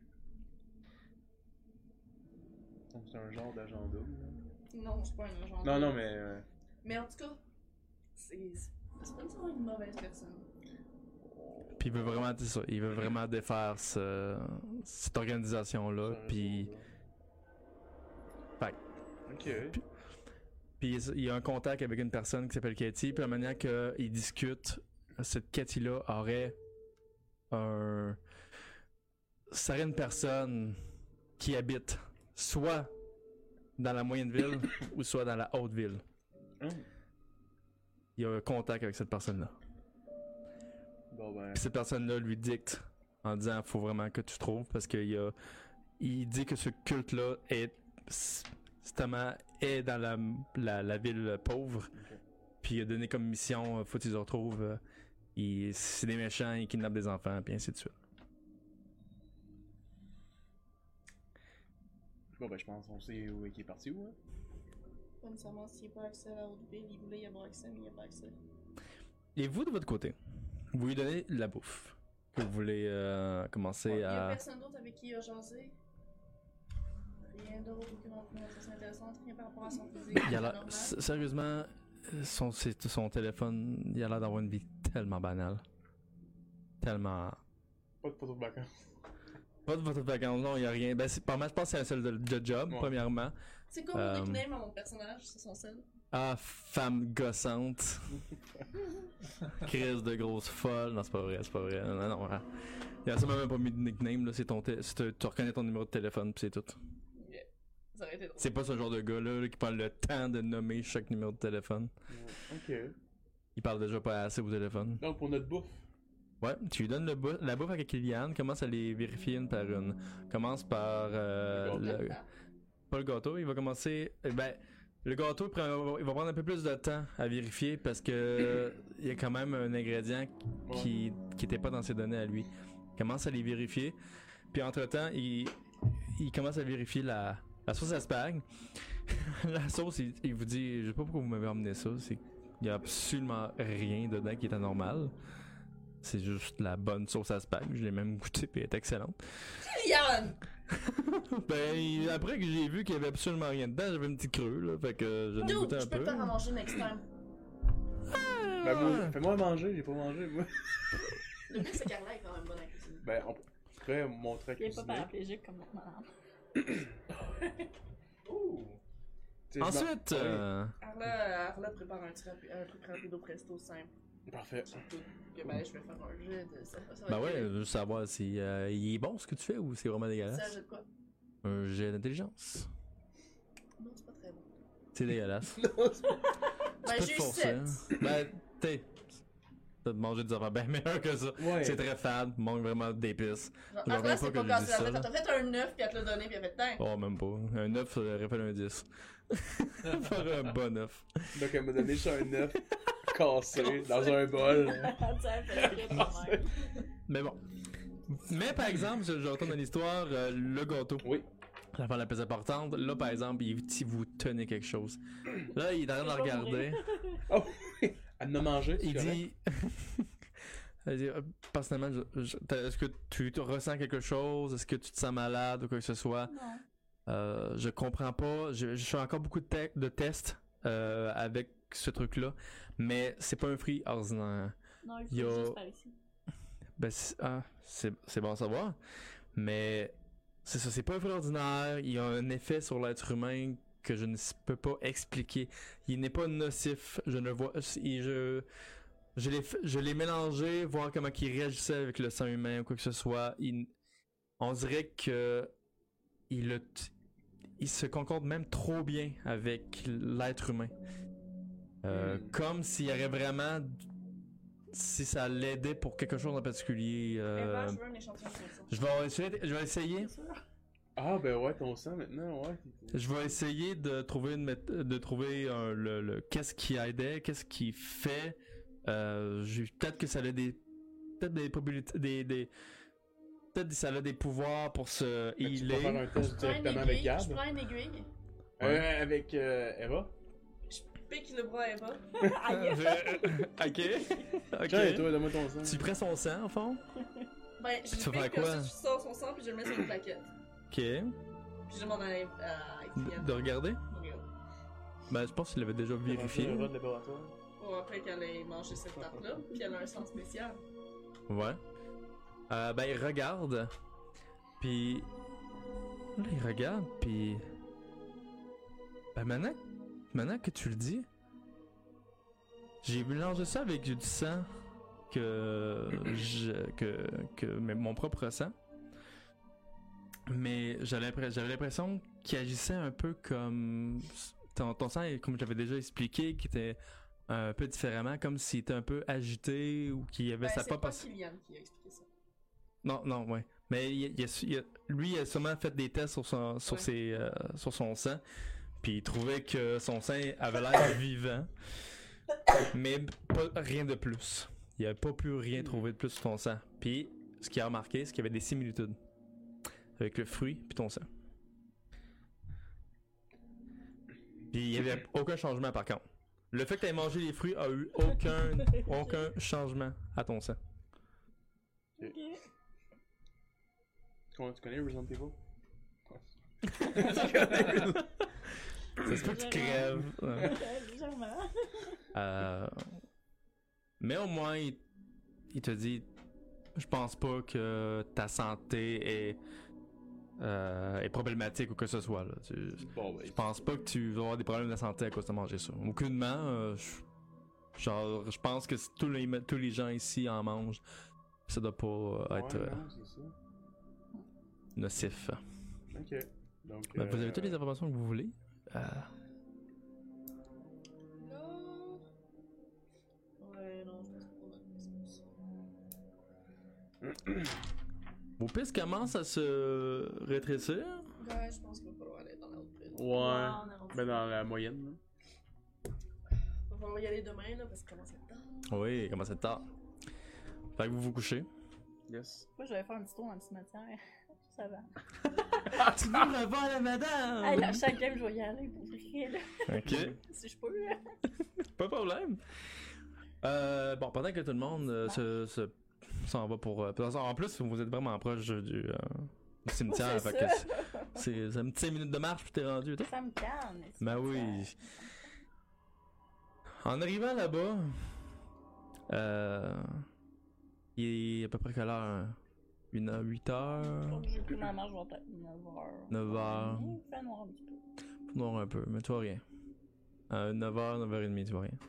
Donc c'est un genre d'agent double. là. Non, c'est pas un agent. Non, non, mais. euh, Mais en tout cas, c'est. C'est pas nécessairement une mauvaise personne. Puis il veut vraiment, c'est ça, il veut vraiment défaire ce, cette organisation-là. c'est un Puis, réseau, Fait. là. Ok. puis il y a un contact avec une personne qui s'appelle Katie. Puis la manière qu'ils discutent, cette Katie-là aurait un. Ça serait une personne qui habite soit dans la moyenne ville ou soit dans la haute ville. Hum. Il y a un contact avec cette personne-là. Bon ben. Puis cette personne-là lui dicte en disant faut vraiment que tu trouves parce qu'il y a il dit que ce culte-là est justement est dans la, la, la ville pauvre. Ok. Puis il a donné comme mission euh, faut qu'ils se retrouvent. euh, ils- c'est des méchants, ils kidnappent des enfants, puis ainsi de suite. Bon ben je pense qu'on sait où est-il est parti où hein? Pas nécessairement s'il n'y a pas accès à la haute ville, il voulait y avoir accès, mais il n'y a pas accès. Et vous de votre côté, vous lui donnez la bouffe que vous voulez euh, commencer Il n'y a à. personne d'autre avec qui il a jasé. Rien d'autre, aucune autre conversation intéressante, rien par rapport à son physique. Il a l'air- normal. s- sérieusement, son, c'est- son téléphone, il a l'air d'avoir une vie tellement banale. Tellement. Pas de photo de vacances. Pas de photo de vacances, non, il y a rien. Ben, c'est pas mal, je pense que c'est un seul de, de job, Ouais. premièrement. C'est quoi mon Euh, nickname à mon personnage sur son sel? Ah, femme gossante. Crise de grosse folle. Non, c'est pas vrai, c'est pas vrai. Non, non, hein. Il a sûrement même pas mis de nickname, là. C'est ton té- c'est te- tu reconnais ton numéro de téléphone, pis c'est tout. Yeah. Ça aurait été drôle. C'est pas ce genre de gars-là là, qui prend le temps de nommer chaque numéro de téléphone. Ok. Il parle déjà pas assez au téléphone. Donc, pour notre bouffe. Ouais, tu lui donnes le bou- la bouffe avec Kylian, commence à les vérifier une par une. Commence par euh, Le le, pas le gâteau, il va commencer. eh Ben, le gâteau, il, prend- il va prendre un peu plus de temps à vérifier parce que il y a quand même un ingrédient qui qui était pas dans ses données à lui. Il commence à les vérifier, puis entre temps, il il commence à vérifier la la sauce à spag. La sauce, il, il vous dit, je sais pas pourquoi vous m'avez emmené ça, c'est il y a absolument rien dedans qui est anormal. C'est juste la bonne sauce à spag. Je l'ai même goûté et elle est excellente. Yann! Ben, après que j'ai vu qu'il y avait absolument rien dedans, j'avais une petite creux, là. Fait que j'en ai Dude, goûté je un peux peu. te faire à manger next time. Ben, moi, fais-moi manger, j'ai pas mangé, moi. Le pire, c'est que Carla est quand même bonne à cuisiner. Ben, on pourrait montrer à Il est pas cuisiner. paraplégique comme notre madame. Ouh! Tu sais, je m'en- Ensuite, Ouais. euh, Arla, Arla prépare un, petit rapi- un truc rapido presto simple. Parfait. Surtout que ben, je vais faire un jet de ça. ça va ben être ouais, quel- je veux juste savoir si euh, il est bon ce que tu fais ou c'est vraiment C'est un dégueulasse. jet de quoi? Un jet d'intelligence. Non, c'est pas très bon. C'est dégueulasse. Ben, peux j'ai te eu forcer, sept. hein. Ben, t'es. T'as de manger des affaires bien meilleures que ça. Ouais. C'est très fade, manque vraiment d'épices. Genre, Je Arla, reviens c'est pas pas que je cassé dise la ça, tête. là. T'as fait un neuf, puis elle te l'a donné, puis elle a fait tain. Oh, même pas. Un neuf, ça aurait fait un dix. Faire un bon neuf. Donc, elle m'a donné ça un œuf cassé dans un bol. Ça fait rire quand même. Mais bon. Mais par exemple, je, je retourne dans l'histoire, euh, le gâteau. Oui. L'affaire la plus importante. Là, par exemple, il, si vous tenez quelque chose. Là, il est en train de le regarder. Oh, elle m'a mangé, c'est Il correct? dit. Elle dit, euh, personnellement, je- je- t'as- est-ce que tu te ressens quelque chose? Est-ce que tu te sens malade ou quoi que ce soit? Non. Euh, je comprends pas. Je, je fais encore beaucoup de, te- de tests euh, avec ce truc-là. Mais c'est pas un fruit ordinaire. Non, il faut Il y a- juste par ici. Ben, c'est, ah, c'est, c'est bon à savoir. Mais c'est ça, c'est pas un fruit ordinaire. Il y a un effet sur l'être humain que je ne s- peux pas expliquer. Il n'est pas nocif. Je ne vois. et je, je l'ai, fait- je l'ai mélangé, voir comment il réagissait avec le sang humain ou quoi que ce soit. Il, on dirait que il, a t- il se concorde même trop bien avec l'être humain. Euh, Hmm. Comme s'il y aurait vraiment si ça l'aidait pour quelque chose en particulier. euh, Eva, je veux un échantillon de son sang. je vais essayer, je vais essayer, C'est sûr. Ah, ben ouais, ton sang maintenant, ouais. je vais essayer de trouver une méth- de trouver un- le, le- qu'est-ce qui aidait, qu'est-ce qui fait. Euh, j'ai- peut-être que ça a des, peut-être des probabilités, des, des peut-être que ça a des pouvoirs pour se Fait que tu peux faire healer. un Je test prends une directement avec aiguille, Gab. je prends une aiguille, Euh, avec euh, Eva. je pique le bras à Eva. Aïe. Je- ok, Tiens, ok. toi, donne-moi ton sang. Tu prends son sang au fond. Ben, je Tu vas pique faire comme quoi? ça, je sors son sang, puis je le mets sur une plaquette. Ok. Puis je demande à, à Kylian. De regarder. Regarde. Ben, je pense qu'il l'avait déjà vérifié. Eva de laboratoire. Bon, après qu'elle ait mangé cette tarte-là, puis elle a un sang spécial. Ouais. Euh, ben, il regarde. Puis. Là, il regarde, puis. Ben, maintenant, maintenant que tu le dis, j'ai mélangé ça avec du sang que. je, que. que. mais mon propre sang. Mais j'avais l'impre- j'avais l'impression qu'il agissait un peu comme. Ton, ton sang, comme j'avais déjà expliqué, qui était un peu différemment, comme s'il était un peu agité ou qu'il y avait Ben, sa c'est pop pas as- Kylian qui a expliqué ça. Non, non, ouais. Mais il, il a su- il a- lui, il a sûrement fait des tests sur son, sur Ouais. ses, euh, sur son sang. Puis il trouvait que son sang avait l'air vivant. Mais pas, rien de plus. Il a pas pu rien trouver de plus sur ton sang. Puis ce qu'il a remarqué, c'est qu'il y avait des similitudes avec le fruit puis ton sang. Puis il y avait aucun changement par contre. Le fait que tu aies mangé les fruits a eu aucun, aucun changement à ton sang. Ok. Comment tu connais Resident Evil? Ouais. Ça se peut que tu crèves. Ouais. Légèrement. Euh, mais au moins, il, il te dit, je pense pas que ta santé est, euh, est problématique ou que ce soit. Là. Tu, Bon, ben, je pense pas que tu vas avoir des problèmes de santé à cause de manger ça. Aucunement. Euh, je, genre, je pense que si tous les, tous les gens ici en mangent, ça doit pas euh, être ouais, euh, non, c'est ça. nocif. Ok. Donc, Ben, vous avez euh, toutes les informations que vous voulez. Euh, Non. Ouais, non, je pense pas qu'on a une réponse. vos pistes commencent à se rétrécir. Ouais, je pense qu'il va falloir aller dans la haute prise. Ouais. on est rendu. Ben, dans la moyenne, là. Il va falloir y aller demain, là, parce que comment c'est tard. Oui, il commence à être tard. Fait que vous vous couchez. Yes. Moi, j'allais faire un petit tour dans le cimetière. Ça va. Ah, tu veux revoir la madame? Hey, à chaque game, je vais y aller pour vrai, là. Ok. Si je peux, là. Pas de problème. Euh, bon, pendant que tout le monde euh, se, se, s'en va pour... Euh, en plus, vous êtes vraiment proche du, euh, du cimetière. C'est Fait que c'est- c'est c'est une petite minute de marche puis t'es rendu. Toi? Ça me calme. le Ben oui. cimetière. En arrivant là-bas, euh, il est à peu près quelle heure? Une heure, huit heures? Donc, j'ai pris ma marche, je vais peut-être neuf heures. neuf heures. Il fait noir un petit peu. Noir un peu, mais tu vois rien. Euh, neuf heures, neuf heures trente, tu vois rien.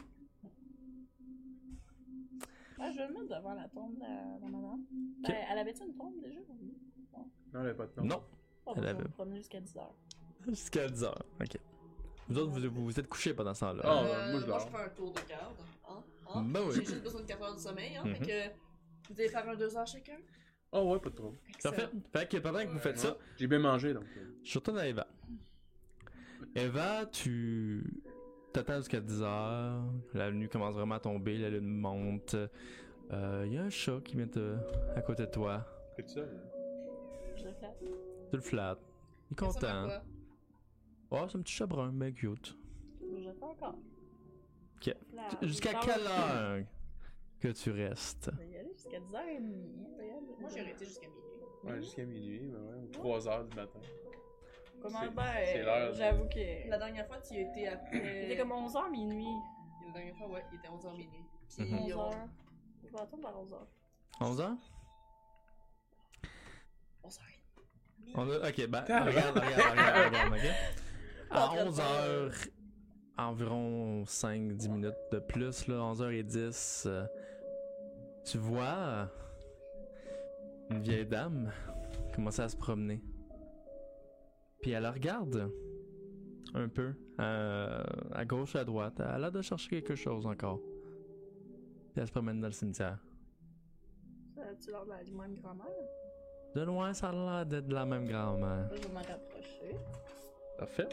Ouais, je vais le mettre devant la tombe de la, la madame. Ben, elle avait-tu une tombe déjà? Oui. Non, elle avait pas de nom. Non. Pas Elle besoin avait- de me promener jusqu'à dix heures. Jusqu'à dix heures, ok. Vous autres, vous vous, vous êtes couchés pendant ce temps-là. Ah, Euh, ouais, moi, je moi, dors. je fais un tour de garde. Hein? Hein? Ben oui. J'ai juste besoin de quatre heures de sommeil, hein? Mhm. Fait que vous allez faire un deux heures chacun? Ah, ouais, pas de trouble. Parfait. Fait que pendant que vous faites ça, J'ai bien mangé, donc. euh, je retourne à Eva. Eva, tu t'attends jusqu'à dix heures. La nuit commence vraiment à tomber, la lune monte. Il y a un chat qui vient te... à côté de toi. Fais ça, là. Je le flatte. Tu le flattes. Il est Ça ressemble à content. quoi? Oh, c'est un petit chat brun, mais cute. Je le fais encore. Ok. Flatte. Jusqu'à Dans quelle le- heure que tu restes? Je vais y aller jusqu'à dix heures trente. Moi, j'ai arrêté jusqu'à minuit. Ouais, jusqu'à minuit, ben ouais, ou trois heures du matin. Comment C'est- ben, c'est l'heure. j'avoue que... La dernière fois, tu y étais après. Il était comme onze heures minuit. La dernière fois, ouais, il était onze heures minuit. Puis, Mhm. onze on- heures. Je vais attendre vers onze heures. onze heures? onze heures. On a... Ok, ben, Ah, regarde, regarde, regarde, regarde, ok? À Pas très onze heures, environ cinq dix minutes de plus, là, onze heures dix, euh, tu vois une vieille dame commencer à se promener. Puis elle regarde un peu, euh, à gauche, à droite. Elle a l'air de chercher quelque chose encore. Puis elle se promène dans le cimetière. Ça a-tu l'air de la même grand-mère? De loin, ça a l'air d'être de la même grand-mère. Là, je vais m'en rapprocher. Parfait.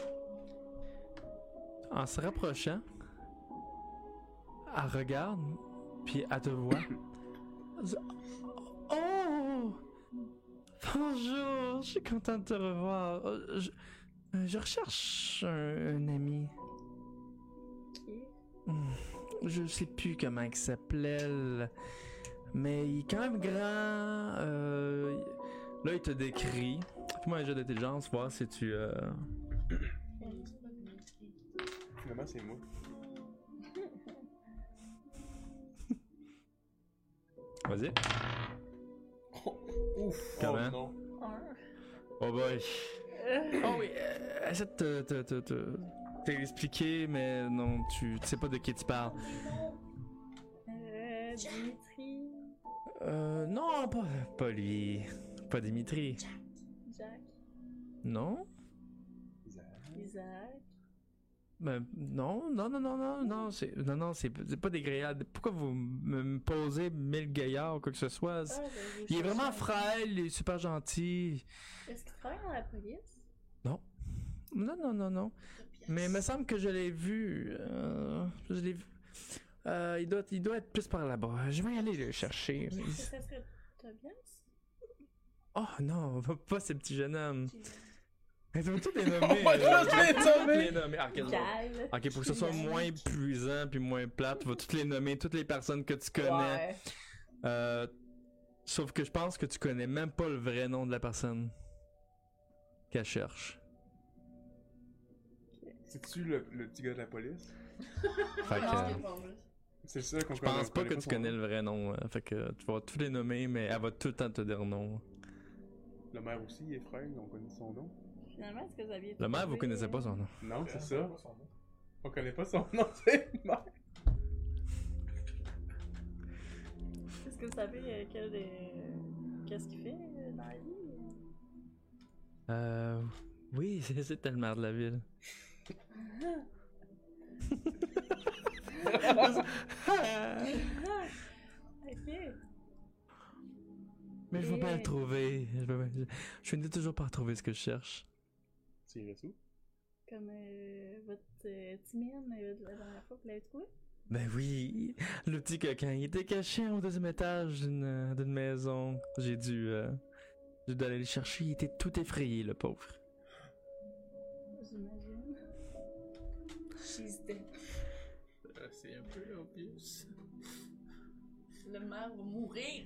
En se rapprochant, elle regarde, puis elle te voit. Oh! Bonjour, je suis content de te revoir. Euh, Je, euh, je recherche un, un ami. Qui? Hmm, Je sais plus comment il s'appelait, le- mais il est quand même grand. euh, Là, il te décrit. Fais-moi un jeu d'intelligence, voir si tu... euh, Finalement, c'est moi. Vas-y. Ouf! Comment? Oh, non. Un. Oh boy. Euh, Oh oui, euh, essaie de te, te, te, te- t'expliquer, mais non, tu, tu sais pas de qui tu parles. euh, Dimitri. Euh, non, pas, pas lui. Pas Dimitri. Jack. Non? Isaac. Ben, non, non, non, non, non, non, c'est, non, non, c'est, c'est pas des grillades. Pourquoi vous me me posez mille gaillards ou quoi que ce soit? Ah, ben, je Il est cherche vraiment un- frêle, il est super gentil. Est-ce qu'il travaille dans la police? Non, non, non, non. Mais il me semble que je l'ai vu. Euh, je l'ai vu. Euh, il doit, il doit être plus par là-bas. Je vais y aller le chercher. Est-ce que Il- ça serait Tobias? Oh non, pas, pas ce petit jeune homme. Mais tu vas tous les nommer. On va euh, tous les tu vas tous nommer. les nommer. Ah, ok, non. Kyle. Ok, pour que ce soit moins épuisant puis moins plate, tu vas toutes les nommer, toutes les personnes que tu connais. Ouais. Euh, sauf que je pense que tu connais même pas le vrai nom de la personne qu'elle cherche. C'est-tu le, le petit gars de la police? Fait que, Non, euh, c'est pas vrai. C'est ça qu'on je pense pas que tu son connais nom. le vrai nom. euh, Fait que tu vas tous les nommer, mais elle va tout le temps te dire non. Le maire aussi, il est frère, on connaît son nom. Finalement, est-ce que vous aviez. Le maire, vous trouvé, connaissez euh, pas son nom. Non, c'est Euh, ça. pas son nom. On connaît pas son nom, c'est le maire. Est-ce que vous savez euh, quel est- qu'est-ce qu'il fait euh, dans la vie? Euh. Oui, c'est c'était le maire de la ville. Ok. Mais je vais pas Et- le trouver. Je, vais... je finis toujours par trouver ce que je cherche. Tu irais où? Comme euh, votre euh, Timine, euh, de la dernière fois, vous l'avez trouvé? Ben oui, le petit coquin, il était caché au deuxième étage d'une euh, d'une maison. J'ai dû, euh, j'ai dû aller le chercher, il était tout effrayé, le pauvre. J'imagine. She's dead. Euh, c'est un peu obvious. Le maire va mourir.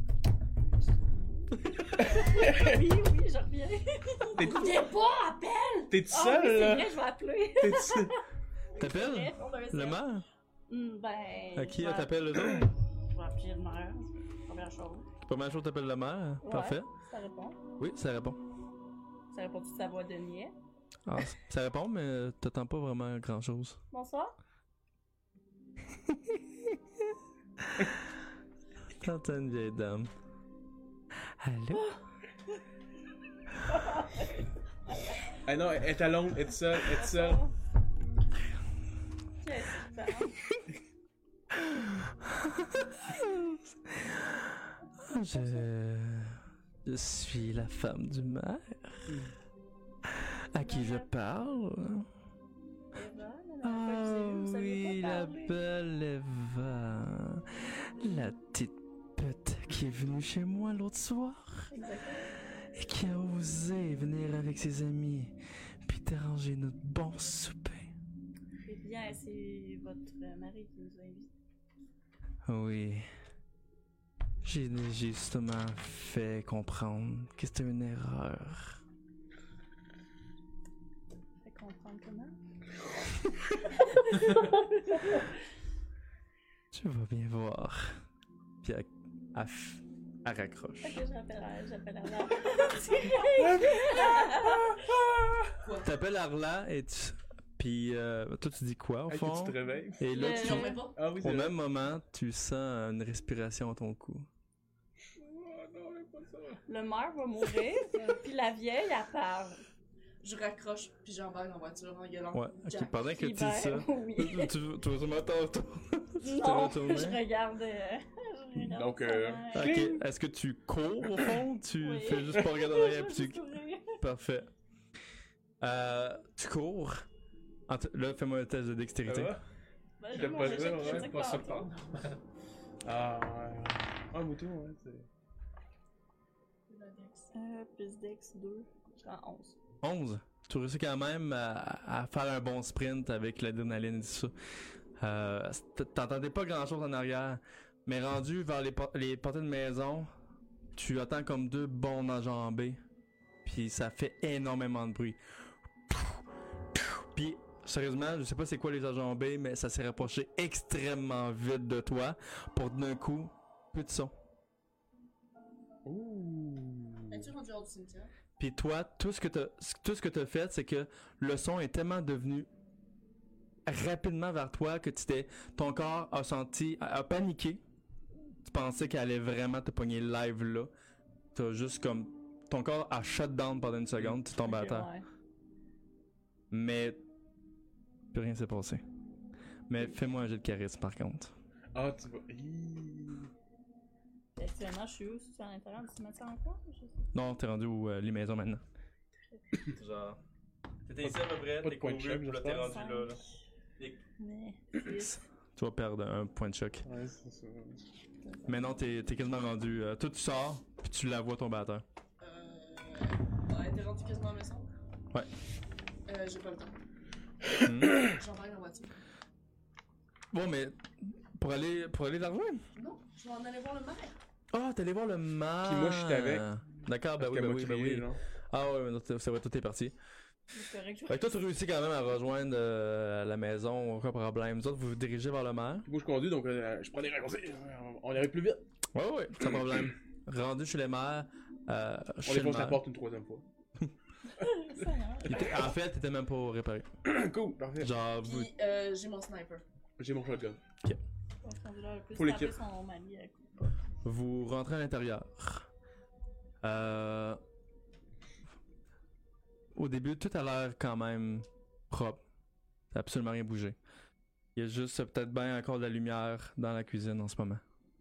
oui, oui, je reviens. Viens pas, appelle! T'es tout Ah seul, oui, c'est là? vrai, je vais appeler. T'es tout seul? T'appelles? Bref, on devait Le se- maire? Hmm, ben. À qui je vais- t'appelles le autres? Je vais appeler le maire. Première chose. Première chose, t'appelles le maire? Ouais, Parfait. Ça répond. Oui, ça répond. Ça répond toute sa voix de niais. Ah, c- ça répond, mais t'attends pas vraiment grand chose. Bonsoir. T'entends une vieille dame. Allô? Ah non, elle est à Londres, elle est seule, elle est seule. Qu'est-ce que Je... Je suis la femme du maire. À qui je parle? Eva, la dernière fois que Ah je vous ai vu, vous saviez oui, pas la parler. belle Eva. La petite pute qui est venue chez moi l'autre soir Exactement. et qui a osé venir avec ses amis puis déranger notre bon souper. Eh bien, c'est votre mari qui nous invite. Oui. J'ai j'ai justement fait comprendre que c'était une erreur. Fait comprendre comment. Tu vas bien voir. Puis elle, elle, f- elle raccroche. Fait que j'appelle j'appelle Arla. T'appelles Arla et tu... Puis euh, toi tu dis quoi au Hey, fond? tu te réveilles? Et là Le- tu... J'en mets pas. Ah oui, Au c'est vrai. même moment, tu sens une respiration à ton cou. Oh non, mais pas ça. Le maire va mourir, puis la vieille, elle parle. Je raccroche, puis j'embarque en voiture en gueulant. Ouais, ok, Jack. pendant que tu Puis dis ben, ça, oui. tu, tu, tu vas sûrement t'en- t'en- te Non, retourner. je regarde. euh, je regarde Donc, sa euh, mère. Ok, est-ce que tu cours au fond? Tu Oui. fais juste pas regarder en arrière Je puis vais tu... courir. Parfait. Euh, tu cours. En t- Là, fais-moi un test de dextérité. Ça va? Ben, J'aime j'ai mon pas échec ça, ouais, critique Pas ça le tantôt. temps. Ah ouais. Ah, Mouton, ouais, c'est... Euh, plus Dex deux, je suis en onze. onze. Tu réussis quand même à, à faire un bon sprint avec l'adrénaline et tout ça. Euh, t- T'entendais pas grand chose en arrière, mais rendu vers les, por- les portées de maison, tu entends comme deux bonds enjambés, puis ça fait énormément de bruit. Puis, sérieusement, je sais pas c'est quoi les enjambés, mais ça s'est rapproché extrêmement vite de toi pour d'un coup, plus de son. Ouh. Es-tu rendu hors du cimetière? Puis toi, tout ce que t'as, tout ce que t'as fait, c'est que le son est tellement devenu rapidement vers toi que tu t'es, ton corps a senti, a, a paniqué. Tu pensais qu'elle allait vraiment te pogner live là. T'as juste comme, ton corps a shut down pendant une seconde, tu tombes à Ok, terre. ouais. Mais plus rien s'est passé. Mais fais-moi un jet de charisme par contre. Ah, tu vas... Hi. Actuellement, je suis où? C'est à l'intérieur du cimetière encore? Je sais pas. Non, t'es rendu où euh, les maisons maintenant. Genre, t'étais ici à peu près, pas de point de choc, j'espère. Mais, six. Tu vas perdre un point de choc. Ouais, c'est ça. Mais non, t'es, t'es quasiment rendu. Euh, toi, tu sors, puis tu la vois tomber à terre. Euh. Ouais, t'es rendu quasiment à la maison? Ouais. Euh, j'ai pas le temps. Hmm. J'embarque en voiture. Bon, mais pour aller, pour aller la rejoindre. Non, je vais en aller voir le maire. Ah, t'es allé voir le maire. Puis moi, je suis avec. D'accord, ben Parce oui, qu'elle ben m'a oui, ben crié, oui. genre. Ah ouais, non, c'est vrai, tout est parti. C'est correct, je Fait que toi, tu réussis quand même à rejoindre euh, la maison, aucun problème. Vous autres, vous vous dirigez vers le maire. Puis moi, je conduis, donc euh, je prends des raccourcis. On irait plus vite. Ouais, ouais, sans problème. Rendu chez les maires, euh, On chez le défonce la maire. porte une troisième fois. Il était- en fait, t'étais même pas réparé. Cool, parfait. Genre, vous... Puis euh, j'ai mon sniper. J'ai mon shotgun. On se rendu là le plus Pour taper l'équipe. son mali avec. Vous rentrez à l'intérieur. Euh... Au début, tout a l'air quand même propre. Ça a absolument rien bougé. Il y a juste euh, peut-être bien encore de la lumière dans la cuisine en ce moment.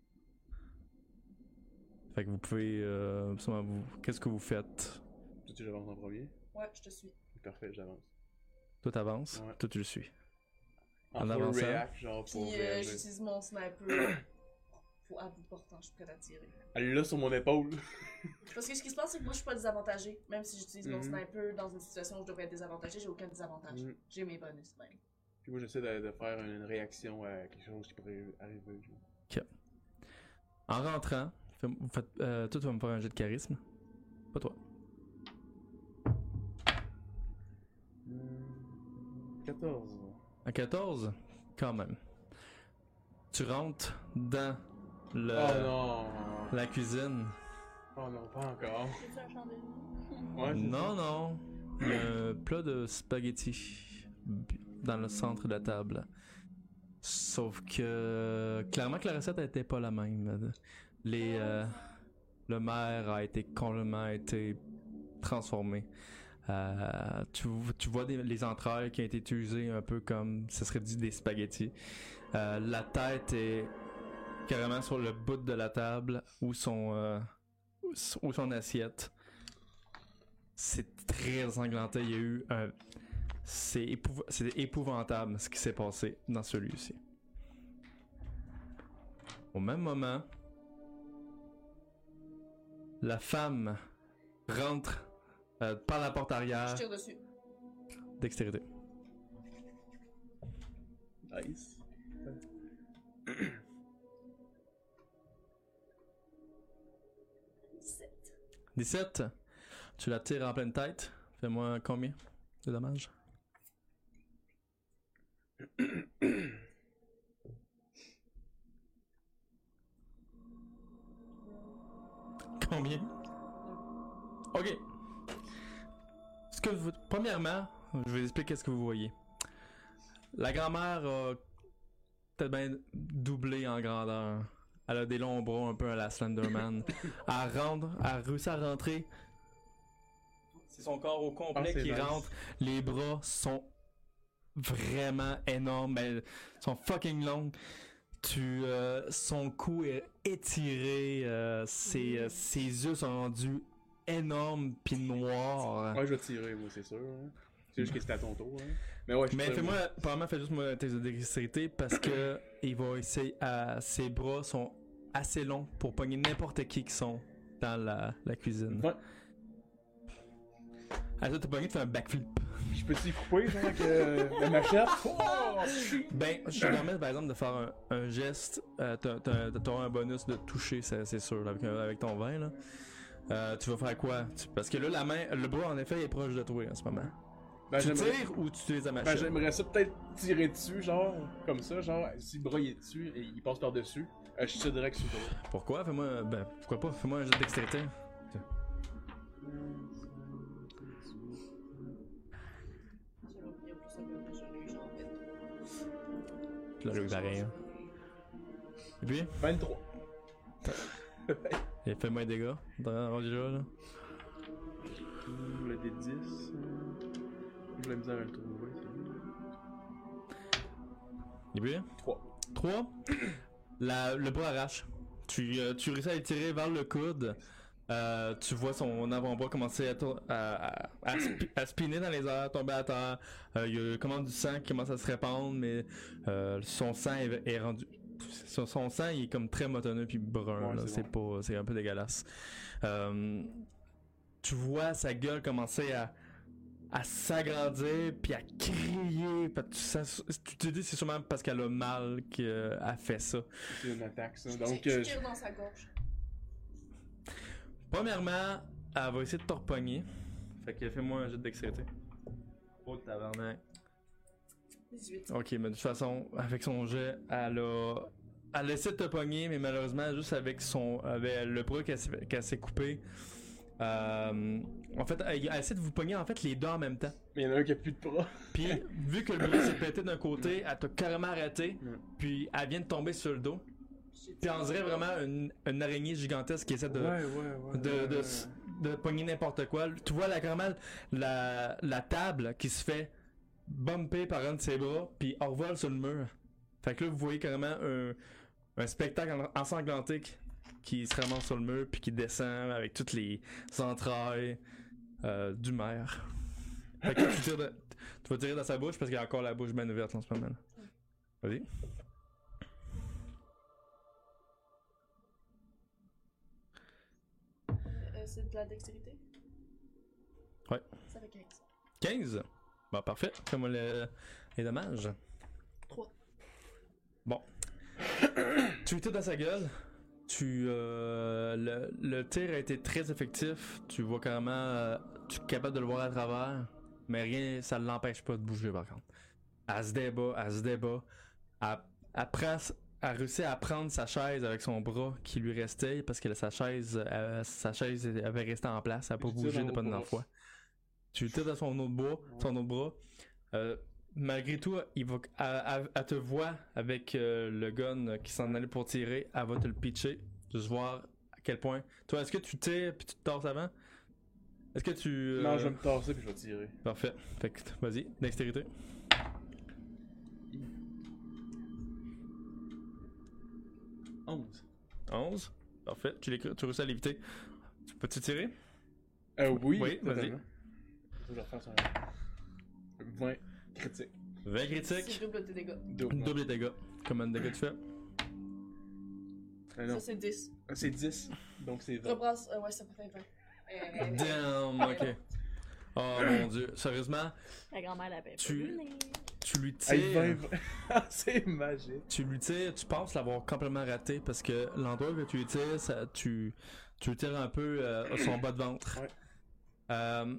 Fait que vous pouvez... Euh, absolument vous... Qu'est-ce que vous faites? Tu dis j'avance en premier. Ouais, je te suis. Parfait, j'avance. Toi t'avances, Ouais. toi tu le suis. En En full avançant. react, genre pour Puis euh, réagir. j'utilise mon sniper. Faut à bout portant, je suis prête à tirer. Elle est là sur mon épaule. Parce que ce qui se passe, c'est que moi je suis pas désavantagée. Même si j'utilise mon Mhm. sniper dans une situation où je devrais être désavantagée, j'ai aucun désavantage. Mhm. J'ai mes bonus même. Puis moi, j'essaie de, de faire une réaction à quelque chose qui pourrait arriver. genre. En rentrant, fais- vous faites, euh, toi tu vas me faire un jet de charisme. Pas toi. quatorze. À quatorze, quand même. Tu rentres dans le, Oh non! la cuisine. Oh non, pas encore. C'est un chandelier. Ouais, c'est Non, ça. non. Il y a un plat de spaghetti dans le centre de la table. Sauf que clairement que la recette n'était pas la même. Les, euh, le maire a été complètement été transformé. Euh, tu, tu vois des, les entrailles qui ont été utilisées un peu comme ce serait dit des spaghettis. Euh, la tête est carrément sur le bout de la table ou son euh, ou son assiette. C'est très ensanglanté. Il y a eu un. C'est épouv- c'est épouvantable ce qui s'est passé dans celui-ci. Au même moment, la femme rentre euh, par la porte Je arrière. tire dessus. Dextérité. Nice. dix-sept. dix-sept. Tu la tires en pleine tête. Fais-moi combien de dommages? Combien? Ok. Ce que vous... Premièrement, je vais expliquer ce que vous voyez. La grand-mère a peut-être bien doublé en grandeur. Elle a des longs bras un peu à la Slenderman. Elle rentre, elle a réussi à rentrer. C'est son corps au complet Ah, c'est qui nice. rentre. Les bras sont vraiment énormes. Elles sont fucking longues. Tu, euh, son cou est étiré. euh, ses, euh, ses yeux sont rendus énormes pis noirs. Ouais, je vais tirer, moi, c'est sûr. hein. C'est juste que c'était à ton tour. Hein. Mais ouais, je Mais tire, fais-moi, probablement fais juste moi un test de dextérité parce que il va essayer à ses bras sont assez longs pour pogner n'importe qui qui sont dans la, la cuisine. Ouais. Ah ça t'as pogné de faire un backflip. Je peux-tu y couper, genre, avec euh, la machette? Oh! Ben, je te permets par exemple de faire un, un geste. Euh, t'as, t'as, t'auras un bonus de toucher, c'est, c'est sûr, là, avec, avec ton vin là. Euh, tu vas faire quoi? Tu- parce que là la main, le bras en effet est proche de toi en ce moment. Ben, tu j'aimerais- tires ou tu utilises la Ben, machine? j'aimerais ça peut-être tirer dessus, genre, comme ça, genre, si le bras il est dessus et il passe par-dessus, euh, je tire direct sur le bras. Pourquoi? Fais-moi, ben pourquoi pas? Fais-moi un jet de dextérité. J'avais oublié en plus un peu, mais je l'ai eu, j'en ai. Tu l'aurais eu pareil. Hein. Et puis? vingt-trois. Il fait moins de dégâts dans rendu là, là. Hum, Le D dix. euh, J'ai la misère à le trouver. Et puis? trois. trois. La, le bras arrache. Tu, euh, tu réussis à le tirer vers le coude. Euh, tu vois son avant-bras commencer à, tour- à, à, à, spi- à spinner dans les airs, tomber à terre. Euh, il y a comment du sang qui commence à se répandre, mais euh, son sang est, est rendu. Son, son sang il est comme très motonneux puis brun. Ouais, là. c'est C'est pas, c'est un peu dégueulasse. Euh, tu vois sa gueule commencer à à s'agrandir puis à crier. Fait que tu, sens, tu te dis c'est sûrement parce qu'elle a mal qu'elle fait ça. C'est une attaque, ça. Je Donc, tire- euh, je tire dans sa gorge. Premièrement, elle va essayer de te repogner. Fait que fais-moi un jet de dextérité. Oh, tabarnak. dix-huit. Ok, mais de toute façon, avec son jet, elle a. Elle essaie de te pogner, mais malheureusement, juste avec son. Avec le bras qu'elle s'est, qu'elle s'est coupé. Euh, en fait, elle, elle essaie de vous pogner en fait les deux en même temps. Mais il y en a un qui a plus de bras. Puis, vu que le bras s'est pété d'un côté, elle t'a carrément arrêté. Mm. Puis, elle vient de tomber sur le dos. Puis, on dirait vraiment une, une araignée gigantesque qui essaie de. Ouais, ouais, ouais. de, ouais, de, ouais. de pogner n'importe quoi. Tu vois là, carrément la, la table qui se fait bumper par un de ses bras, puis envole sur le mur. Fait que là, vous voyez carrément un, un spectacle ensanglanté qui se ramasse sur le mur, puis qui descend avec toutes les entrailles euh, du maire. Fait que tu, tires de, tu vas tirer dans sa bouche parce qu'il a encore la bouche bien ouverte en ce moment. Vas-y. Euh, c'est de la dextérité? Ouais. Ça fait quinze. quinze? Bon, parfait. Fais-moi le, les dommages. trois. Bon. Tu lui tires dans sa gueule. Tu, euh, le, le tir a été très effectif. Tu vois carrément, euh, tu es capable de le voir à travers, mais rien, ça ne l'empêche pas de bouger par contre. Elle se débat, elle se débat. Elle, elle, prend, elle réussit à prendre sa chaise avec son bras qui lui restait parce que sa chaise, euh, sa chaise avait resté en place, elle n'a pas Je tire bougé dans de pas de l'autre fois. Tu lui tires dans son autre bras, son autre bras. Euh, Malgré tout, il va, elle, elle- elle te voit avec euh, le gun qui s'en allait pour tirer. Elle va te le pitcher. Juste voir à quel point. Toi, est-ce que tu tires puis tu te torses avant? Est-ce que tu. euh, Non, je vais me tasser puis je vais tirer. Parfait. Fait que, vas-y, dextérité. onze. onze. Parfait. Tu, l'écris- tu réussis à l'éviter. Tu peux-tu tirer? Euh, oui. Oui, vas-y. totalement. Je vais refaire ça. vingt critique. vingt C'est critiques. double tes dégâts. Double. Double les dégâts. Combien de dégâts tu fais? Ah, non. Ça, c'est dix. Ah, c'est dix. Donc c'est vingt. Rebrasse. Euh, ouais, ça fait vingt. Euh, Damn, ok. Oh mon dieu. Sérieusement, La grand-mère la paix. Tu- tu lui Hey, tires. vingt, vingt. Ah, c'est magique. Tu lui tires, tu penses l'avoir complètement raté parce que l'endroit que tu lui tires, ça, tu, tu lui tires un peu euh, à son bas de ventre. Ouais. Euh,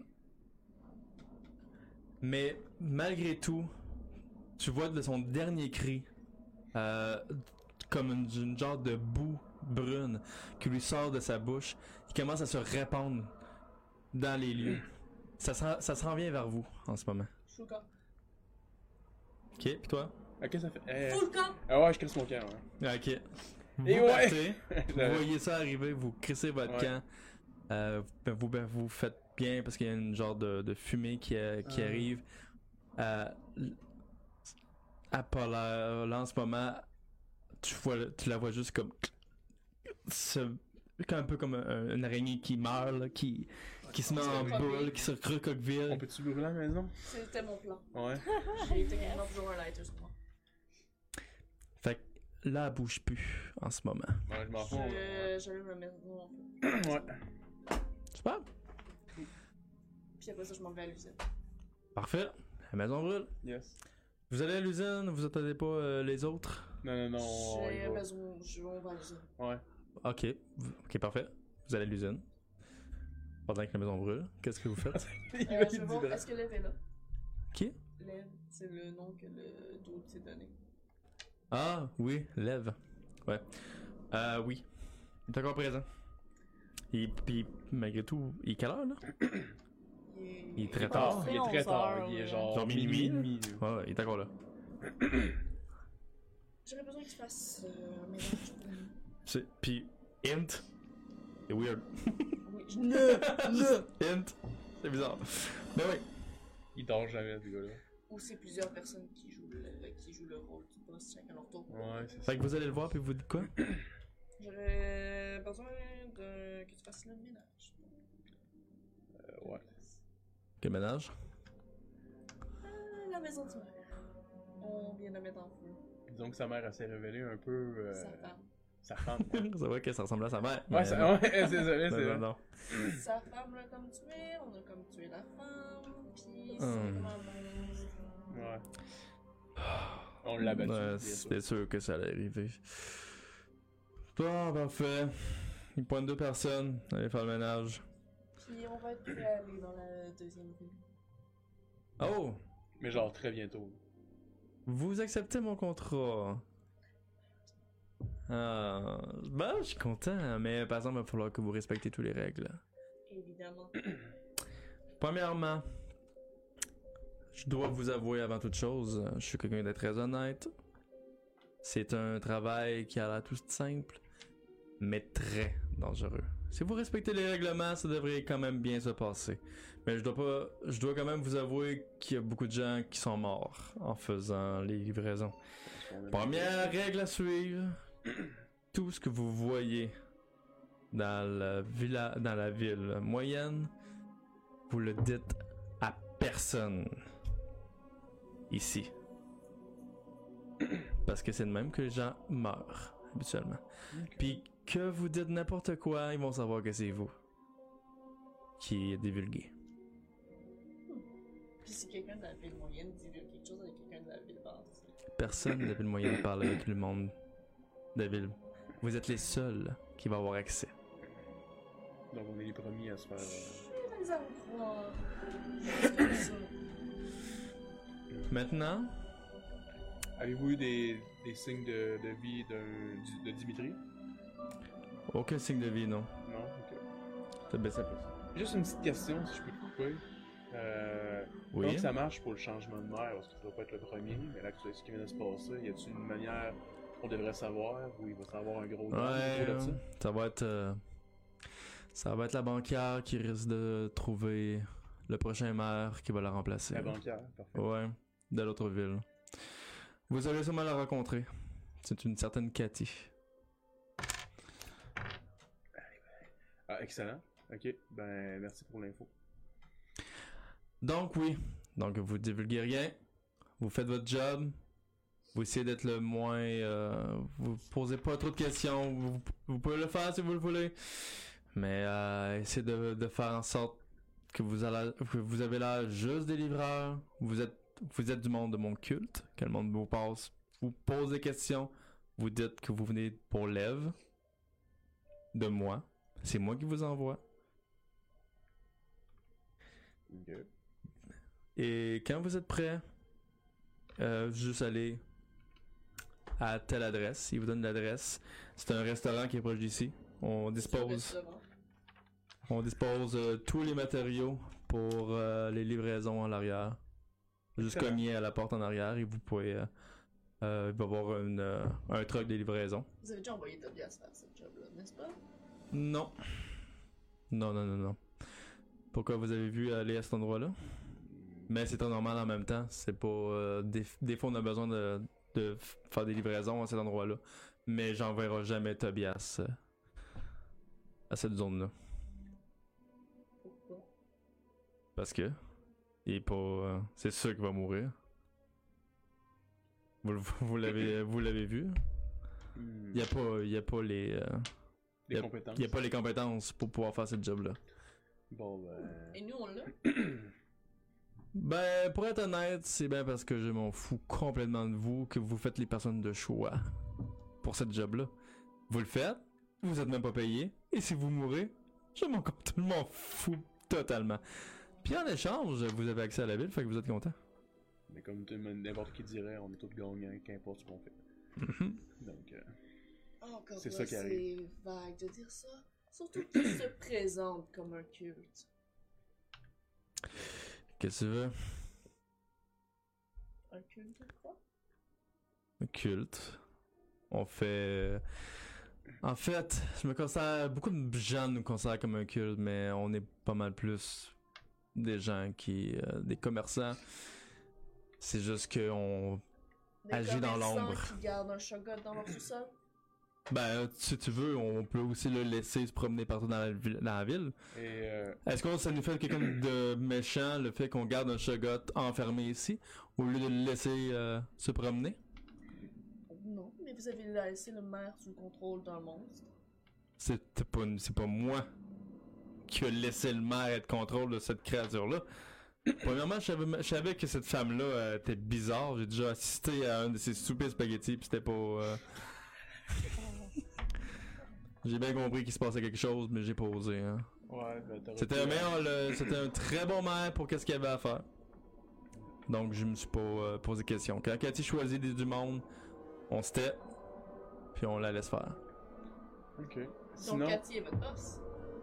mais malgré tout, tu vois de son dernier cri, euh, comme une, une genre de boue brune qui lui sort de sa bouche, qui commence à se répandre dans les lieux. Ça s'en, ça s'en vient vers vous en ce moment. Full camp. Ok, pis toi? Ok, ça fait. Euh... Full camp! Ah ouais, je crisse mon camp, ouais. Ok. Vous Et ouais. partez. Vous voyez ça arriver, vous crissez votre Ouais. camp. Euh, ben, vous, ben, vous faites bien parce qu'il y a une genre de, de fumée qui, euh, qui Ah. arrive. Euh, à Polaire, là en ce moment, tu, vois, tu la vois juste comme. ce- un peu comme un- une araignée qui meurt, là, qui, qui se met en boule, qui se recroqueville. On peut-tu brûler la maison? C'était mon plan. Ouais. J'ai techniquement toujours un lighter sur moi. Fait que là, elle bouge plus en ce moment. Ouais, je m'en fous. Je- J'allume la maison en fait. Ouais. Super. Puis après ça, je m'en vais à l'usine. Parfait. La maison brûle. Yes. Vous allez à l'usine, vous attendez pas euh, les autres? Non, non, non. on y J'ai va. la maison, je vais à l'usine. Ouais. Ok, Vous- ok, parfait. Vous allez à l'usine. Pendant que la maison brûle, qu'est-ce que vous faites? Il Euh, va je vais il voir, dit là. est-ce que Lev est là? Qui? Lev, c'est le nom que le dos s'est donné. Ah, oui, Lev. Ouais. Euh, oui. Il est encore présent. Et puis, malgré tout, il est quelle heure, là? Il est, Il est très Ah, tard. Il est très onze tard. heures, Il est ouais. genre, Genre minuit. minuit. Ouais, ouais, il est encore là. J'aurais besoin que tu fasses euh, un mélange pour nous. C'est... Puis, Int. C'est weird. Oui, je... Ne! Int. C'est bizarre. Mais oui. Il dort jamais, ce gars-là. Ou c'est plusieurs personnes qui jouent le, qui jouent le rôle du boss chacun leur tour. Ouais, c'est ça. Fait que vous allez le voir, puis vous dites quoi? J'aurais besoin de... que tu fasses le ménage. Euh, ouais. Quel ménage? Ah, la maison du maire. On vient de mettre en feu. Disons que sa mère, elle s'est révélée un peu. Euh, Sa femme. Sa femme. Ouais, C'est vrai que ça ressemble à sa mère. ouais, mais ça- non. ouais, c'est ça, c'est Non, non, ça. non. Sa femme l'a comme tué, on a comme tué la femme, pis c'est Hum. vraiment monstre. Ouais. On l'a battu. Ouais, bien sûr. c'était sûr que ça allait arriver. Bon, parfait. Il pointe deux personnes. Allez faire le ménage. Puis on va être prêt à aller dans la deuxième rue. Oh! Mais genre très bientôt. Vous acceptez mon contrat. Ah, ben, je suis content, mais par exemple, il va falloir que vous respectez toutes les règles. Évidemment. Premièrement, je dois vous avouer avant toute chose, je suis quelqu'un de très honnête. C'est un travail qui a l'air tout simple, mais très dangereux. Si vous respectez les règlements, ça devrait quand même bien se passer. Mais je dois pas, je dois quand même vous avouer qu'il y a beaucoup de gens qui sont morts en faisant les livraisons. Première règle à suivre, tout ce que vous voyez dans la, villa, dans la ville moyenne, vous le dites à personne ici. Parce que c'est de même que les gens meurent habituellement. Okay. Puis que vous dites n'importe quoi, ils vont savoir que c'est vous qui est divulgué. Puis si quelqu'un de la ville moyenne dit quelque chose avec quelqu'un de la ville basse. Personne de la ville moyenne parle avec le monde de la ville. Vous êtes les seuls qui vont avoir accès. Donc on est les premiers à se faire. Je vais en croire. Juste comme ça. Maintenant, Avez-vous eu des, des signes de, de vie d'un, de Dimitri? aucun signe de vie, non. Non? Ok. T'as baissé un peu. Juste une petite question, si je peux te couper. Euh, Oui. Comment ça marche pour le changement de maire? Parce que tu dois pas être le premier, mais là, tu sais ce qui vient de se passer. Y a-t-il une manière qu'on devrait savoir où il va savoir un gros nom Ouais, autour de ça? ça va être euh, ça va être la banquière qui risque de trouver le prochain maire qui va la remplacer. La banquière, parfait. Ouais, de l'autre ville. Vous allez sûrement la rencontrer. C'est une certaine Cathy. Ah, excellent. Ok, ben merci pour l'info. Donc oui, donc vous divulguez rien, vous faites votre job, vous essayez d'être le moins, euh, vous posez pas trop de questions, vous, vous pouvez le faire si vous le voulez, mais euh, essayez de, de faire en sorte que vous, allez, que vous avez l'air juste des livreurs, vous êtes, vous êtes du monde de mon culte, que le monde vous passe, vous pose des questions, vous dites que vous venez pour l'Ève, de moi, c'est moi qui vous envoie. Ok. Et quand vous êtes prêt, euh, juste aller à telle adresse. Il vous donne l'adresse. C'est un restaurant qui est proche d'ici. On dispose, on dispose euh, tous les matériaux pour euh, les livraisons en arrière. Juste Excellent. cogner à la porte en arrière et vous pouvez. Euh, euh, il va y avoir une, euh, un truck de livraison. Vous avez déjà envoyé Tobias faire ce job-là, n'est-ce pas? Non. Non, non, non, non. Pourquoi vous avez vu aller à cet endroit-là? Mais c'est très normal en même temps. C'est pas. Euh, des, des fois, on a besoin de, de faire des livraisons à cet endroit-là. Mais j'enverrai jamais Tobias euh, à cette zone-là. Pourquoi? Parce que. Il est pas. Euh, c'est sûr qu'il va mourir. Vous, le- vous l'avez vous l'avez vu? Hmm. Il y a pas, il y a pas les. Euh, Des y a- compétences. il y a pas les compétences pour pouvoir faire ce job-là. Bon, ben. Et nous, on l'a? Ben, pour être honnête, c'est bien parce que je m'en fous complètement de vous que vous faites les personnes de choix pour cette job-là. Vous le faites, vous êtes même pas payé, et si vous mourrez, je m'en je m'en fous totalement. Puis en échange, vous avez accès à la ville, fait que vous êtes content. Mais comme tout le monde- n'importe qui dirait, on est tous gagnants, qu'importe ce qu'on fait. Mhm. Donc, euh, Encore C'est là, ça qui arrive. c'est vague de dire ça. Surtout qu'il se présente comme un culte. Qu'est-ce que tu veux? Un culte, je crois? Un culte. On fait... En fait, je me considère... Beaucoup de gens nous considèrent comme un culte, mais on est pas mal plus des gens qui... euh, des commerçants. C'est juste qu'on... Des Agit dans commerçants l'ombre. qui gardent un shotgun dans leur sous-sol. Ben, si tu veux, on peut aussi le laisser se promener partout dans la, ville- dans la ville. et euh, Est-ce que ça nous fait quelqu'un de méchant, le fait qu'on garde un shotgun enfermé ici, au lieu de le laisser euh, se promener? Non, mais vous avez laissé le maire sous le contrôle d'un monstre. C'est pas, c'est pas moi qui a laissé le maire être contrôle de cette créature-là. Premièrement, je savais, je savais que cette femme-là euh, était bizarre. J'ai déjà assisté à un de ses soupers spaghettis, pis c'était pas... euh, J'ai bien compris qu'il se passait quelque chose, mais j'ai pas osé, hein. ouais, ben t'aurais C'était pu- un meilleur, le- c'était un très bon maire pour qu'est-ce qu'il y avait à faire. Donc, je me suis pas euh, posé question. Quand Cathy choisit des, du monde, on se tait, puis on la laisse faire. Ok. Donc, Sinon, Cathy est votre boss.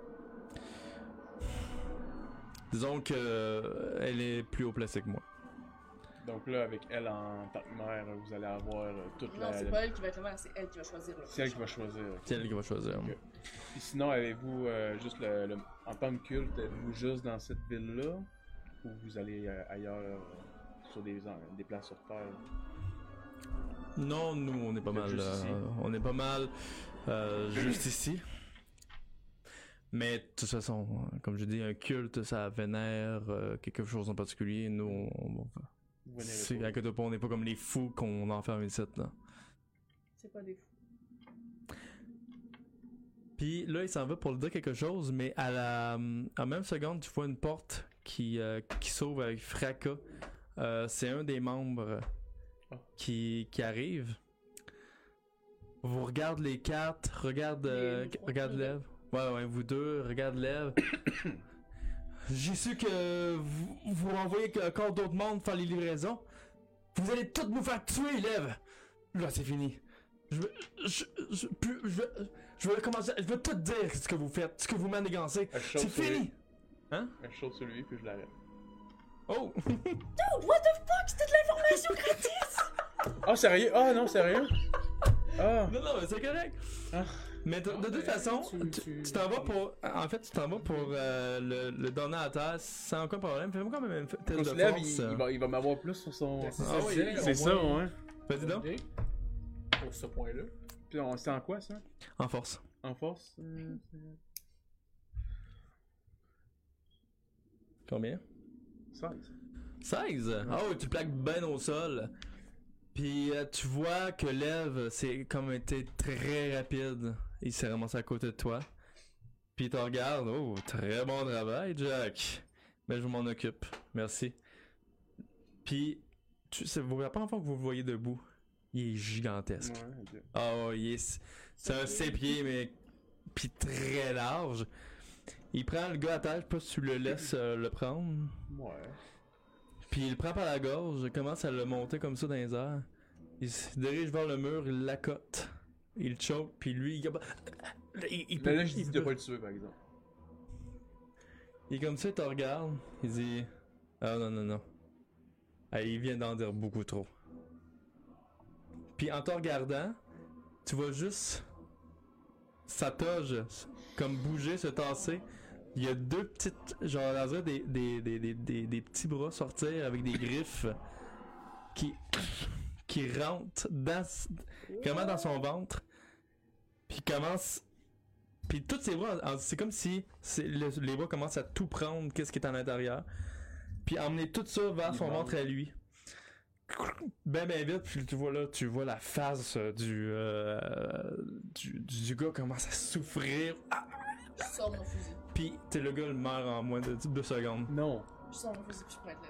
Disons que euh, elle est plus haut placée que moi. donc là, avec elle en tant que mère, vous allez avoir euh, toute Non, la. c'est pas elle qui va être la mère, c'est elle qui va choisir. le C'est elle qui va prochain. choisir. C'est elle qui va choisir. Ok. Puis sinon, avez-vous euh, juste le, le- en tant que culte, êtes-vous juste dans cette ville-là ou vous allez euh, ailleurs euh, sur des, en- des places sur Terre? Non, nous, on est pas Vous êtes mal. juste euh, ici. on est pas mal euh, juste ici. Mais de toute façon, comme je dis, un culte, ça vénère euh, quelque chose en particulier. Nous, on, on, Vous venez c'est pas. inquiète pas, on n'est pas comme les fous qu'on enferme ici. Là. C'est pas des fous. Puis là, il s'en va pour lui dire quelque chose, mais à la, en même seconde, tu vois une porte qui, euh, qui s'ouvre avec fracas. Euh, c'est un des membres Oh. qui, qui arrive. Vous regarde les quatre, regarde, euh, Les- nous regarde trois, Lev. Ouais, ouais, vous deux, regarde Lev. J'ai su que vous, vous renvoyez encore d'autres mondes faire les livraisons. Vous allez tous nous faire tuer, Lev. Là, c'est fini. Je veux, je, je, plus, je veux, je veux commencer, je veux tout dire ce que vous faites, ce que vous manigancez. Elle chauffe C'est sur fini. lui. Hein? Elle chauffe sur lui, puis je l'arrête. Oh! Dude, what the fuck? C'était de l'information gratis! Ah, sérieux? Ah, non, sérieux? Ah! Non, non, mais c'est correct. Ah. Mais de, de toute ben, façon, tu- tu tu- tu t'en vas pour. En fait, tu t'en vas pour euh, le, le donner à terre sans aucun problème. Fais-moi quand même un test Quand de il se lève, force. il, il va, il va m'avoir plus sur son. Ben, c'est Ah ça, oui, c'est- C'est au ça, moins, ouais. Vas-y donc. ok. Pour ce point-là. Puis on c'est en quoi ça? En force. En force? Euh, Combien? c'est seize. seize! Ah oui, tu plaques ben au sol. Puis euh, tu vois que Lev, c'est comme été très rapide. Il s'est ramassé à côté de toi. Puis il te regarde. Oh, très bon travail, Jack. Mais je m'en occupe. Merci. Puis, tu, c'est la première fois que vous le voyez debout. Il est gigantesque. Ouais, ok. Ah, ouais, il est, c'est un six pieds, mais puis très large. Il prend le gars à terre, je sais pas si tu le laisses euh, le prendre. Ouais. Puis il le prend par la gorge, commence à le monter comme ça dans les airs. Il se dirige vers le mur, il l'accote. Il le choke, puis lui, il, il, il, Là, là, je il dis de pas le tuer, par exemple. il est comme ça, il te regarde, il dit ah non non non. Ah, il vient d'en dire beaucoup trop. Puis en te regardant, tu vois juste sa toge comme bouger, se tasser. Il y a deux petites, genre on dirait des, des, des, des, des, des petits bras sortir avec des griffes qui, qui rentrent dans, vraiment dans son ventre. Puis commence. Puis tous ses bras, en- c'est comme si c'est- le- les bras commencent à tout prendre, qu'est-ce qui est à l'intérieur. Puis emmener tout ça vers Il son mange. ventre à lui. Ben ben vite, puis tu vois là, tu vois la face euh, du, euh, du, du gars commence à souffrir. Ah! Je sors mon fusil. Puis t'es le gars, il meurt en moins de deux secondes. Non. Je sors mon fusil puis je pointe là.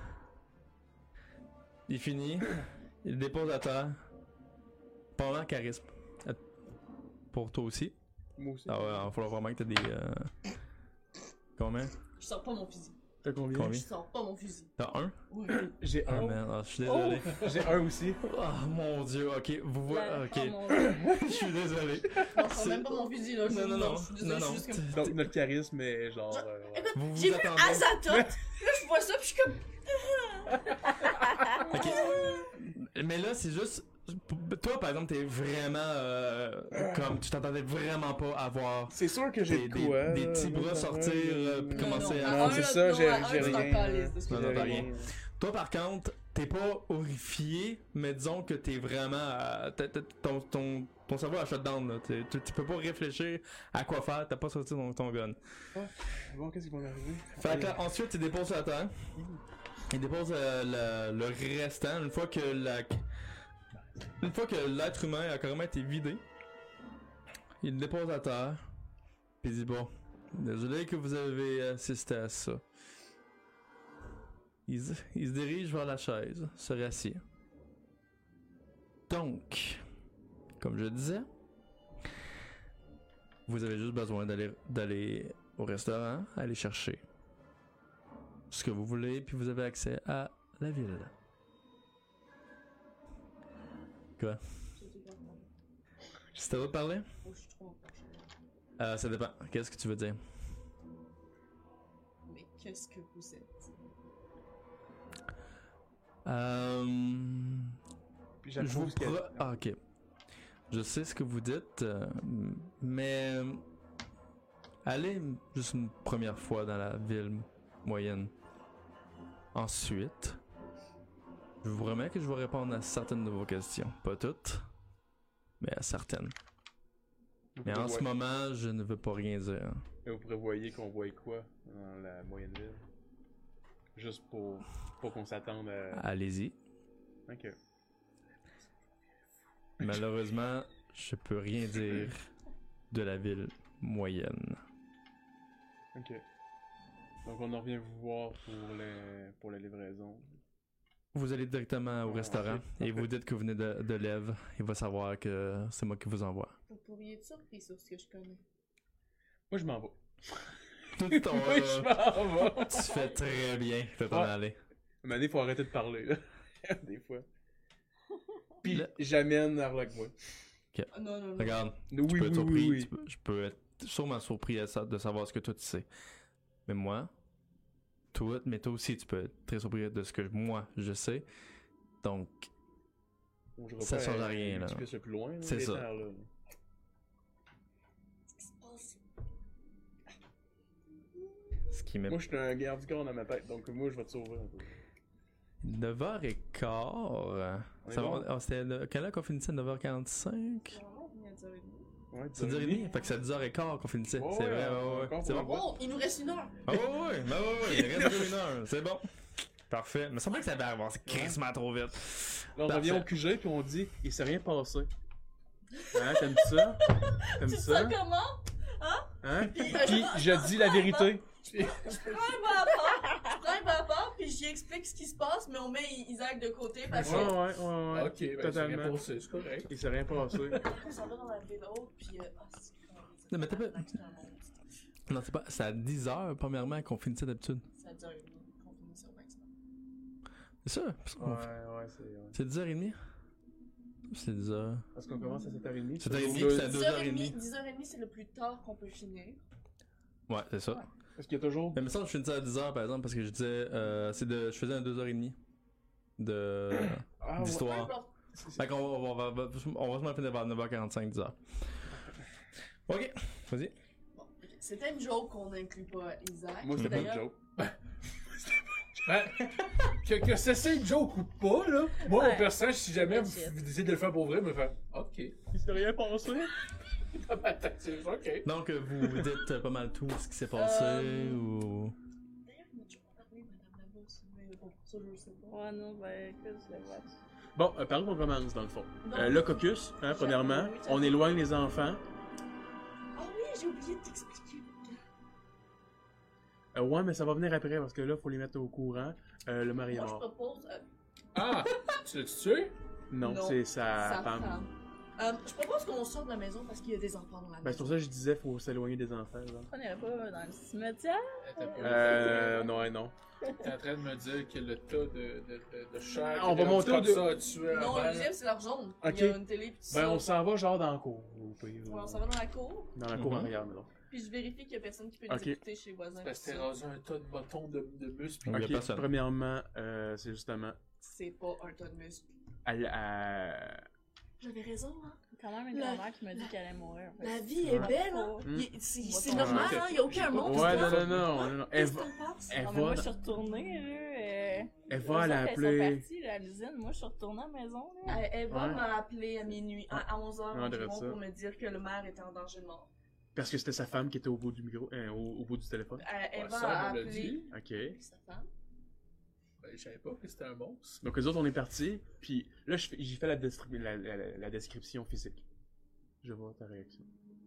Il finit, il le dépose à terre. Pendant charisme. Euh, Pour toi aussi. Moi aussi. Ah ouais, il va falloir vraiment que t'aies des. Euh... Combien? Je sors pas mon fusil. T'as combien? Combien? Je sors pas mon fusil. T'as un? Oui. J'ai Ah un. man, ah, je suis désolé. J'ai un aussi. Oh mon dieu, ok, vous voyez. La- Ok, Oh mon Dieu. je suis désolé. Non, je sors même pas mon fusil là. Je Non, non, non. Je suis désolé, Non, je non. suis juste comme. Donc notre charisme est genre. euh, ouais. Écoute, Vous vous j'ai vu attendez. Azatoth. Là, je vois ça puis je suis comme. Ok. Mais là, c'est juste. Toi, par exemple, t'es vraiment. Euh, comme. Tu t'attendais vraiment pas à voir C'est sûr que des, j'ai de des, quoi. des là, petits bras là, sortir, là, euh, là, puis là. commencer non, à. Non, un, c'est là, ça, non, j'ai à un, j'ai tu t'en rien. calisses de ce que Non, non, j'ai t'as dit. rien. Toi, par contre, t'es pas horrifié, mais disons que t'es vraiment. euh, t'as- t'as- ton, ton, ton cerveau a shutdown, là. T'es- Tu, tu peux pas réfléchir à quoi faire, t'as pas sorti ton, ton gun. Bon, qu'est-ce qui va m'arriver? Fait que là, ensuite, il dépose la terre. Il dépose euh, le, le restant. Une fois que la. Une fois que l'être humain a carrément été vidé, il le dépose à terre. Puis il dit bon, désolé que vous avez assisté à ça. Il, se- il se dirige vers la chaise, se rassied. Donc, comme je disais, vous avez juste besoin d'aller d'aller au restaurant, aller chercher ce que vous voulez, puis vous avez accès à la ville. Quoi? Si t'as pas parlé? Oh, je suis trop empochée. Euh, ça dépend. Qu'est-ce que tu veux dire? Mais qu'est-ce que vous êtes? Euh... Puis Je vous j'approuve ce qu'elle pro- Ah, ok. Je sais ce que vous dites, euh, mais euh, allez juste une première fois dans la ville moyenne. Ensuite, je vous promets que je vais répondre à certaines de vos questions. Pas toutes, mais à certaines. Vous Mais en ce prévoyez- moment, je ne veux pas rien dire. Mais vous prévoyez qu'on voit quoi dans la moyenne ville? Juste pour, pour qu'on s'attende à... Allez-y. Ok. Malheureusement, je peux rien dire de la ville moyenne. Ok. Donc on en revient vous voir pour, les, pour la livraison. Vous allez directement au Ah, restaurant ok, et parfait. vous dites que vous venez de, de l'Ève. Il va savoir que c'est moi qui vous envoie. Vous pourriez être surpris sur ce que je connais. Moi je m'en vais. Tout ton, Moi je m'en vais. tu fais très bien de t'en Ouais. aller. Mais il faut arrêter de parler là. Des fois. Puis Le- j'amène Arla avec moi. Ah, non, non, non. Regarde, Oui, tu peux oui, être oui, surpris. oui. tu peux- je peux être sûrement surpris à ça, de savoir ce que toi tu sais. Mais moi, toi, mais toi aussi, tu peux être très surpris de ce que moi je sais. Donc, On jouera Ça pas change à- rien, un là. petit peu le plus loin. là, C'est les ça. terres, là. Qu'est-ce qui se passe? ce qui m'est Moi je suis un garde du corps dans ma tête, donc moi je vais te sauver un peu. neuf heures quinze. On est Ça va, bon? ah, c'était le- quelle heure qu'on finissait? neuf heures quarante-cinq? Vraiment, il y a dix heures trente. Ouais, C'est dix heures trente? Fait que c'est à dix heures quinze qu'on finissait. Ouais, c'est ouais, vrai, ouais, ouais. encore C'est pour bon? la Oh, il nous reste une heure! Ah ouais, ouais, ben ouais, ouais, il reste encore une heure. C'est bon. Parfait. Mais ça me semblait que ça allait avancer crissement trop vite. Là, on Parfait. revient au Q G puis on dit il s'est rien passé. Hein, t'aimes ça? T'aimes Tu ça? sais comment? Hein? Puis, euh, Puis je dis la vérité. Je prends un bon apport, je prends un bon apport, puis j'y explique ce qui se passe, mais on met Isaac de côté parce Ouais, que. ouais, ouais, ouais. Ok, ben c'est rien Totalement. passé, c'est correct. Il s'est rien passé. On s'en va dans la ville haute, puis. euh, Ah, c'est Non, mais t'as pas- Non, c'est pas. C'est à dix heures, premièrement, qu'on finissait d'habitude. Ça dure une minute qu'on finit sur vingt secondes. C'est ça? c'est ça qu'on fait. Ouais, ouais, c'est. ouais. C'est dix heures trente? C'est dix heures. Parce qu'on commence à sept heures trente. sept heures trente, Est-ce c'est à deux heures trente. dix heures trente, c'est le plus tard qu'on peut finir. Ouais, c'est ça. qu'il y a toujours. Mais il me semble que je finissais à dix heures, par exemple, parce que je disais. Euh, c'est de, je faisais un deux heures trente de. Ah, ouais. d'histoire. Peu importe. Fait qu'on va, on va, on va, on va se maintenir vers neuf heures quarante-cinq, dix heures. Ok, vas-y. Bon, ok. C'était une joke qu'on n'inclut pas Isaac. Moi, c'était pas une D'ailleurs, joke. Ben, que, que ça c'est une joke ou pas, là. Moi, Ouais. mon personnage, si jamais vous, Shit. vous décidez de le faire pour vrai, me fait OK. Il s'est rien passé. Dans ma tête, c'est OK. Donc, euh, vous dites euh, pas mal tout ce qui s'est passé Euh, ou. D'ailleurs, il m'a toujours pas parlé, Madame Labosse, mais bon, ça, je le sais pas. Ouais, non, ben, écoute, je le vois. Bon, euh, par où on commence dans le fond? Donc, Euh, le caucus, hein, premièrement. oui, On éloigne les enfants. Ah oui, j'ai oublié de t'expliquer. Euh, ouais, mais ça va venir après parce que là, faut les mettre au courant. Euh, le mari est Moi, je mort. propose. euh, Ah, tu l'as tué? Non, Non, c'est sa, sa femme. femme. Euh, je propose qu'on sorte de la maison parce qu'il y a des enfants dans la Ben, c'est maison. pour ça que je disais, faut s'éloigner des enfants. Là. On irait pas dans le cimetière? T'es Euh, non, ouais, non. en train de me dire que le tas de, de, de, de chair On qui va était monter comme au de- ça a tué Non, avant. le deuxième, c'est leur jaune. Ok. Il y a une télé, puis tout Ben, ça. on s'en va genre dans la cour. Au pire, Ouais, euh, on s'en va dans la cour, Dans la cour Mhm. arrière, mais non. puis je vérifie qu'il y a personne qui peut Ok. nous écouter chez les voisins. Parce que puis t'es ça. rendu un tas de bâtons de, de muscles. Il y a Ok, personne. premièrement, euh, c'est justement. C'est pas un tas de muscles. À, à- J'avais raison, hein. Quand même une La- grand-mère qui m'a dit qu'elle allait mourir. Fait La que vie c'est est pas belle, hein. faux. Hmm. Il- C'est Moi, c'est ça normal, va. hein. Il y a aucun monde qui Ouais, se non, passe. non, non, non, non. Elle Qu'est-ce va, qui se passe? elle Non, mais moi, va, je suis retournée, là. euh, elle eux va autres, la elles sont appeler. parties, là, à l'usine. Moi, je suis retournée à la maison, là. Elle, elle va Ouais. m'appeler à minuit, à onze heures Ouais, on dirait environ, ça. pour me dire que le maire était en danger de mort. Parce que c'était sa femme qui était au bout du micro, euh, au, au bout du téléphone. Elle, elle Ouais, va ça, on me l'a appeler dit. Ok. sa femme. Ben, je savais pas que c'était un monstre. Donc, les autres, on est partis. Puis là, je fais- j'ai fait la, destri- la, la, la- la description physique. Je vois ta réaction.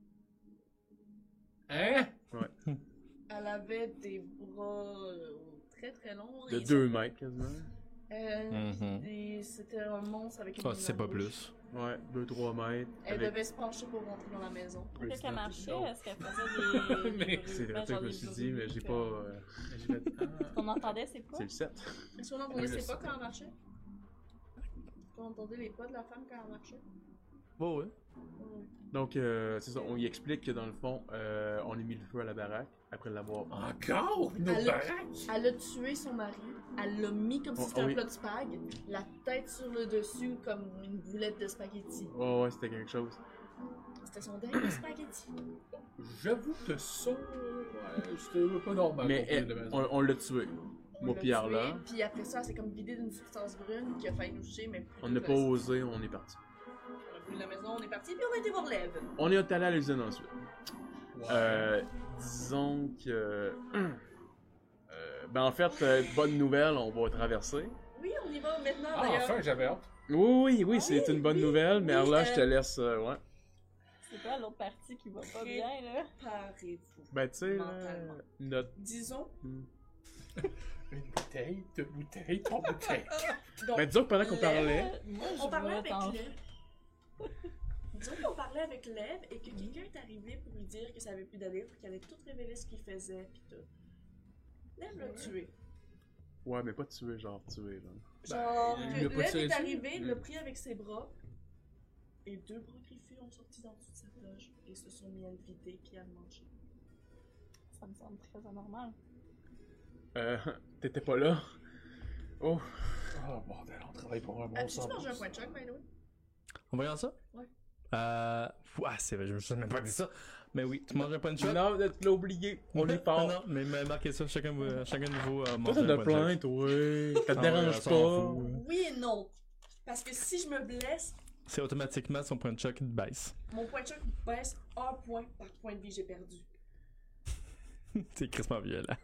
Hein? Elle avait des bras euh, très très longs. De et deux mètres, quasiment. Euh, Mhm. et c'était un monstre avec une Ah, c'est pas rouge. plus. Ouais, deux trois mètres. Elle avec- devait se pencher pour rentrer dans la maison. Quand elle marchait, Non. est-ce qu'elle faisait des. Mais des bruits? C'est vrai Ben, que je genre me des suis bruits dit, mais j'ai que- pas. euh, J'ai fait, ah. On entendait ses pas? C'est le sept. Est-ce qu'on entendait Oui, ses je pas sais. quand elle marchait? Est-ce qu'on entendait les pas de la femme quand elle marchait? Oh, ouais. Oui. Donc, euh, c'est ça, on y explique que dans le fond, euh, on a mis le feu à la baraque après l'avoir. Encore? Nos Elle a- baraques? Elle a tué son mari, elle l'a mis comme si Oh, c'était ah un oui. plat de spag, la tête sur le dessus comme une boulette de spaghetti. Ouais, ouais, c'était quelque chose. C'était son dernier spaghetti. J'avoue que ça, ouais, c'était pas normal. Mais pour venir elle, de maison. on, on l'a tué. On Moi l'a pis Arla. tué, Puis après ça, elle s'est comme vidée d'une substance brune qui a failli nous toucher, mais On n'a pas osé, on est parti. On a brûlé la maison, on est parti, puis on a été voir l'Ève. On est allé à l'usine ensuite. Ouais. Euh, disons que. Euh, ben en fait, euh, bonne nouvelle, on va traverser. Oui, on y va maintenant Ah, d'ailleurs. enfin, j'avais hâte. Oui, oui, oui, Ah c'est oui, une bonne oui, nouvelle, mais oui, Arla, euh, je te laisse. euh, ouais. C'est quoi l'autre partie qui va pas Très- bien, là? Préparez-vous. Ben, tu sais, là, Mentalement. notre. Disons. Hmm. Une bouteille, deux bouteilles, trois bouteilles. Donc, Ben, disons que pendant qu'on Lève- parlait. Moi, je on parlait vois avec tantôt. Lève. Disons qu'on parlait avec Lève et que quelqu'un est arrivé pour lui dire que ça avait plus d'allure, puis qu'elle allait tout révéler ce qu'il faisait, puis tout. Lève l'a tué. Ouais, mais pas tuer, genre tuer, là. Genre, Ben, que il lui a pas Lève tiré est dessus. arrivé, Mm. l'a pris avec ses bras, et deux bras griffus ont sorti dans toute sa loge, et se sont mis à le vider puis à le manger. Ça me semble très anormal. Euh, t'étais pas là? Oh. Oh bordel, on travaille pour un bon As-tu sang. mangé un point de choc, by the way? On va regarder ça? Ouais. Euh. Ah, c'est vrai, je me suis même pas dit ça. Mais oui, tu manges un punch shot? Non, tu l'as oublié. On est Non, fort. non, mais mais marquez ça, chacun, vous- chacun de vous euh, Toi, mange t'as un de punch shot. plainte, ouais. Ça te Ah ouais, dérange ça, pas. on fout. Oui et non. Parce que si je me blesse, C'est automatiquement son point de choc qui te baisse. mon point de choc baisse un point par point de vie que j'ai perdu. C'est crissement violent.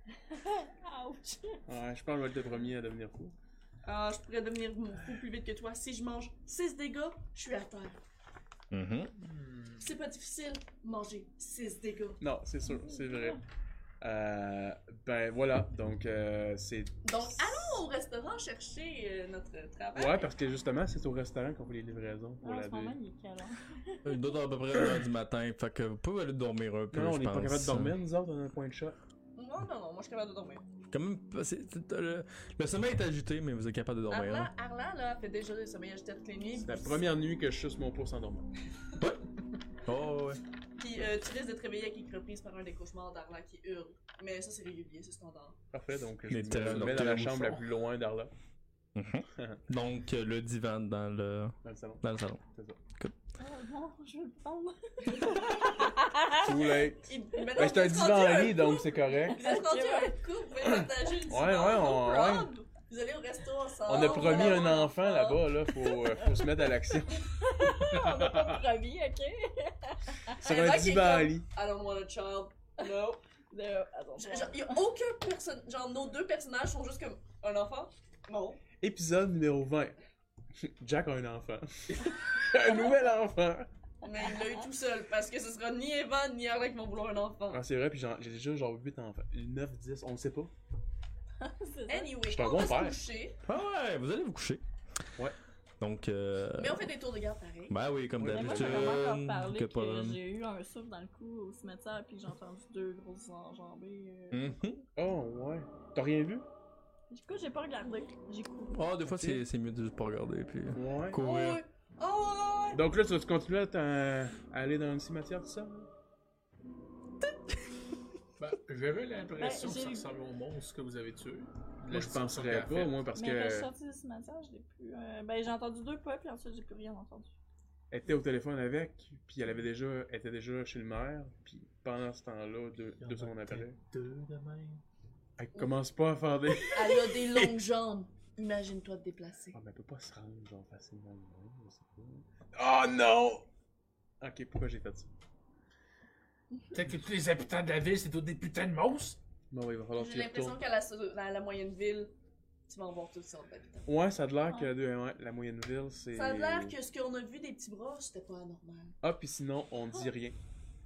Ouch! Ouais, je pense que je vais être le premier à devenir fou. Ah, je pourrais devenir fou plus vite que toi. Si je mange six dégâts, je suis à terre. Mhm. C'est pas difficile, manger six dégâts. Non, c'est sûr, c'est vrai. Euh, ben voilà, donc euh, c'est. Donc, allons au restaurant chercher euh, notre travail. Ouais, parce que justement, c'est au restaurant qu'on fait les livraisons pour En la ce moment, deux. il est quelle heure? Il doit être à peu près une heure du matin, fait que vous pouvez aller dormir un peu. Non, on je n'est pas pense. capable de dormir, nous autres, on a un point de shot. Non, non, non, moi je suis capable de dormir. Quand même, pas- c'est- c'est- le, le sommeil est agité, mais vous êtes capable de dormir. Arlan, hein. Arlan, là, fait déjà des sommeils agités toutes les nuits. C'est la première nuit que je suce mon pouce en dormant. Oh, ouais. Puis euh, tu risques de te réveiller avec une reprise par un des cauchemars d'Arlan qui hurle. Mais ça, c'est régulier, c'est standard. Parfait, donc je Les me terrains- mets leur dans la terrain chambre la bouchon. plus loin d'Arla, Mhm. Donc, euh, le divan dans le, dans le salon. dans le salon. C'est ça. Oh non, je veux le prendre. Too late. Et maintenant, Ben, c'est un vous êtes divan rendu en un lit, donc c'est correct. Vous êtes rendu un couple, vous pouvez partager le divan, Ouais, ouais, no on- problem. Vous allez au resto ensemble. On a promis vous allez un avoir enfant là-bas, là, faut, euh, faut se mettre à l'action. On n'a pas promis, ok? Sur Arlan un qui est divan en comme, lit. I don't want a child. No. De... Attends, Genre, y a aucun personne. Genre, nos deux personnages sont juste comme un enfant. Non. Épisode numéro vingt. Jack a un enfant. Un nouvel enfant. Mais il l'a eu tout seul parce que ce sera ni Evan ni Arlan qui vont vouloir un enfant. Ah, c'est vrai, puis j'en- j'ai déjà genre huit enfants. neuf, dix, on le sait pas. c'est ça. Anyway, Je suis un on bon va se père. coucher. Ah ouais, vous allez vous coucher. Ouais. Donc, euh... Mais on fait des tours de garde pareil. ben oui, comme Ouais. Mais moi, d'habitude. j'ai vraiment encore parlé que que, pas de- j'ai eu un souffle dans le cou au cimetière puis que j'ai entendu deux grosses enjambées. Euh... Mhm. Oh, ouais. T'as rien vu? Du coup, j'ai pas regardé. J'ai couru. Ah, des fois, c'est c'est mieux de juste pas regarder, puis Ouais. Oh, courir. ouais. Oh, ouais. Donc là, tu vas continuer à, t'en- à aller dans le cimetière, tout ça? Ben, j'avais l'impression Ben, que ça j'ai- ressemblait au monstre que vous avez tué. Moi, je penserais pas, moi, parce Mais quand je suis que sortie du cimetière, je l'ai plus. euh, Ben, j'ai entendu deux pas puis ensuite, j'ai plus rien entendu. elle était au téléphone avec, puis elle avait déjà, elle était déjà chez le maire, puis pendant ce temps-là, deux, deux secondes après, Deux de même. elle commence pas à faire des... Elle a des longues jambes. Imagine-toi te déplacer. Ah, mais elle peut pas se rendre, genre, facilement. non, je sais pas. Oh non! Ok, pourquoi j'ai fait ça? Peut-être que tous les habitants de la ville, c'est tous des putains de monstres. Bon, ouais, il va falloir que J'ai tu y l'impression retournes. qu'à la, la, la moyenne ville, tu vas en voir tous sortes d'habitants. Ouais, ça a l'air que la, ouais, la moyenne ville, c'est... Ça a l'air que ce qu'on a vu des petits bras, c'était pas anormal. Ah, puis sinon, on dit rien.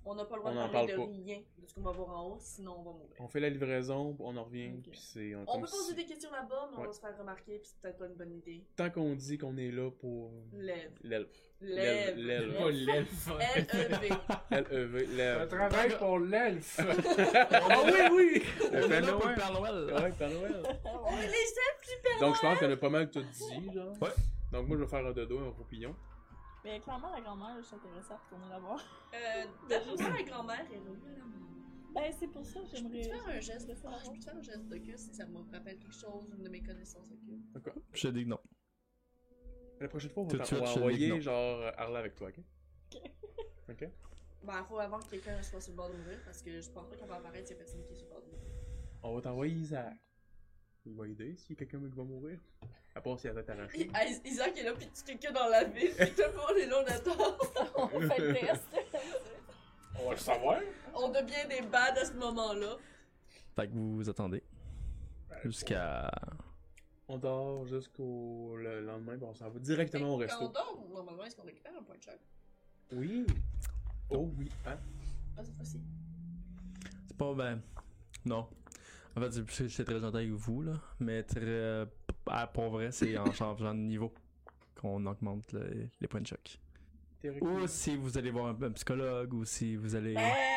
On n'a pas le droit On de en parler de parle pas. rien de ce qu'on va voir en haut, sinon on va mourir. On fait la livraison, on en revient, Ok. puis c'est... On, On comme peut poser si- des questions là-bas, mais on Ouais. va se faire remarquer, puis c'est peut-être pas une bonne idée. Tant qu'on dit qu'on est là pour... Lève. L'elfe. Lève. L'elfe. Pas l'elfe. L-E-V. L-E-V, Je l'elfe. travaille pour l'elfe. Ah oui, oui! On Le est Père là pour le Noël. Père Noël. Ouais, Père Noël. On est les elfes. Donc je pense qu'on a pas mal tout dit, genre. Ouais. Donc moi je vais faire un dodo, un roupillon. Mais clairement, la grand-mère, je suis intéressée à retourner la voir. Euh, d'après moi, la grand-mère est revenue à la maison. Ben, c'est pour ça que Je peux j'aimerais. te faire un geste de laisser la Je voir. peux te faire un geste d'ocus si ça me rappelle quelque chose, une de mes connaissances occultes. D'accord. Je te dis que non. La prochaine fois, on Tout va, de t'en- on suite, va je te dis que envoyer non. genre Arla avec toi, ok? Ok? Ben, il faut avant que quelqu'un soit sur le bord de mourir, parce que je pense pas qu'on va apparaître s'il y a personne qui est sur le bord de mourir. On va t'envoyer Isaac. Il va aider s'il y a quelqu'un qui va mourir. À part s'il y a la tête arrachée. Ah, Is- Isaac est là, pis tu quelqu'un dans la ville, pis tout le monde est là, on attend. On fait le test. On va le savoir. On devient des bads à ce moment-là. Fait que vous attendez. Jusqu'à. On dort jusqu'au le lendemain, puis on s'en va directement au Fait que Quand on resto. dort, normalement, est-ce qu'on récupère un point de choc? Oui! Oh oui, hein? Pas cette fois-ci. C'est pas ben. Non. En fait, c'est- je suis très gentil avec vous, là. Mais très. euh, ah, pour vrai, c'est en changeant de niveau qu'on augmente le- les points de choc. Ou si vous allez voir un, un psychologue, ou si vous allez.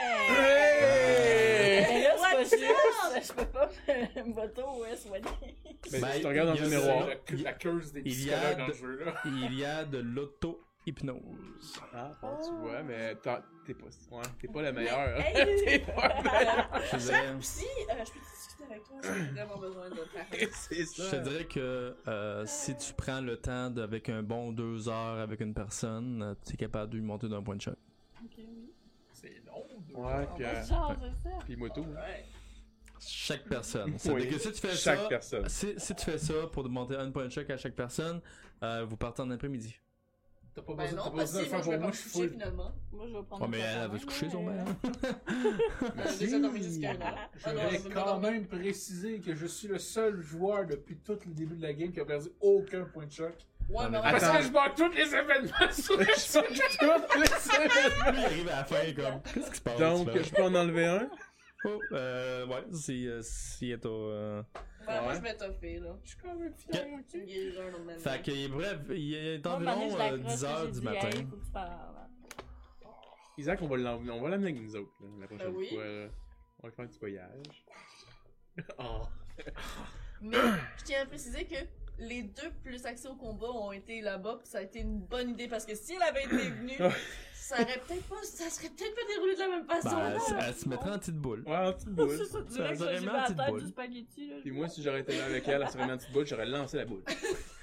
Mais là, c'est pas What's juste. Je peux pas me m'auto-soigner. Ben, Ben, tu te regardes dans il y un a- miroir. La, la curse des Il y a psychologues dans de- le jeu, là. Il y a de l'auto-hypnose. Ah, bon, tu vois, mais t'as- t'es pas, ouais, t'es pas la meilleure. Hey! T'es pas la meilleure. Je te dirais, Si, euh, je peux discuter avec toi, j'ai vraiment besoin de faire. C'est je ça. te dirais que euh, si tu prends le temps de- avec un bon deux heures avec une personne, tu es capable de lui monter d'un point de choc. Ok, oui. C'est long. deux Ouais, heures. puis, euh, Genre, c'est ça. puis moto. Ouais. Chaque personne. C'est-à-dire Oui, que si tu fais chaque ça, personne. si, si tu fais ça pour monter un point de choc à chaque personne, euh, vous partez en après-midi. T'as pas Ben besoin, non, t'as pas parce besoin que de moi, faire je vais pour pas moi, me je suis coucher full. finalement. Moi, je vais prendre Oh, un mais peu elle quand elle va se même, coucher là, sûrement. euh, Elle a déjà dormi jusqu'à une heure. Je Ah non, voudrais elle va quand dormir. même préciser que je suis le seul joueur depuis tout le début de la game qui a perdu aucun point de choc. Ouais, mais Attends. Parce que je bats tous les événements sur le jeu. Lui, il arrive à la fin comme. Qu'est-ce qui se passe? Donc, là? je peux en enlever un. Oh, euh, ouais, si, euh, si est au. euh, Ouais, moi Ouais. je vais toffer là. Je suis quand même fier, Tu me ok? guériras un autre moment. Fait qu'il est bref, il est Moi, à un moment donné, environ je euh, l'accroche, dix heures j'ai du dit, matin. hey, faut que tu parles. Isaac, on va l'emmener on va l'amener avec nous autres, là, la prochaine Ben oui. fois. là. On va faire un petit voyage. Oh. Mais je tiens à préciser que les deux plus axés au combat ont été là-bas, puis ça a été une bonne idée parce que si elle avait été venue, ça aurait peut-être pas, ça serait peut-être pas déroulé de la même façon. Ben, elle, elle se mettrait en petite boule. Ouais, en petite boule. C'est ça, tu dirais que Ça aurait j'ai mis mis en la petite tête boule. du spaghetti, là. Puis moi, si j'aurais été là avec elle, elle serait mis en petite boule, j'aurais lancé la boule.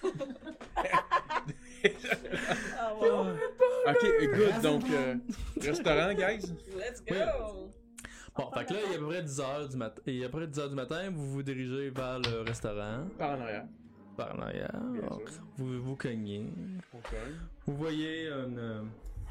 Ah ouais. Ok, good. Donc, euh, restaurant, guys. Let's go! Bon, fait que là, il est à peu près dix heures du matin. Et après dix heures du matin, vous vous dirigez vers le restaurant. Par en arrière. Par en arrière. Bien Donc, sûr. vous vous cognez. On cogne. Vous voyez une. euh,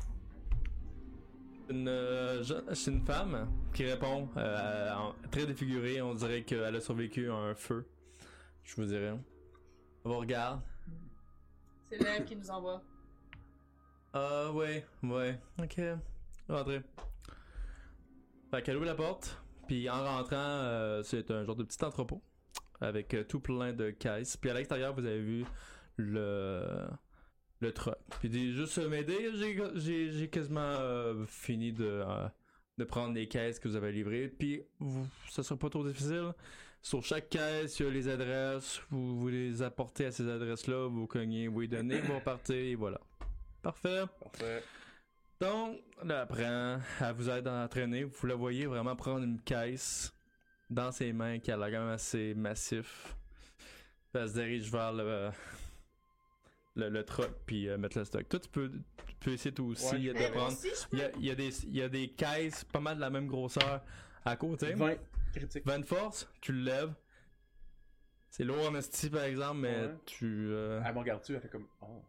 Une, euh, je- c'est une femme qui répond, euh, en- très défigurée. On dirait qu'elle a survécu à un feu. Je vous dirais. On vous regarde. C'est l'Ève qui nous envoie. Ah, ouais, ouais. Ok. Rentrez. Fait qu'elle ouvre la porte. Puis en rentrant, euh, c'est un genre de petit entrepôt. Avec euh, tout plein de caisses. Puis à l'extérieur, vous avez vu le. Le truck. Puis il dit juste euh, m'aider, j'ai, j'ai, j'ai quasiment euh, fini de, euh, de prendre les caisses que vous avez livrées. Puis vous, ça sera pas trop difficile. Sur chaque caisse, il y a les adresses. Vous, vous les apportez à ces adresses-là, vous cognez, vous les donnez, vous repartez, et voilà. Parfait. Parfait. Donc, là, elle prend, elle vous aide à entraîner. Vous la voyez vraiment prendre une caisse dans ses mains qui a l'air quand même assez massif. Puis elle se dirige vers le, le, le truck puis euh, mettre le stock. Toi, tu peux, tu peux essayer toi aussi Ouais. de Mais moi prendre. aussi, je Il y peux. a, il y, a des, il y a des caisses pas mal de la même grosseur à côté. vingt critique. vingt de force, tu le lèves. C'est lourd en esti par exemple, mais Ouais. tu. euh, Elle me regarde-tu, elle fait comme. Oh.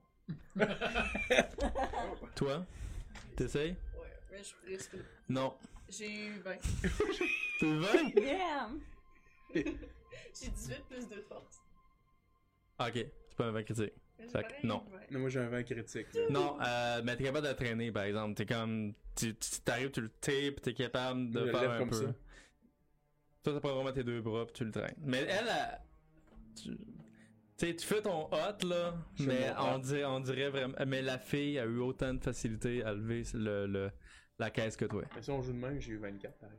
Toi, t'essayes? Ouais, mais je risque. Non. J'ai eu vingt. Tu vingt? Damn! J'ai dix-huit plus de force. Ok, c'est pas un vingt critique. Mais j'ai Fait que pareil, non. ouais. Non, moi j'ai un vent critique. là. Non, euh, mais t'es capable de traîner, par exemple. T'es comme. Tu tu- t'arrives, tu le tapes, t'es capable de Je le faire lève un comme peu. ça. Toi, ça prend vraiment tes deux bras, puis tu le traînes. Mais elle, elle tu sais, tu fais ton hot, là, Je fais mais mon on hot. dirait, on dirait vraiment. Mais la fille a eu autant de facilité à lever le, le, la caisse que toi. Mais si on joue de même, j'ai eu vingt-quatre pareil.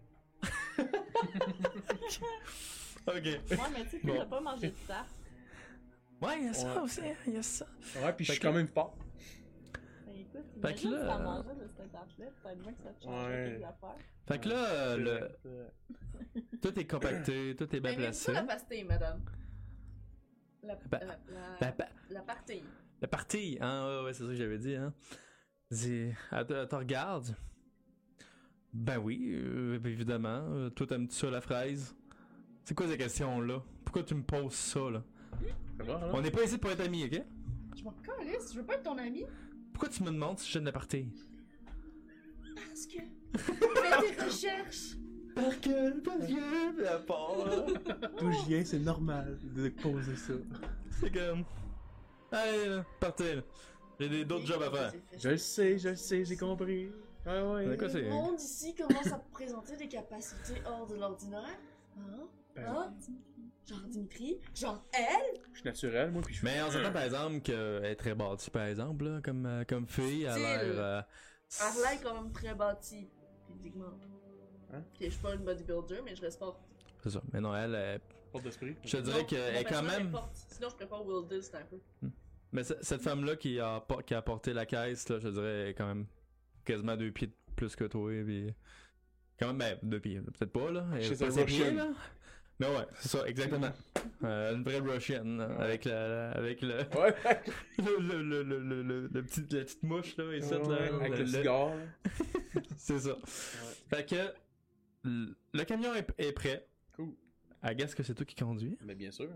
Ok. Ouais, mais tu sais, Bon. t'as pas mangé de tarte. Ouais, il y a ça Ouais. aussi, il y a ça. Ouais, puis je Fait suis que- quand même fort. Ben écoute, Fait que imagine là, si t'en euh, mangeais de cette tarte-là, peut-être bien que ça te changerait Ouais. tes affaires. Fait que là, euh, C'est le, vrai, c'est vrai. tout est compacté, tout est bien Mais mais placé. c'est la pastille, madame. La, Ba- euh, la, La, pa- la partie. la partie, hein, ouais, ouais, c'est ça que j'avais dit, hein. Dis, elle te, elle te regarde. Ben oui, euh, évidemment. Euh, toi, t'aimes-tu ça, la fraise? C'est quoi ces questions-là? Pourquoi tu me poses ça, là? Ça va, hein? On n'est pas ici pour être amis, ok? Je m'en calisse, je veux pas être ton ami. Pourquoi tu me demandes si j'aime la partie? Parce que. Fais tes recherches. Parce que, parce que, à part, là. D'où je viens, c'est normal de poser ça. C'est comme. Allez, là, partez, là. J'ai des- d'autres jobs à faire. Je le sais, je le sais, j'ai compris. Ouais, ouais. C'est quoi, Le c'est. monde ici commence à présenter des capacités hors de l'ordinaire. Hein? Ben, Hein? Genre Dimitri? Genre elle? Je suis naturel, moi, puis je suis. Mais on s'entend par exemple qu'elle est très bâtie, par exemple, là, comme, euh, comme fille. Elle a Style. l'air. euh, Arla est quand même très bâtie, physiquement. Hein? Puis je suis pas une bodybuilder, mais je reste forte. C'est ça. Mais non, elle, elle- Porte d'esprit. je te dirais Non, qu'elle mon est quand personnage même. est forte. Sinon, je préfère Will Dill, c'est un peu. Mais ce- cette femme-là qui a, por- qui a porté la caisse, là, je dirais, elle est quand même quasiment deux pieds de plus que toi. Puis... Quand même, ben, deux pieds. Peut-être pas, là. Elle est She's pas a ses pieds, Russian. là. Mais ouais, c'est ça, exactement. Euh, une vraie Russian, là, Ouais. avec, la, la- avec le, Ouais, le, le, le, le, le, le- le petit, la petite mouche, là, ici, ouais, là. avec le, le- cigare. là. C'est ça. Fait que, l- le camion est, est prêt. Cool. I guess que c'est toi qui conduis. Mais bien sûr.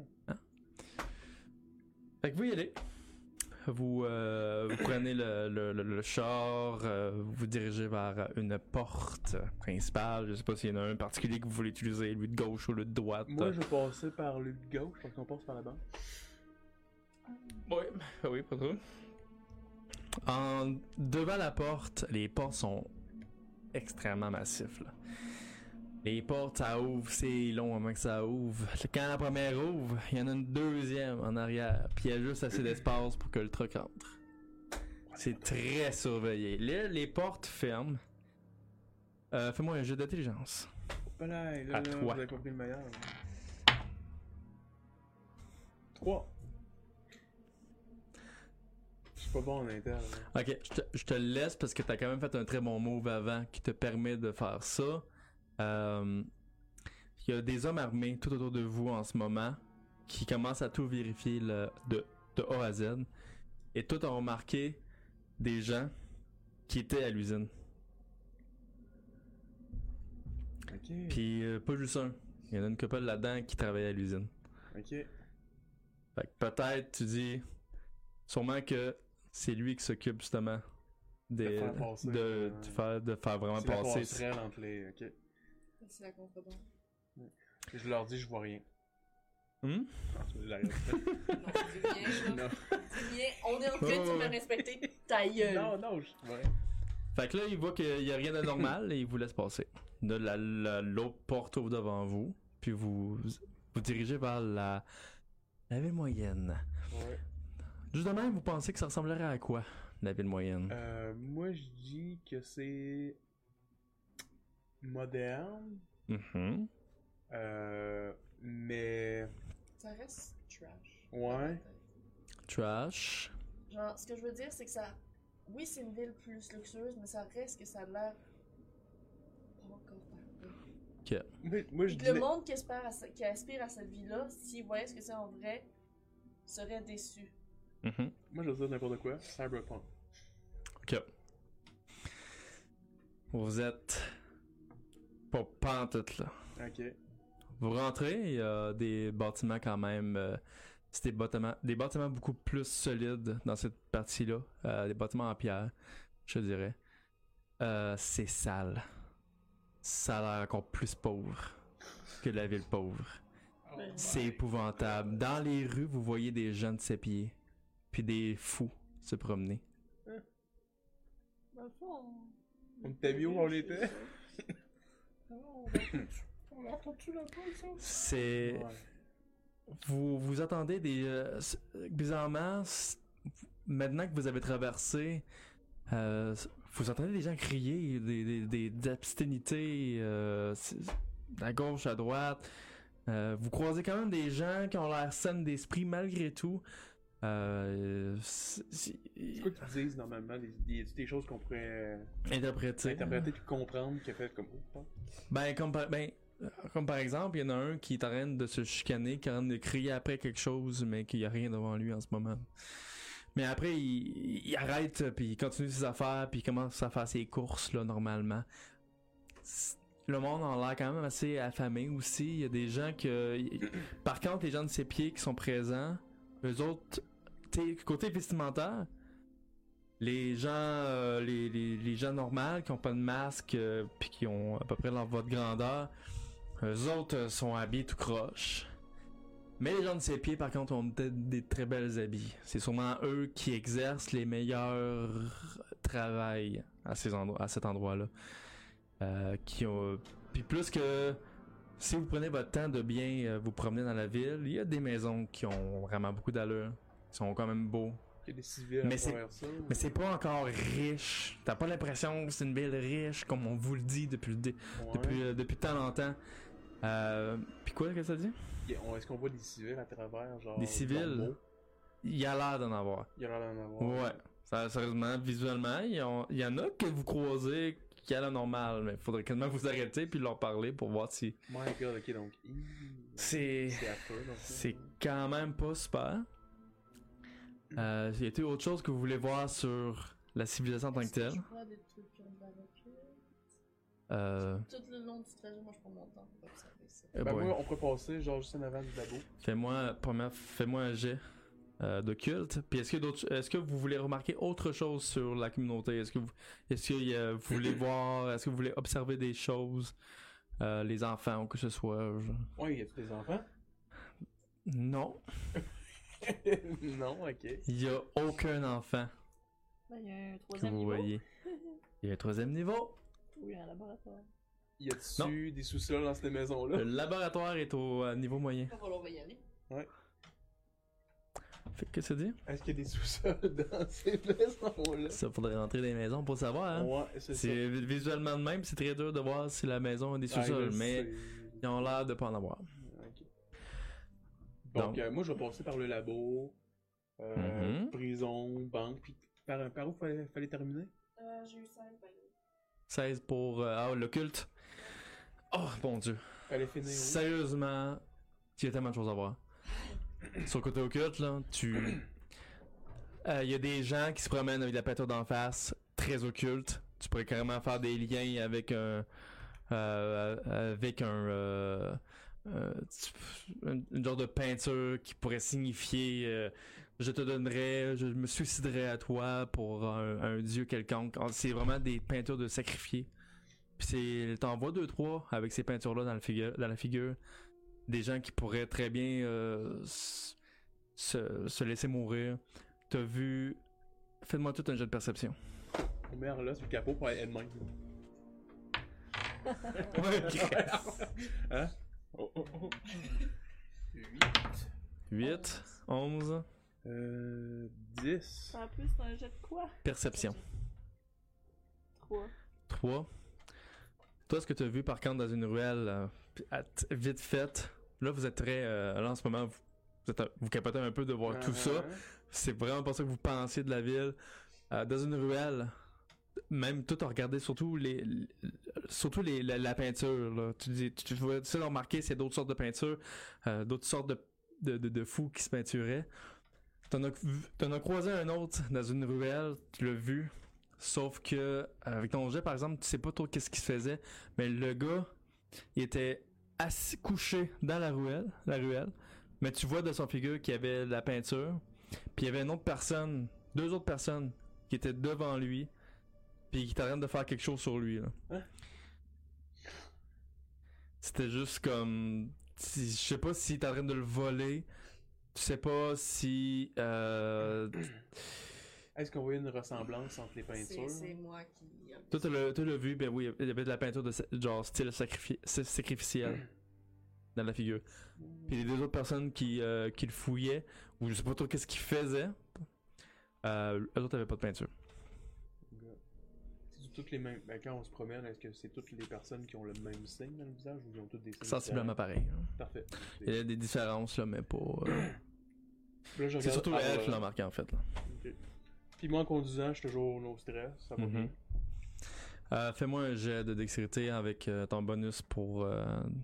Fait que vous y allez. Vous, euh, vous prenez le, le, le, le char, euh, vous vous dirigez vers une porte principale. Je sais pas s'il y en a un particulier que vous voulez utiliser, lui de gauche ou lui de droite. Moi, je vais passer par le de gauche, parce qu'on passe par là-bas. Oui, oui, pas trop. En devant la porte, les portes sont extrêmement massifs. Là. Les portes, ça ouvre, c'est long avant que ça ouvre. Quand la première ouvre, il y en a une deuxième en arrière, puis il y a juste assez d'espace pour que le truck rentre. C'est très surveillé. Là, les portes ferment. Euh, fais-moi un jeu d'intelligence. Pas là, là, À là, toi. vous avez pas pris le meilleur. trois. Je suis pas bon en interne. là. Ok, je te, je te le laisse parce que t'as quand même fait un très bon move avant qui te permet de faire ça. Euh, Il y a des hommes armés tout autour de vous en ce moment qui commencent à tout vérifier le- de, de A à Z. Et tous ont remarqué des gens qui étaient à l'usine. Ok. Puis euh, pas juste un. Il y en a une couple là-dedans qui travaillait à l'usine. Ok. Fait que peut-être tu dis sûrement que c'est lui qui s'occupe justement des, De faire passer, de, euh, de faire, de faire vraiment C'est la passer. passerelle entre les. Ok. C'est la contrebande. Je leur dis, je vois rien. Hmm? Non, tu me l'arrêtes. Non, dis bien, Non. dis bien. On est en train de me respecter ta gueule. Non, non, je vois rien. Fait que là, il voit qu'il y a rien de normal et il vous laisse passer. De la, la- l'autre porte ouvre devant vous, puis vous vous dirigez vers la, la ville moyenne. Ouais. Juste de même, vous pensez que ça ressemblerait à quoi, la ville moyenne? Euh, moi, je dis que c'est moderne, Mhm. euh, mais Ça reste trash. ouais. Trash. Genre, ce que je veux dire, c'est que ça. Oui, c'est une ville plus luxueuse, mais ça reste que ça a l'air. Pas encore parfait. Moi, moi, je Puis dis que le monde qui, espère à ce- qui aspire à cette vie-là, s'il voyait ce que c'est en vrai, serait déçu. Mhm. moi, je veux dire n'importe quoi. Cyberpunk. Ok. Vous êtes pas pantoute là. Ok. Vous rentrez, il y a des bâtiments quand même. Euh, c'est des bâtiments, des bâtiments beaucoup plus solides dans cette partie-là. Euh, des bâtiments en pierre, je dirais. Euh, c'est sale. Ça a l'air encore plus pauvre que la ville pauvre. Oh Ouais. C'est épouvantable. Dans les rues, vous voyez des gens de ses pieds. puis des fous se promener. Dans le fond, On était mieux où on était? On l'a entendu la voix, ça? C'est... Ouais. Vous, vous entendez des... euh, s- bizarrement, s- maintenant que vous avez traversé, euh, s- vous entendez des gens crier, des, des, des, des obscénités euh, s- à gauche, à droite. Euh, vous croisez quand même des gens qui ont l'air saines d'esprit malgré tout. Euh, c'est- c'est- C'est quoi qu'ils disent normalement? Des, des, des choses qu'on pourrait interpréter. interpréter puis comprendre qui a fait comme. Oh, Ben, comme par, ben, euh, comme par exemple, il y en a un qui est en train de se chicaner, qui est en train de crier après quelque chose, mais qu'il n'y a rien devant lui en ce moment. Mais après, il, il arrête, puis il continue ses affaires, puis il commence à faire ses courses, là, normalement. C'est- Le monde a l'air quand même assez affamé aussi. Il y a des gens que... Par contre, les gens de ses pieds qui sont présents, eux autres, tu sais, côté vestimentaire, les gens euh, les, les, les gens normaux qui ont pas de masque euh, puis qui ont à peu près leur votre grandeur, eux autres euh, sont habillés tout croche. Mais les gens de ses pieds par contre ont des, des très belles habits. C'est sûrement eux qui exercent les meilleurs travails à ces endroits à cet endroit-là. Euh, qui ont puis plus que si vous prenez votre temps de bien euh, vous promener dans la ville, il y a des maisons qui ont vraiment beaucoup d'allure, qui sont quand même beaux. il y a des civils Mais à c'est- travers ça. Mais c'est pas encore riche. T'as pas l'impression que c'est une ville riche comme on vous le dit depuis le dé- Ouais. depuis, euh, depuis tant longtemps. Euh, Puis quoi que ça dit? Il y a- on- Est-ce qu'on voit des civils à travers? Genre, Des civils? normaux? Il y a l'air d'en avoir. Il y a l'air d'en avoir. Ouais. Ça, sérieusement, visuellement, il y, en- il y en a que vous croisez qui a l'air normal, mais faudrait quasiment vous arrêter puis leur parler pour voir si... My god, ok, donc. hi, C'est... C'est affreux, donc. C'est quand même pas super. Euh, y a-t-il autre chose que vous voulez voir sur la civilisation en tant que telle? Je vois des trucs comme de la recul. Euh... Tout le long du trajet, moi je prends mon temps pour observer ça. eh Ben, boy. moi, on pourrait passer, genre, juste en avant du labo. Fais-moi, première, fais-moi un jet euh, d'occulte. Puis est-ce que d'autres, est-ce que vous voulez remarquer autre chose sur la communauté? Est-ce que vous, est-ce que euh, vous voulez voir, est-ce que vous voulez observer des choses, euh, les enfants ou que ce soit? je- Ouais, y a-tu des enfants? Non, Non, ok. il y a aucun enfant Ben, il y a un que troisième vous niveau. voyez. Il y a un troisième niveau. Oui, un laboratoire. Y a-tu des sous-sols dans ces maisons-là? Le laboratoire est au euh, niveau moyen. Il va falloir y aller. Fait que ça dit? Est-ce qu'il y a des sous-sols dans ces maisons-là? Ça faudrait rentrer dans les maisons pour savoir. Hein? Ouais, c'est ça. C'est visuellement de même, c'est très dur de voir si la maison a des Ah, sous-sols, je mais sais. ils ont l'air de pas en avoir. Ok. Donc, Donc. euh, moi, je vais passer par le labo, euh, Mhm. prison, banque, puis par, par où fallait, fallait terminer? Euh, j'ai eu seize, ben. seize pour euh, ah, l'occulte. Oh mon dieu. Fallait finir où? Sérieusement, il y a tellement de choses à voir. Sur le côté occulte, là, tu. Il y a des gens qui se promènent avec la peinture d'en face, très occulte. Tu pourrais carrément faire des liens avec un. euh, avec un. euh, euh, tu- une, une genre de peinture qui pourrait signifier. euh, je te donnerais, je me suiciderais à toi pour un, un dieu quelconque. C'est vraiment des peintures de sacrifiés. Puis c'est, t'en vois deux trois avec ces peintures-là dans, le figure, dans la figure. Des gens qui pourraient très bien euh, s- se, se laisser mourir. T'as vu... Faites-moi tout un jeu de perception. On met là sur le capot pour être même. Hein? Oh, oh, oh. huit. huit, onze, Euh. dix. En plus, c'est un jet de quoi? perception. trois. trois. Toi, ce que tu as vu par contre dans une ruelle, euh, à t- vite faite, là vous êtes très. euh, là en ce moment, vous, vous, êtes, vous capotez un peu de voir tout ça. C'est vraiment pas ça que vous pensiez de la ville. Euh, dans une ruelle, même tout à regarder, surtout les, les- surtout les, la, la peinture. Là. Tu dis, tu, tu vois, tu sais, là, remarquer, c'est d'autres sortes de peintures, euh, d'autres sortes de, de, de, de fous qui se peinturaient. T'en as, vu- t'en as croisé un autre dans une ruelle, tu l'as vu. Sauf que, euh, avec ton jet, par exemple, tu sais pas trop qu'est-ce qui se faisait, mais le gars, il était assis, couché dans la ruelle, la ruelle, mais tu vois de son figure qu'il y avait la peinture, puis il y avait une autre personne, deux autres personnes, qui étaient devant lui, puis qui étaient en train de faire quelque chose sur lui, là. Hein? C'était juste comme, si- je sais pas s'il était en train de le voler, tu sais pas si... Euh, Est-ce qu'on voit une ressemblance entre les C'est peintures? c'est moi qui. toi, tu l'as, tu l'as vu, ben oui, il y avait de la peinture de sa- genre style sacrifi- sacrificiel dans la figure. Puis les deux autres personnes qui, euh, qui le fouillaient, ou je sais pas trop qu'est-ce qu'ils faisaient, euh, eux autres avaient pas de peinture. C'est toutes les mêmes. Ben, quand on se promène, est-ce que c'est toutes les personnes qui ont le même signe dans le visage ou ils ont toutes des signes Sensiblement différents? pareil. hein. Parfait. Il y a des différences, là, mais pas... euh, Là, je C'est regarde surtout elle Arla. qui l'a marqué, en fait. Là. Ok. Puis moi, en conduisant, je suis toujours no stress. Ça va Mhm. bien. Euh, fais-moi un jet de dextérité avec euh, ton bonus pour... euh,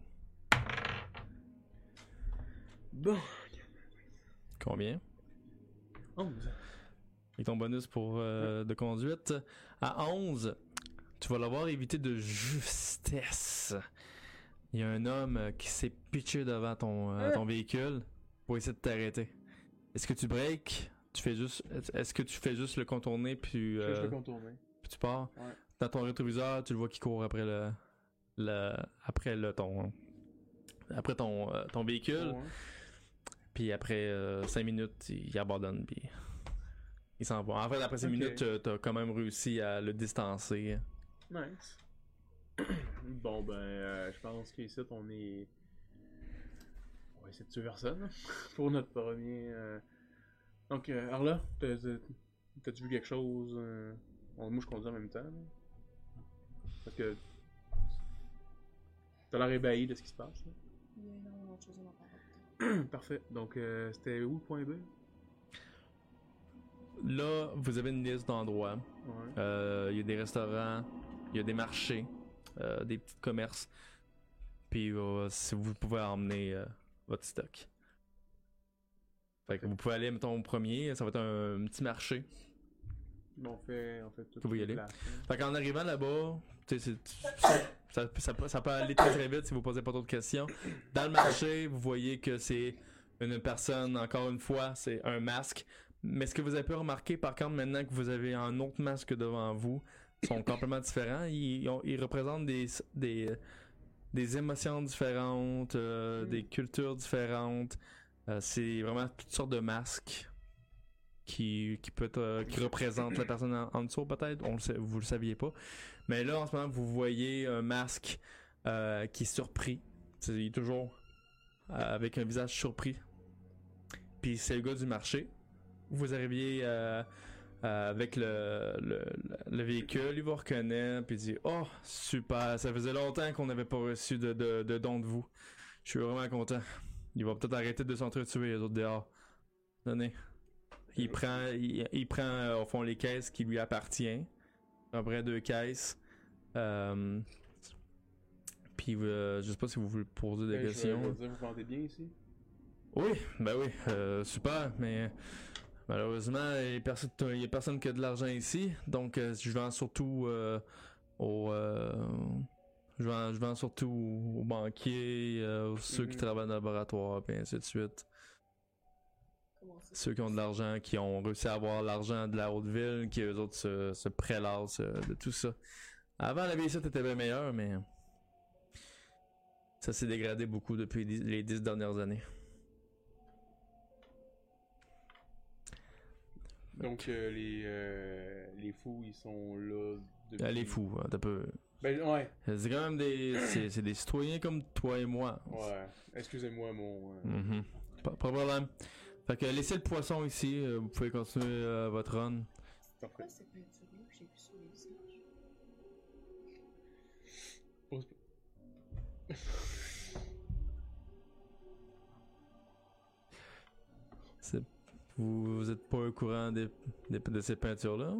Bon. combien? onze. Avec ton bonus pour euh, de conduite. À onze, tu vas l'avoir évité de justesse. Il y a un homme euh, qui s'est pitché devant ton, euh, ton véhicule pour essayer de t'arrêter. Est-ce que tu breaks? Tu fais juste, est-ce que tu fais juste le contourner puis, Je euh, vais le contourner. puis tu pars? Ouais. Dans ton rétroviseur, tu le vois qui court après le, le après le ton, après ton, euh, ton véhicule. Ouais. Puis après cinq minutes, il abandonne puis il s'en va. En fait, après cinq Ok. minutes, tu- t'as quand même réussi à le distancer. Nice. Bon, ben, euh, je pense qu'ici, on est. On va essayer de tuer personne pour notre premier. euh, Donc, euh, Arla, t'as- t'as- t'as-tu vu quelque chose? euh, bon, moi, je conduis en même temps. là. Parce que. T'as l'air ébahi de ce qui se passe. là. Il y a énormément de choses à en parler. Parfait. Donc, euh, c'était où le point B? Là, vous avez une liste d'endroits. Ouais. Euh, Il y a des restaurants, il y a des marchés, euh, des petits commerces. Puis euh, si vous pouvez emmener euh, votre stock. Fait que vous pouvez aller, mettons, au premier, ça va être un, un petit marché. On fait, on fait tout. Que vous y les allez? places, hein. Fait qu'en arrivant là-bas, tu sais, c'est- ça, ça, peut- ça peut aller très très vite si vous posez pas trop de questions. Dans le marché, vous voyez que c'est une personne, encore une fois, c'est un masque. Mais ce que vous avez pu remarquer, par contre, maintenant que vous avez un autre masque devant vous, ils sont complètement différents. Ils, ils ont- ils représentent des, des, des émotions différentes, euh, Mm. des cultures différentes. Euh, c'est vraiment toutes sortes de masques qui, qui, peut être, euh, qui représentent la personne en, en dessous, peut-être. On le sait, vous le saviez pas. Mais là, en ce moment, vous voyez un masque euh, qui est surpris. C'est- il est toujours euh, avec un visage surpris. Puis c'est le gars du marché. Vous arriviez euh, euh, avec le, le, le véhicule, il vous reconnaît, puis il dit « Oh, super, ça faisait longtemps qu'on n'avait pas reçu de, de, de don de vous. Je suis vraiment content. Il va peut-être arrêter de s'entretuer les autres dehors. Donnez. » Il prend, il, il prend euh, au fond les caisses qui lui appartiennent. Après deux caisses. Euh, puis euh, je sais pas si vous voulez poser des Ben, je vais- questions. je vais dire, vous vendez bien ici? Oui, ben oui, euh, super, mais malheureusement, il y a personne, il y a personne qui a de l'argent ici, donc euh, je vends surtout euh, aux, euh, je vends, je vends surtout aux banquiers, euh, aux ceux qui Mhm. travaillent dans le laboratoire, et ainsi de suite. Comment ça? Ceux qui ont de l'argent, qui ont réussi à avoir l'argent de la haute ville, qui eux autres se, se prélassent euh, de tout ça. Avant, la vie ici était bien meilleure, mais ça s'est dégradé beaucoup depuis les dix- les dix dernières années. Donc, euh, les, euh, les fous, ils sont là depuis... Euh, les fous, hein, t'as peu. Ben, ouais. C'est quand même des. C'est, c'est des citoyens comme toi et moi. Ouais. Excusez-moi, mon... euh, Mhm. Pas, pas de problème. Fait que laissez le poisson ici, euh, vous pouvez continuer euh, votre run. Parfait. Pourquoi ces peintures-là que j'ai vues sur les visages? Pose- C'est- Vous, vous êtes pas au courant des, des- de ces peintures-là?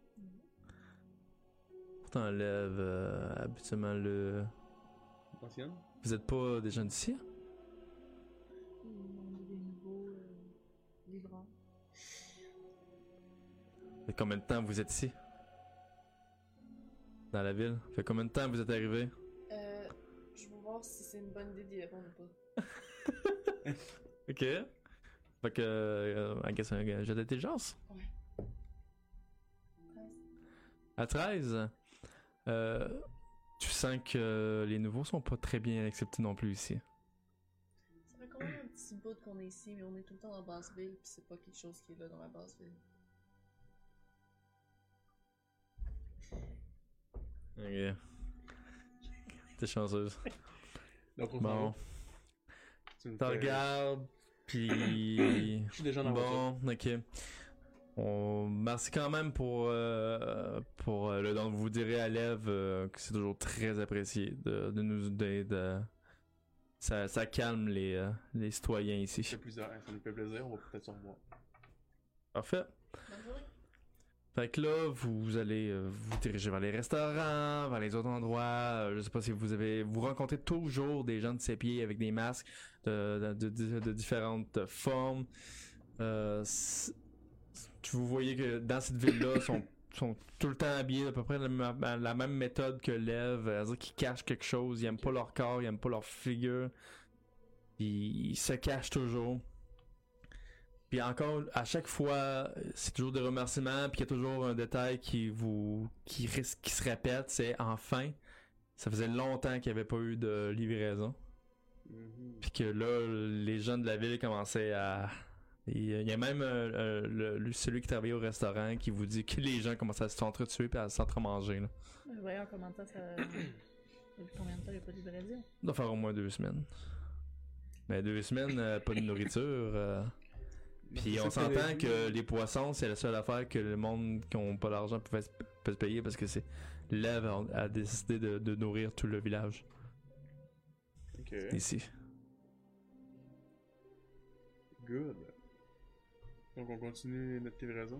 Pourtant, on lève euh, habituellement le. Ancienne? Vous êtes pas des gens d'ici? On a des nouveaux euh, livreurs. Fait combien de temps vous êtes ici? Dans la ville? Fait combien de temps vous êtes arrivé? Euh, je vais voir si c'est une bonne idée d'y répondre ou pas. Ok. Fait que. Euh, I guess un jet d'intelligence? Ouais. À treize, euh, tu sens que les nouveaux sont pas très bien acceptés non plus ici. Ça fait quand même un petit bout qu'on est ici, mais on est tout le temps dans Basseville, puis c'est pas quelque chose qui est là dans la Basseville. Ok. T'es chanceuse. Donc, on Bon. Tu me T'en fais- regardes, puis... Je suis déjà dans la voiture. Bon, ok. On... Merci quand même pour, euh, pour euh, le don que vous direz à Lev euh, que c'est toujours très apprécié de, de nous aider. Ça, ça calme les, euh, les citoyens Ça, ici. fait plaisir. Ça nous fait plaisir, on va peut-être se revoir. Parfait. Bonne journée. Fait que là, vous allez euh, vous diriger vers les restaurants, vers les autres endroits. Euh, je sais pas si vous avez... Vous rencontrez toujours des gens de ses pieds avec des masques de, de, de, de différentes formes. Euh, c'est- vous voyez que dans cette ville-là, sont sont tout le temps habillés à peu près de la, même- la même méthode que Lev, c'est-à-dire qu'ils cachent quelque chose, ils aiment pas leur corps, ils aiment pas leur figure, ils, ils se cachent toujours. Puis encore, à chaque fois, c'est toujours des remerciements, puis il y a toujours un détail qui vous qui risque qui se répète, c'est enfin, ça faisait longtemps qu'il n'y avait pas eu de livraison, Mhm. puis que là, les gens de la ville commençaient à... Il y a même euh, euh, le, le- celui qui travaillait au restaurant qui vous dit que les gens commençaient à s'entretuer et à s'entremanger. Là. Voyons comment ça. ça... Depuis combien de temps il n'y a pas de livraison? Ça doit faire au moins deux semaines. Mais deux semaines, euh, pas de nourriture. euh. Puis C'est on ça qu'elle a s'entend dit. que les poissons, c'est la seule affaire que le monde qui n'a pas d'argent peut, se- peut se payer parce que c'est Lev a, a décidé de, de nourrir tout le village Ok. ici. Good. Donc on continue notre livraison.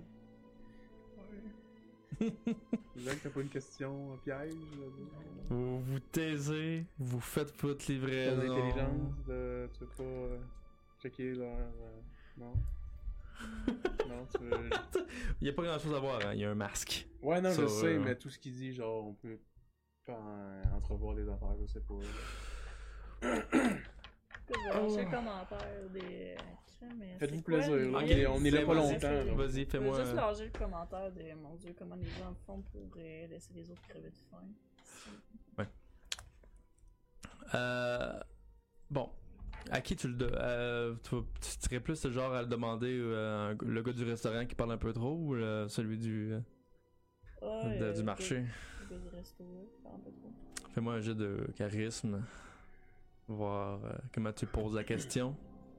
Jacques, t'as pas une question euh, piège? là, Vous vous taisez, vous faites votre Ton livraison. intelligence, de... tu veux pas euh, checker leur... euh, Non? Non, tu veux... Il n'y a pas grand chose à voir, hein. Il y a un masque. Ouais, non, Ça, je sais, euh, mais tout ce qu'il dit, genre, on peut pas en- entrevoir des affaires, je sais pas. là. Je vais lâcher le commentaire des. Mais Faites-vous c'est quoi, plaisir, là, le- on est- on est là pas Vas-y, longtemps. là. Vas-y, Je veux fais-moi. juste lâcher le commentaire de mon dieu, comment les gens font pour euh, laisser les autres crever de faim. Euh, bon, à qui tu le donnes? Euh, tu, vas- tu serais plus le genre à le demander euh, un- le gars du restaurant qui parle un peu trop ou le- celui du, euh, Ah, de- euh, du marché? Le gars du resto, là, parle un peu trop. Fais-moi un jeu de charisme. Voir euh, comment tu poses la question.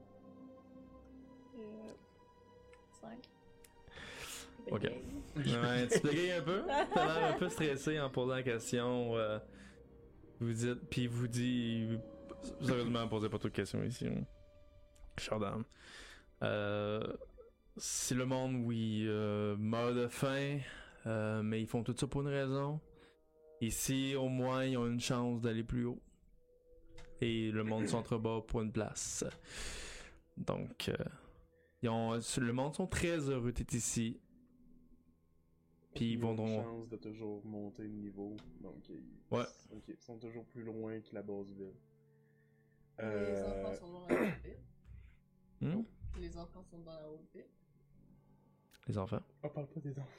Euh, cinq. Ok. Ouais, tu te bégayes un peu? T'as l'air un peu stressé en posant la question. euh, vous dites, puis il vous dit, sérieusement, posez pas trop de questions ici. Hein. Chère dame. Euh, si le monde, oui, euh, meurt de faim, euh, mais ils font tout ça pour une raison. Ici, au moins, ils ont une chance d'aller plus haut. Et le monde s'entrebas pour une place. Donc, euh, ils ont, le monde sont très heureux d'être ici. Puis ils ont vont une donc... chance de toujours monter le niveau, donc ils, Ouais. ok, ils sont toujours plus loin que la base ville. Les Euh, enfants sont dans la haute ville. Hmm? Les enfants sont dans la haute ville. Les enfants. on parle pas des enfants.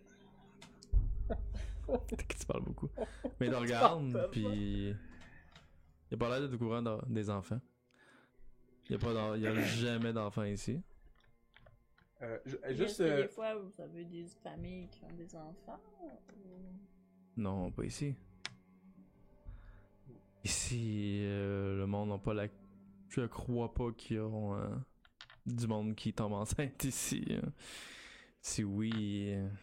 Peut-être que tu parles beaucoup. Mais ils te regardent, puis... Il a pas l'air d'être au courant de- des enfants. Il y a, pas d'en- il y a jamais d'enfants ici. Euh, je- Est-ce juste, que euh, des fois, vous avez des familles qui ont des enfants? Ou... Non, pas ici. Ici, euh, le monde n'a pas la... Je crois pas qu'ils auront euh, du monde qui tombe enceinte ici. hein. Si oui... euh,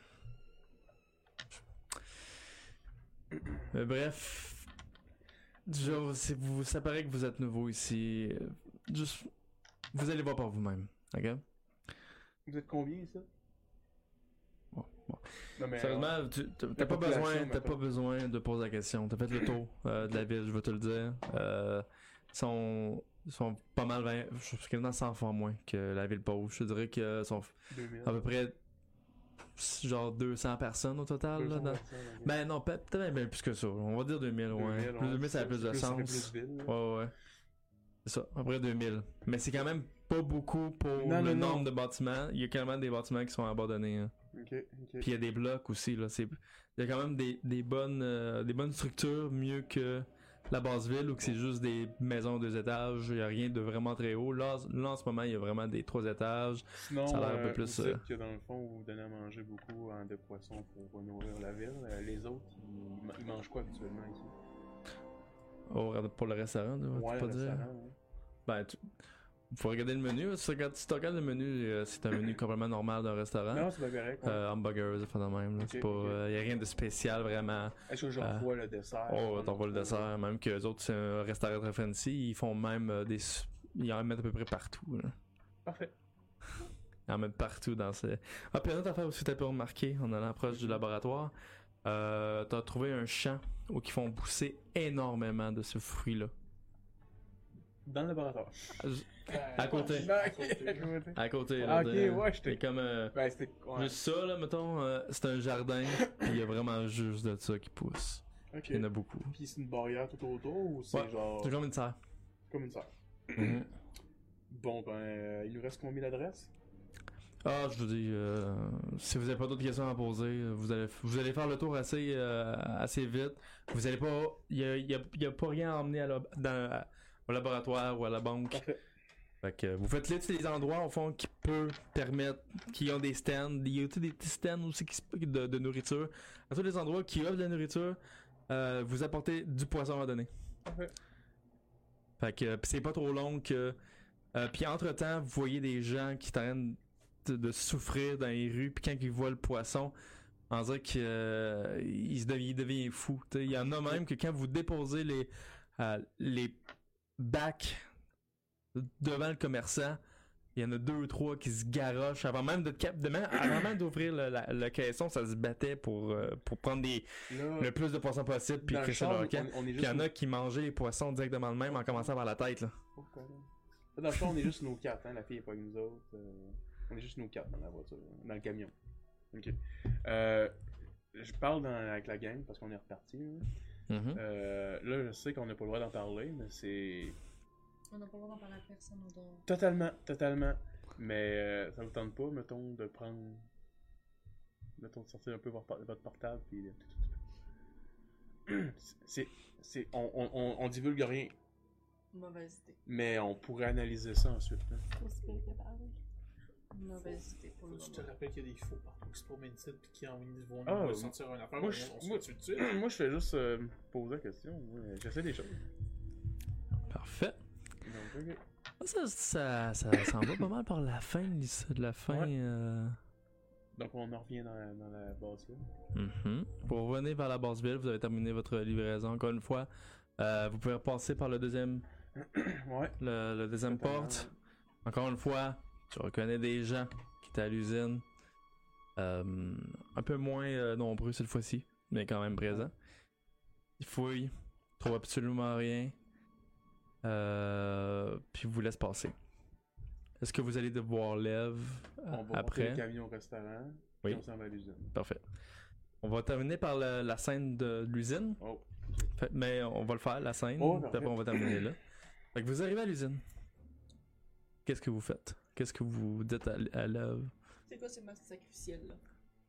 Mais bref... Je, c'est vous, ça paraît que vous êtes nouveau ici. euh, Juste... Vous allez voir par vous-même, ok? vous êtes combien, ça? Bon, bon. Non, mais, Sérieusement, tu- t'as la t'as pas population, besoin, t'as mettons. pas besoin de poser la question. T'as fait le tour euh, de la ville, je vais te le dire. Euh, ils sont, ils sont pas mal, vingt, je suis quasiment cent fois moins que la ville pauvre. Je te dirais qu'ils sont deux mille. à peu près genre deux cents personnes au total. deux Là, cents dans- personnes, ok. Ben non, peut- peut-être même plus que ça. On va dire deux mille, ouais. deux mille, Plus deux mille, ça a plus de ça fait sens. plus ville, là. Ouais, ouais. C'est ça, à peu près deux mille. Mais c'est quand même pas beaucoup pour Non, le non, nombre non. de bâtiments. Il y a quand même des bâtiments qui sont abandonnés. Hein. Ok, ok. Puis il y a des blocs aussi là, c'est il y a quand même des, des bonnes euh, des bonnes structures mieux que la basse ville où que c'est juste des maisons de deux étages, il n'y a rien de vraiment très haut. Là, là en ce moment, il y a vraiment des trois étages. Sinon, Ça a l'air un peu euh, plus, vous dites euh, que dans le fond, vous donnez à manger beaucoup hein, de poissons pour nourrir la ville. Euh, les autres, ils, ma- ils mangent quoi habituellement ici? Oh, pour le restaurant, tu Ouais, pas le dire? restaurant, ouais. Ben, tu... faut regarder le menu. Si tu regardes, si tu regardes le menu, euh, c'est un menu complètement normal d'un restaurant. Non, c'est pas correct. Ouais. Euh, hamburgers, enfin de même. là. Ok, C'est pas, ok. euh, y a rien de spécial vraiment. Est-ce que je euh, revois le dessert? Oh, t'envoies le dessert. Même que les autres, c'est un restaurant très fancy. Ils font même euh, des. su- Ils en mettent à peu près partout. Là. Parfait. Ils en mettent partout dans ce. Ah, puis une autre affaire aussi, t'as pu remarquer en allant proche du laboratoire. Euh, t'as trouvé un champ où ils font pousser énormément de ce fruit-là. Dans le laboratoire. À côté. Non, ok. À côté. Là, Ah, ok, de- ouais, j'étais- C'est comme. euh, Ben, c'était. Ouais. Juste ça, là, mettons, euh, c'est un jardin, puis il y a vraiment juste de ça qui pousse. Ok. Il y en a beaucoup. Puis c'est une barrière tout autour ou c'est Ouais, genre. C'est comme une serre. comme une serre? Mhm. Bon, ben, euh, il nous reste combien d'adresses? Ah, je vous dis, euh, si vous avez pas d'autres questions à poser, euh, vous allez, vous allez faire le tour assez, euh, assez vite. Vous allez pas, il y a, y a- y a pas rien à emmener à la- dans, à- au laboratoire ou à la banque. Parfait. Fait que vous faites là tous les endroits au fond qui peuvent permettre, qui ont des stands, il y a aussi des petits stands aussi qui, se- de, de nourriture. À tous les endroits qui offrent de la nourriture, euh, vous apportez du poisson à donner. Parfait. Fait que pis c'est pas trop long que. Euh, puis entre temps, vous voyez des gens qui traînent de, de souffrir dans les rues, puis quand ils voient le poisson, on dirait qu'ils euh, ils se deviennent, ils deviennent fous. T'sais, il y en a même que quand vous déposez les euh, les bacs devant le commerçant, il y en a deux ou trois qui se garochent avant même de cap de même, avant même d'ouvrir le, la- le caisson, ça se battait pour euh, pour prendre des, Là, le plus de poissons possible puis dans le crisser char, leur on, camp. on est Puis juste. il y en a qui mangeaient les poissons directement de même en commençant par la tête là. Oh, quand même. Là, dans le char, on est juste nous quatre, hein. La fille est pas avec nous autres. euh, On est juste nous quatre dans la voiture, dans le camion. Ok. Euh, je parle dans- avec la gang parce qu'on est reparti. Là, Mhm. Euh, là je sais qu'on n'a pas le droit d'en parler, mais c'est. On n'a pas le droit d'en parler à personne au dehors. Totalement, totalement. Mais euh, ça vous tente pas, mettons, de prendre. Mettons, de sortir un peu votre, votre portable, puis. euh, C'est. c'est on, on, on, on divulgue rien, Mauvaise idée. mais on pourrait analyser ça ensuite. Hein. Aussi pire que parler. Mauvaise idée pour le Tu te moment. rappelles qu'il y a des faux partout qui se promènent ici pis qui en vont Ah, nous sortir un affaire, moi, on, je- on se moi- fait tuer dessus. Moi, je fais juste euh, me poser la question. moi. J'essaie des choses. Parfait. Donc, ok. Ça, ça, ça s'en va pas mal par la fin, l'issa- de la fin. Ouais. euh, Donc, on en revient dans la, dans la base là. mhm. Pour revenir vers la base ville, vous avez terminé votre livraison encore une fois. Euh, vous pouvez repasser par le deuxième, Ouais. le, le deuxième Totalement, porte. Encore une fois, tu reconnais des gens qui étaient à l'usine. Euh, un peu moins euh, nombreux cette fois-ci, mais quand même présents. Ils fouillent, trouvent absolument rien. Euh, puis vous laissent passer. Est-ce que vous allez devoir lève euh, On va porter après? le camion au restaurant. Oui. Puis on s'en va à l'usine. Parfait. On va terminer par le- la scène de l'usine. Oh. Fait- mais on va le faire, la scène. Oh, puis parfait. après, on va terminer là. Fait que vous arrivez à l'usine. Qu'est-ce que vous faites? Qu'est-ce que vous dites à, à l'œuvre? C'est quoi ces masques sacrificiels là?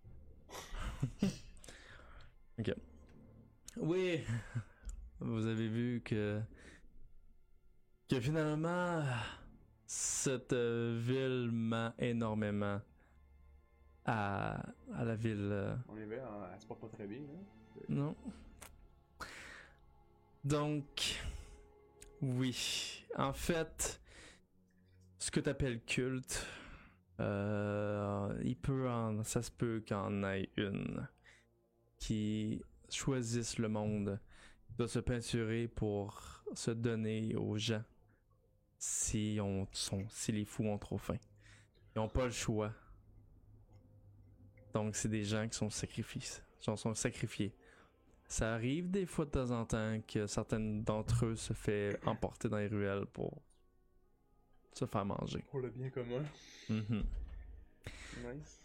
Ok. Oui, vous avez vu que que finalement cette euh, ville ment énormément à, à la ville. euh, On est bien, hein, elle se porte pas très bien. Hein? Non. Donc, oui. En fait, ce que t'appelles culte, euh, il peut en, ça se peut qu'il y en ait une qui choisisse le monde, de se peinturer pour se donner aux gens si on sont, si les fous ont trop faim. Ils n'ont pas le choix. Donc, c'est des gens qui sont sacrifiés. Sont, sont sacrifiés. Ça arrive des fois de temps en temps que certaines d'entre eux se fait emporter dans les ruelles pour se faire manger. Pour le bien commun. Mhm. Nice.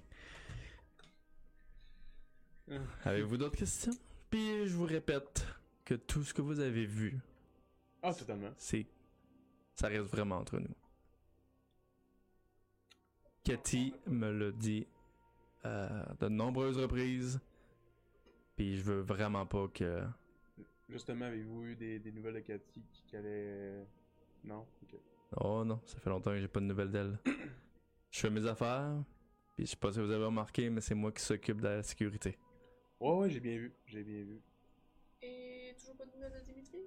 Avez-vous d'autres questions? Puis je vous répète que tout ce que vous avez vu, Ah, totalement. c'est ça reste vraiment entre nous. Cathy me l'a dit euh, de nombreuses reprises. Puis je veux vraiment pas que Justement, avez-vous eu des, des nouvelles de Cathy qui, qui allait... Non? Ok. Oh non, ça fait longtemps que j'ai pas de nouvelles d'elle. Je fais mes affaires, puis je sais pas si vous avez remarqué, mais c'est moi qui s'occupe de la sécurité. Ouais, ouais, j'ai bien vu. J'ai bien vu. Et toujours pas de nouvelles de Dimitri?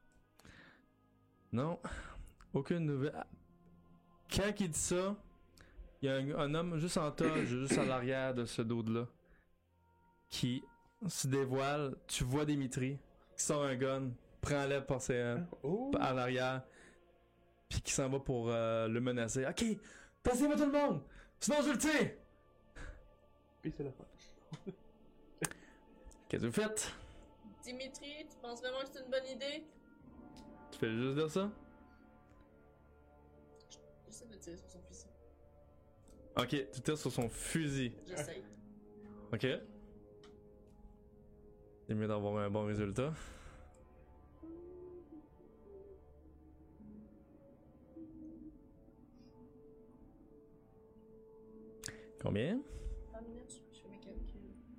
Non, aucune nouvelle. Ah, quand il dit ça, il y a un, un homme juste en toge, juste à l'arrière de ce dude-là, qui se dévoile. Tu vois Dimitri, qui sort un gun, prend l'air par ses, euh, Oh! à l'arrière, puis qui s'en va pour euh, le menacer. Ok, passez-moi tout le monde, sinon je le tue! Puis c'est la fin. Qu'est-ce que vous faites? Dimitri, tu penses vraiment que c'est une bonne idée? Tu fais juste dire ça? J'essaie de tirer sur son fusil. Ok, tu tires sur son fusil. J'essaye. Ok. C'est mieux d'avoir un bon résultat. Combien? Un minute, je fais mes calculs.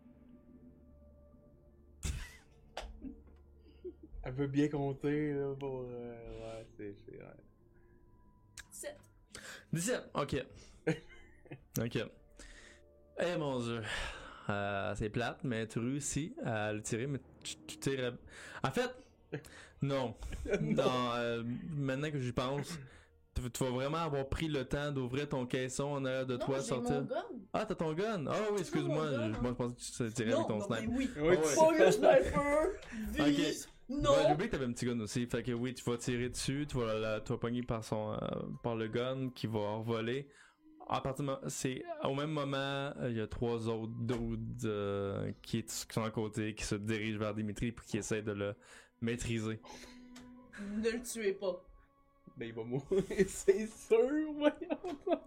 Elle veut bien compter, là, pour... Euh, ouais, c'est... c'est ouais. sept. dix-sept, ok. Ok. Eh mon dieu. Euh, c'est plate, mais tu réussis à le tirer, mais tu, tu tires... à- En fait, non. non, euh, maintenant que j'y pense, tu, tu vas vraiment avoir pris le temps d'ouvrir ton caisson en arrière de Non, toi, j'ai sortir... mon gun. Ah, t'as ton gun? Ah oui, excuse-moi, mon gun, je, hein. moi je pensais que tu tirais Non, avec ton non, sniper. mais oui. Oui, ouais. Pas le sniper! Vise! Non! Ouais, j'ai oublié que t'avais un petit gun aussi. Fait que oui, tu vas tirer dessus, tu vas la, tu vas pogner par son, euh, par le gun qui va voler. À partir de, c'est au même moment, il y a trois autres dudes euh, qui, qui sont à côté, qui se dirigent vers Dimitri pour qui essaient de le maîtriser. Ne le tuez pas. Ben, il va mourir, c'est sûr, voyons.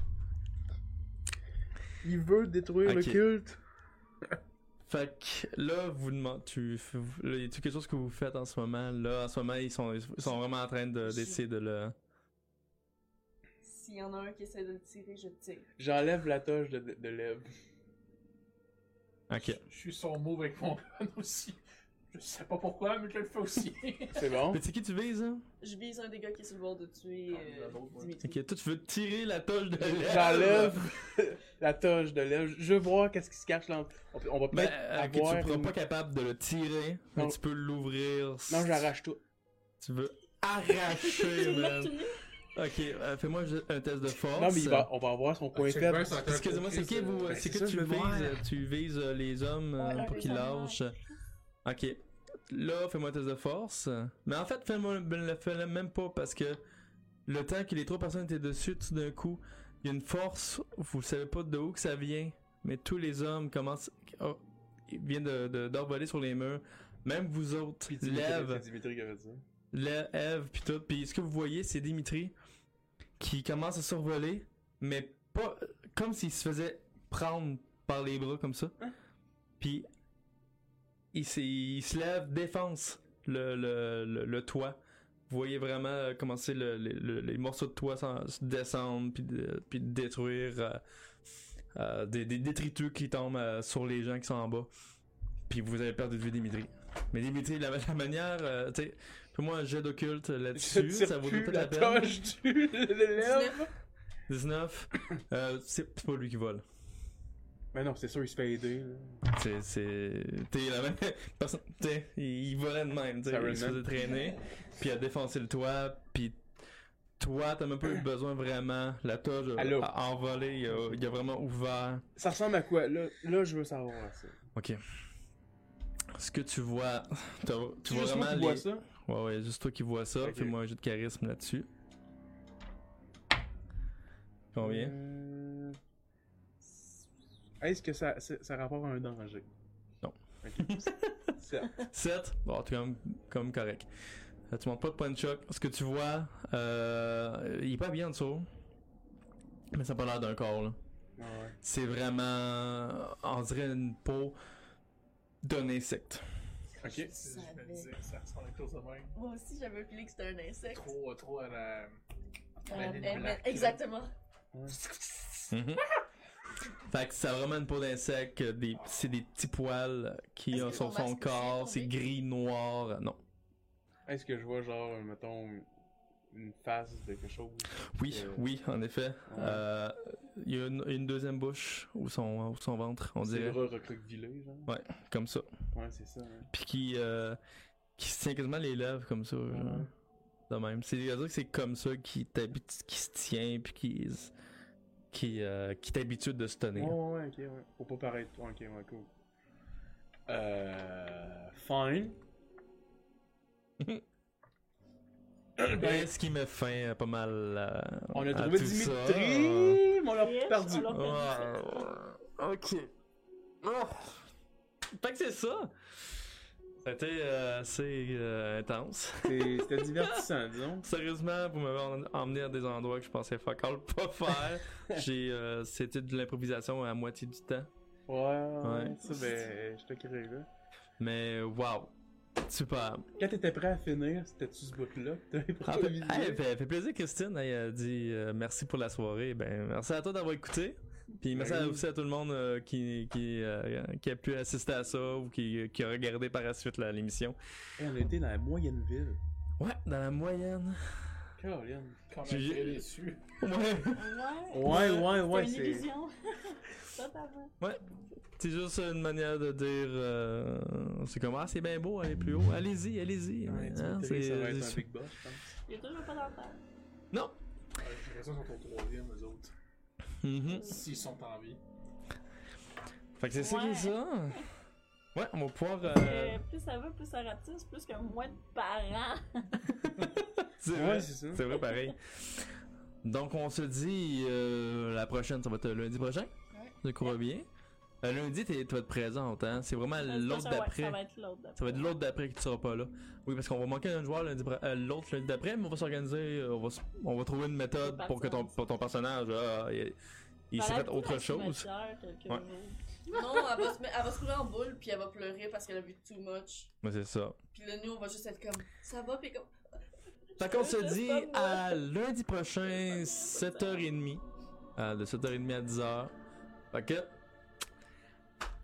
Il veut détruire Ok. le culte. Fait que là, vous demandez, tu, là, y a-t-il quelque chose que vous faites en ce moment? Là, en ce moment, ils sont, ils sont vraiment en train de, d'essayer de le... S'il y en a un qui essaie de le tirer, je tire. J'enlève la toche de, de, de lèvres. Ok. Je suis son move avec mon gun aussi. Je sais pas pourquoi, mais je le fais aussi. C'est bon? Mais c'est qui tu vises, hein? Je vise un des gars qui est sur le bord de tuer Ah, il y en a euh, d'autres, moi. Dimitri. Ok, toi tu veux tirer la toche de lèvres. J'enlève la toche de lèvres. Je veux voir qu'est-ce qui se cache là. On peut, on va Ben, peut-être euh, ok, avoir tu seras une- pas capable de le tirer, mais Non. tu peux l'ouvrir. Non, j'arrache tout. Tu veux arracher, man. Ok, euh, fais-moi juste un test de force. Non, mais il va, on va avoir son coin check faible. bien, ça va être un Excusez-moi, c'est qui vous, Ben, c'est c'est que ça, tu je veux voir. vises, tu vises euh, les hommes euh, Ouais, pour les qu'ils hommes, lâchent. Ok, là, fais-moi un test de force. Mais en fait, fais-moi le fais-le même pas parce que le temps que les trois personnes étaient dessus, tout d'un coup, il y a une force, vous savez pas de où que ça vient, mais tous les hommes commencent, oh, ils viennent de, de, d'envoler sur les murs. Même vous autres, Puis Dimitri, lève. c'est Dimitri qui a fait ça. Le Eve puis tout, puis ce que vous voyez c'est Dimitri qui commence à survoler, mais pas comme s'il se faisait prendre par les bras comme ça. Hein? Puis il, s'est- il se lève, défonce le, le, le, le toit. Vous voyez vraiment euh, commencer le, le- le- les morceaux de toit s'en- se descendre puis de, puis de détruire euh, euh, des, des détritus qui tombent euh, sur les gens qui sont en bas. Puis vous avez perdu de vue Dimitri. Mais Dimitri, la, la manière, euh, tu sais, fais-moi un jet d'occulte là-dessus, Je tire ça vaut plus peut-être la la peine. toche du de lèvres. dix-neuf. Euh, c'est c'est pas lui qui vole. Mais non, c'est sûr, il se fait aider. là. C'est, c'est, t'es la même personne, t'sais, il, il volait de même, t'sais, Siren il se Man. faisait traîner, puis il a défoncé le toit, puis toi, t'as même pas eu besoin vraiment, la toge a, Allô? a envolé, il a, il a vraiment ouvert. Ça ressemble à quoi? Là, là je veux savoir ça. Ok. Ce que tu vois, t'as- tu C'est vois juste moi vraiment qui vois les... ça? Ouais, ouais, juste toi qui vois ça, Ok. fais-moi un jeu de charisme là-dessus. Combien? Euh, Est-ce que ça, ça, ça rapporte à un danger? Non. Ok. Ça. sept. Bon, t'es quand même, quand même correct. Euh, tu montes pas de point de choc. Ce que tu vois, euh, il est pas bien en dessous. Mais ça a pas l'air d'un corps, là. Ah ouais. C'est vraiment, on dirait une peau d'un insecte. Ok. Je Je me savais. disais que ça ressemble à quelque chose de même. Moi aussi, j'avais un feeling que c'était un insecte. Trop, trop à la. Euh, Men in men- Black. Exactement. Mhm. Fait que c'est vraiment une peau d'insecte, des, c'est des petits poils qui Est-ce ont que sur ton masque son corps, aussi est c'est tombé? gris, noir, non. Est-ce que je vois, genre, mettons, une face de quelque chose? Oui, Euh, oui, en effet. Ouais. Euh, il y a une, une deuxième bouche ou son, ou son ventre, on C'est dirait, le recroquevillé, genre? Ouais. comme ça. Ouais, c'est ça, hein. Puis qui, euh, qui se tient quasiment les lèvres comme ça, genre. Ouais. De même. C'est dire que c'est comme ça qui t'habitue, qui se tient puis qui qui euh, qui t'habitue de se tenir. Ouais, ouais, ok, ouais. Faut pas paraître. Ok, ouais, cool. Euh. Fine. Ben, ce qui met fin euh, pas mal euh, On a à trouvé tout ça. Dimitri, mais on l'a Yes, perdu. on l'a perdu. Ouais, ok. Oh. Fait que c'est ça. Ça a été euh, assez euh, intense. C'est- C'était divertissant, disons. Sérieusement, vous m'avez en- emmené à des endroits que je pensais fuck all pas faire. J'ai, euh, c'était de l'improvisation à moitié du temps. Ouais, ouais, Ouais. ça, ben, je te crée, là. Mais wow, super. Quand t'étais prêt à finir, c'était-tu ce bout-là que t'avais En fait, improvisé? hey, fait, fait plaisir, Christine. Elle a dit euh, merci pour la soirée. Ben, merci à toi d'avoir écouté. Puis merci Ben oui. aussi à tout le monde euh, qui, qui, euh, qui a pu assister à ça ou qui, qui a regardé par la suite la- l'émission. Hey, on était dans la moyenne ville. Ouais, dans la moyenne. Caroline. Quand J'ai- même très déçu. Ouais. Ouais. Ouais, ouais, ouais, c'est une c'est. illusion. Totalement. Ouais. C'est juste une manière de dire. euh, c'est comme ah, c'est bien beau, aller plus haut. Allez-y, allez-y. Ouais, Hein, Dimitri, ça va être c'est- un big boss, je pense. Il est toujours pas dans le temps. Non. Ouais, j'ai l'impression qu'ils sont au troisième, eux autres. Mhm. S'ils sont en vie. Fait que c'est ça qui est Ouais. ça. Ouais, on va pouvoir. euh, Euh, plus ça va, plus ça rapetisse, plus que moins de parents. c'est Ouais, vrai. c'est ça. C'est vrai, pareil. Donc, on se dit, euh, la prochaine, ça va être lundi prochain. Ouais. Je crois bien. Euh, lundi, t'es- tu vas être présente, hein. C'est vraiment l'autre Ça, ouais, d'après. Ça va être l'autre d'après. Ça va être l'autre d'après qui ne sera pas là. Oui, parce qu'on va manquer un joueur lundi, pro- euh, l'autre lundi d'après, mais on va s'organiser, euh, on va, s- on va trouver une méthode On va pour que ton, partir pour ton personnage, ah, il, il Ça s'est va fait être autre la chose. cimetière quelques Ouais. jours. Non, elle va, se, met- elle va se rouler en boule, puis elle va pleurer parce qu'elle a vu too much. Mais c'est ça. Puis là, nous, on va juste être comme, ça va, puis comme, Fait qu'on se Je dit sais pas, moi. à lundi prochain, sept heures trente. Euh, de sept heures trente à dix heures. Fait que,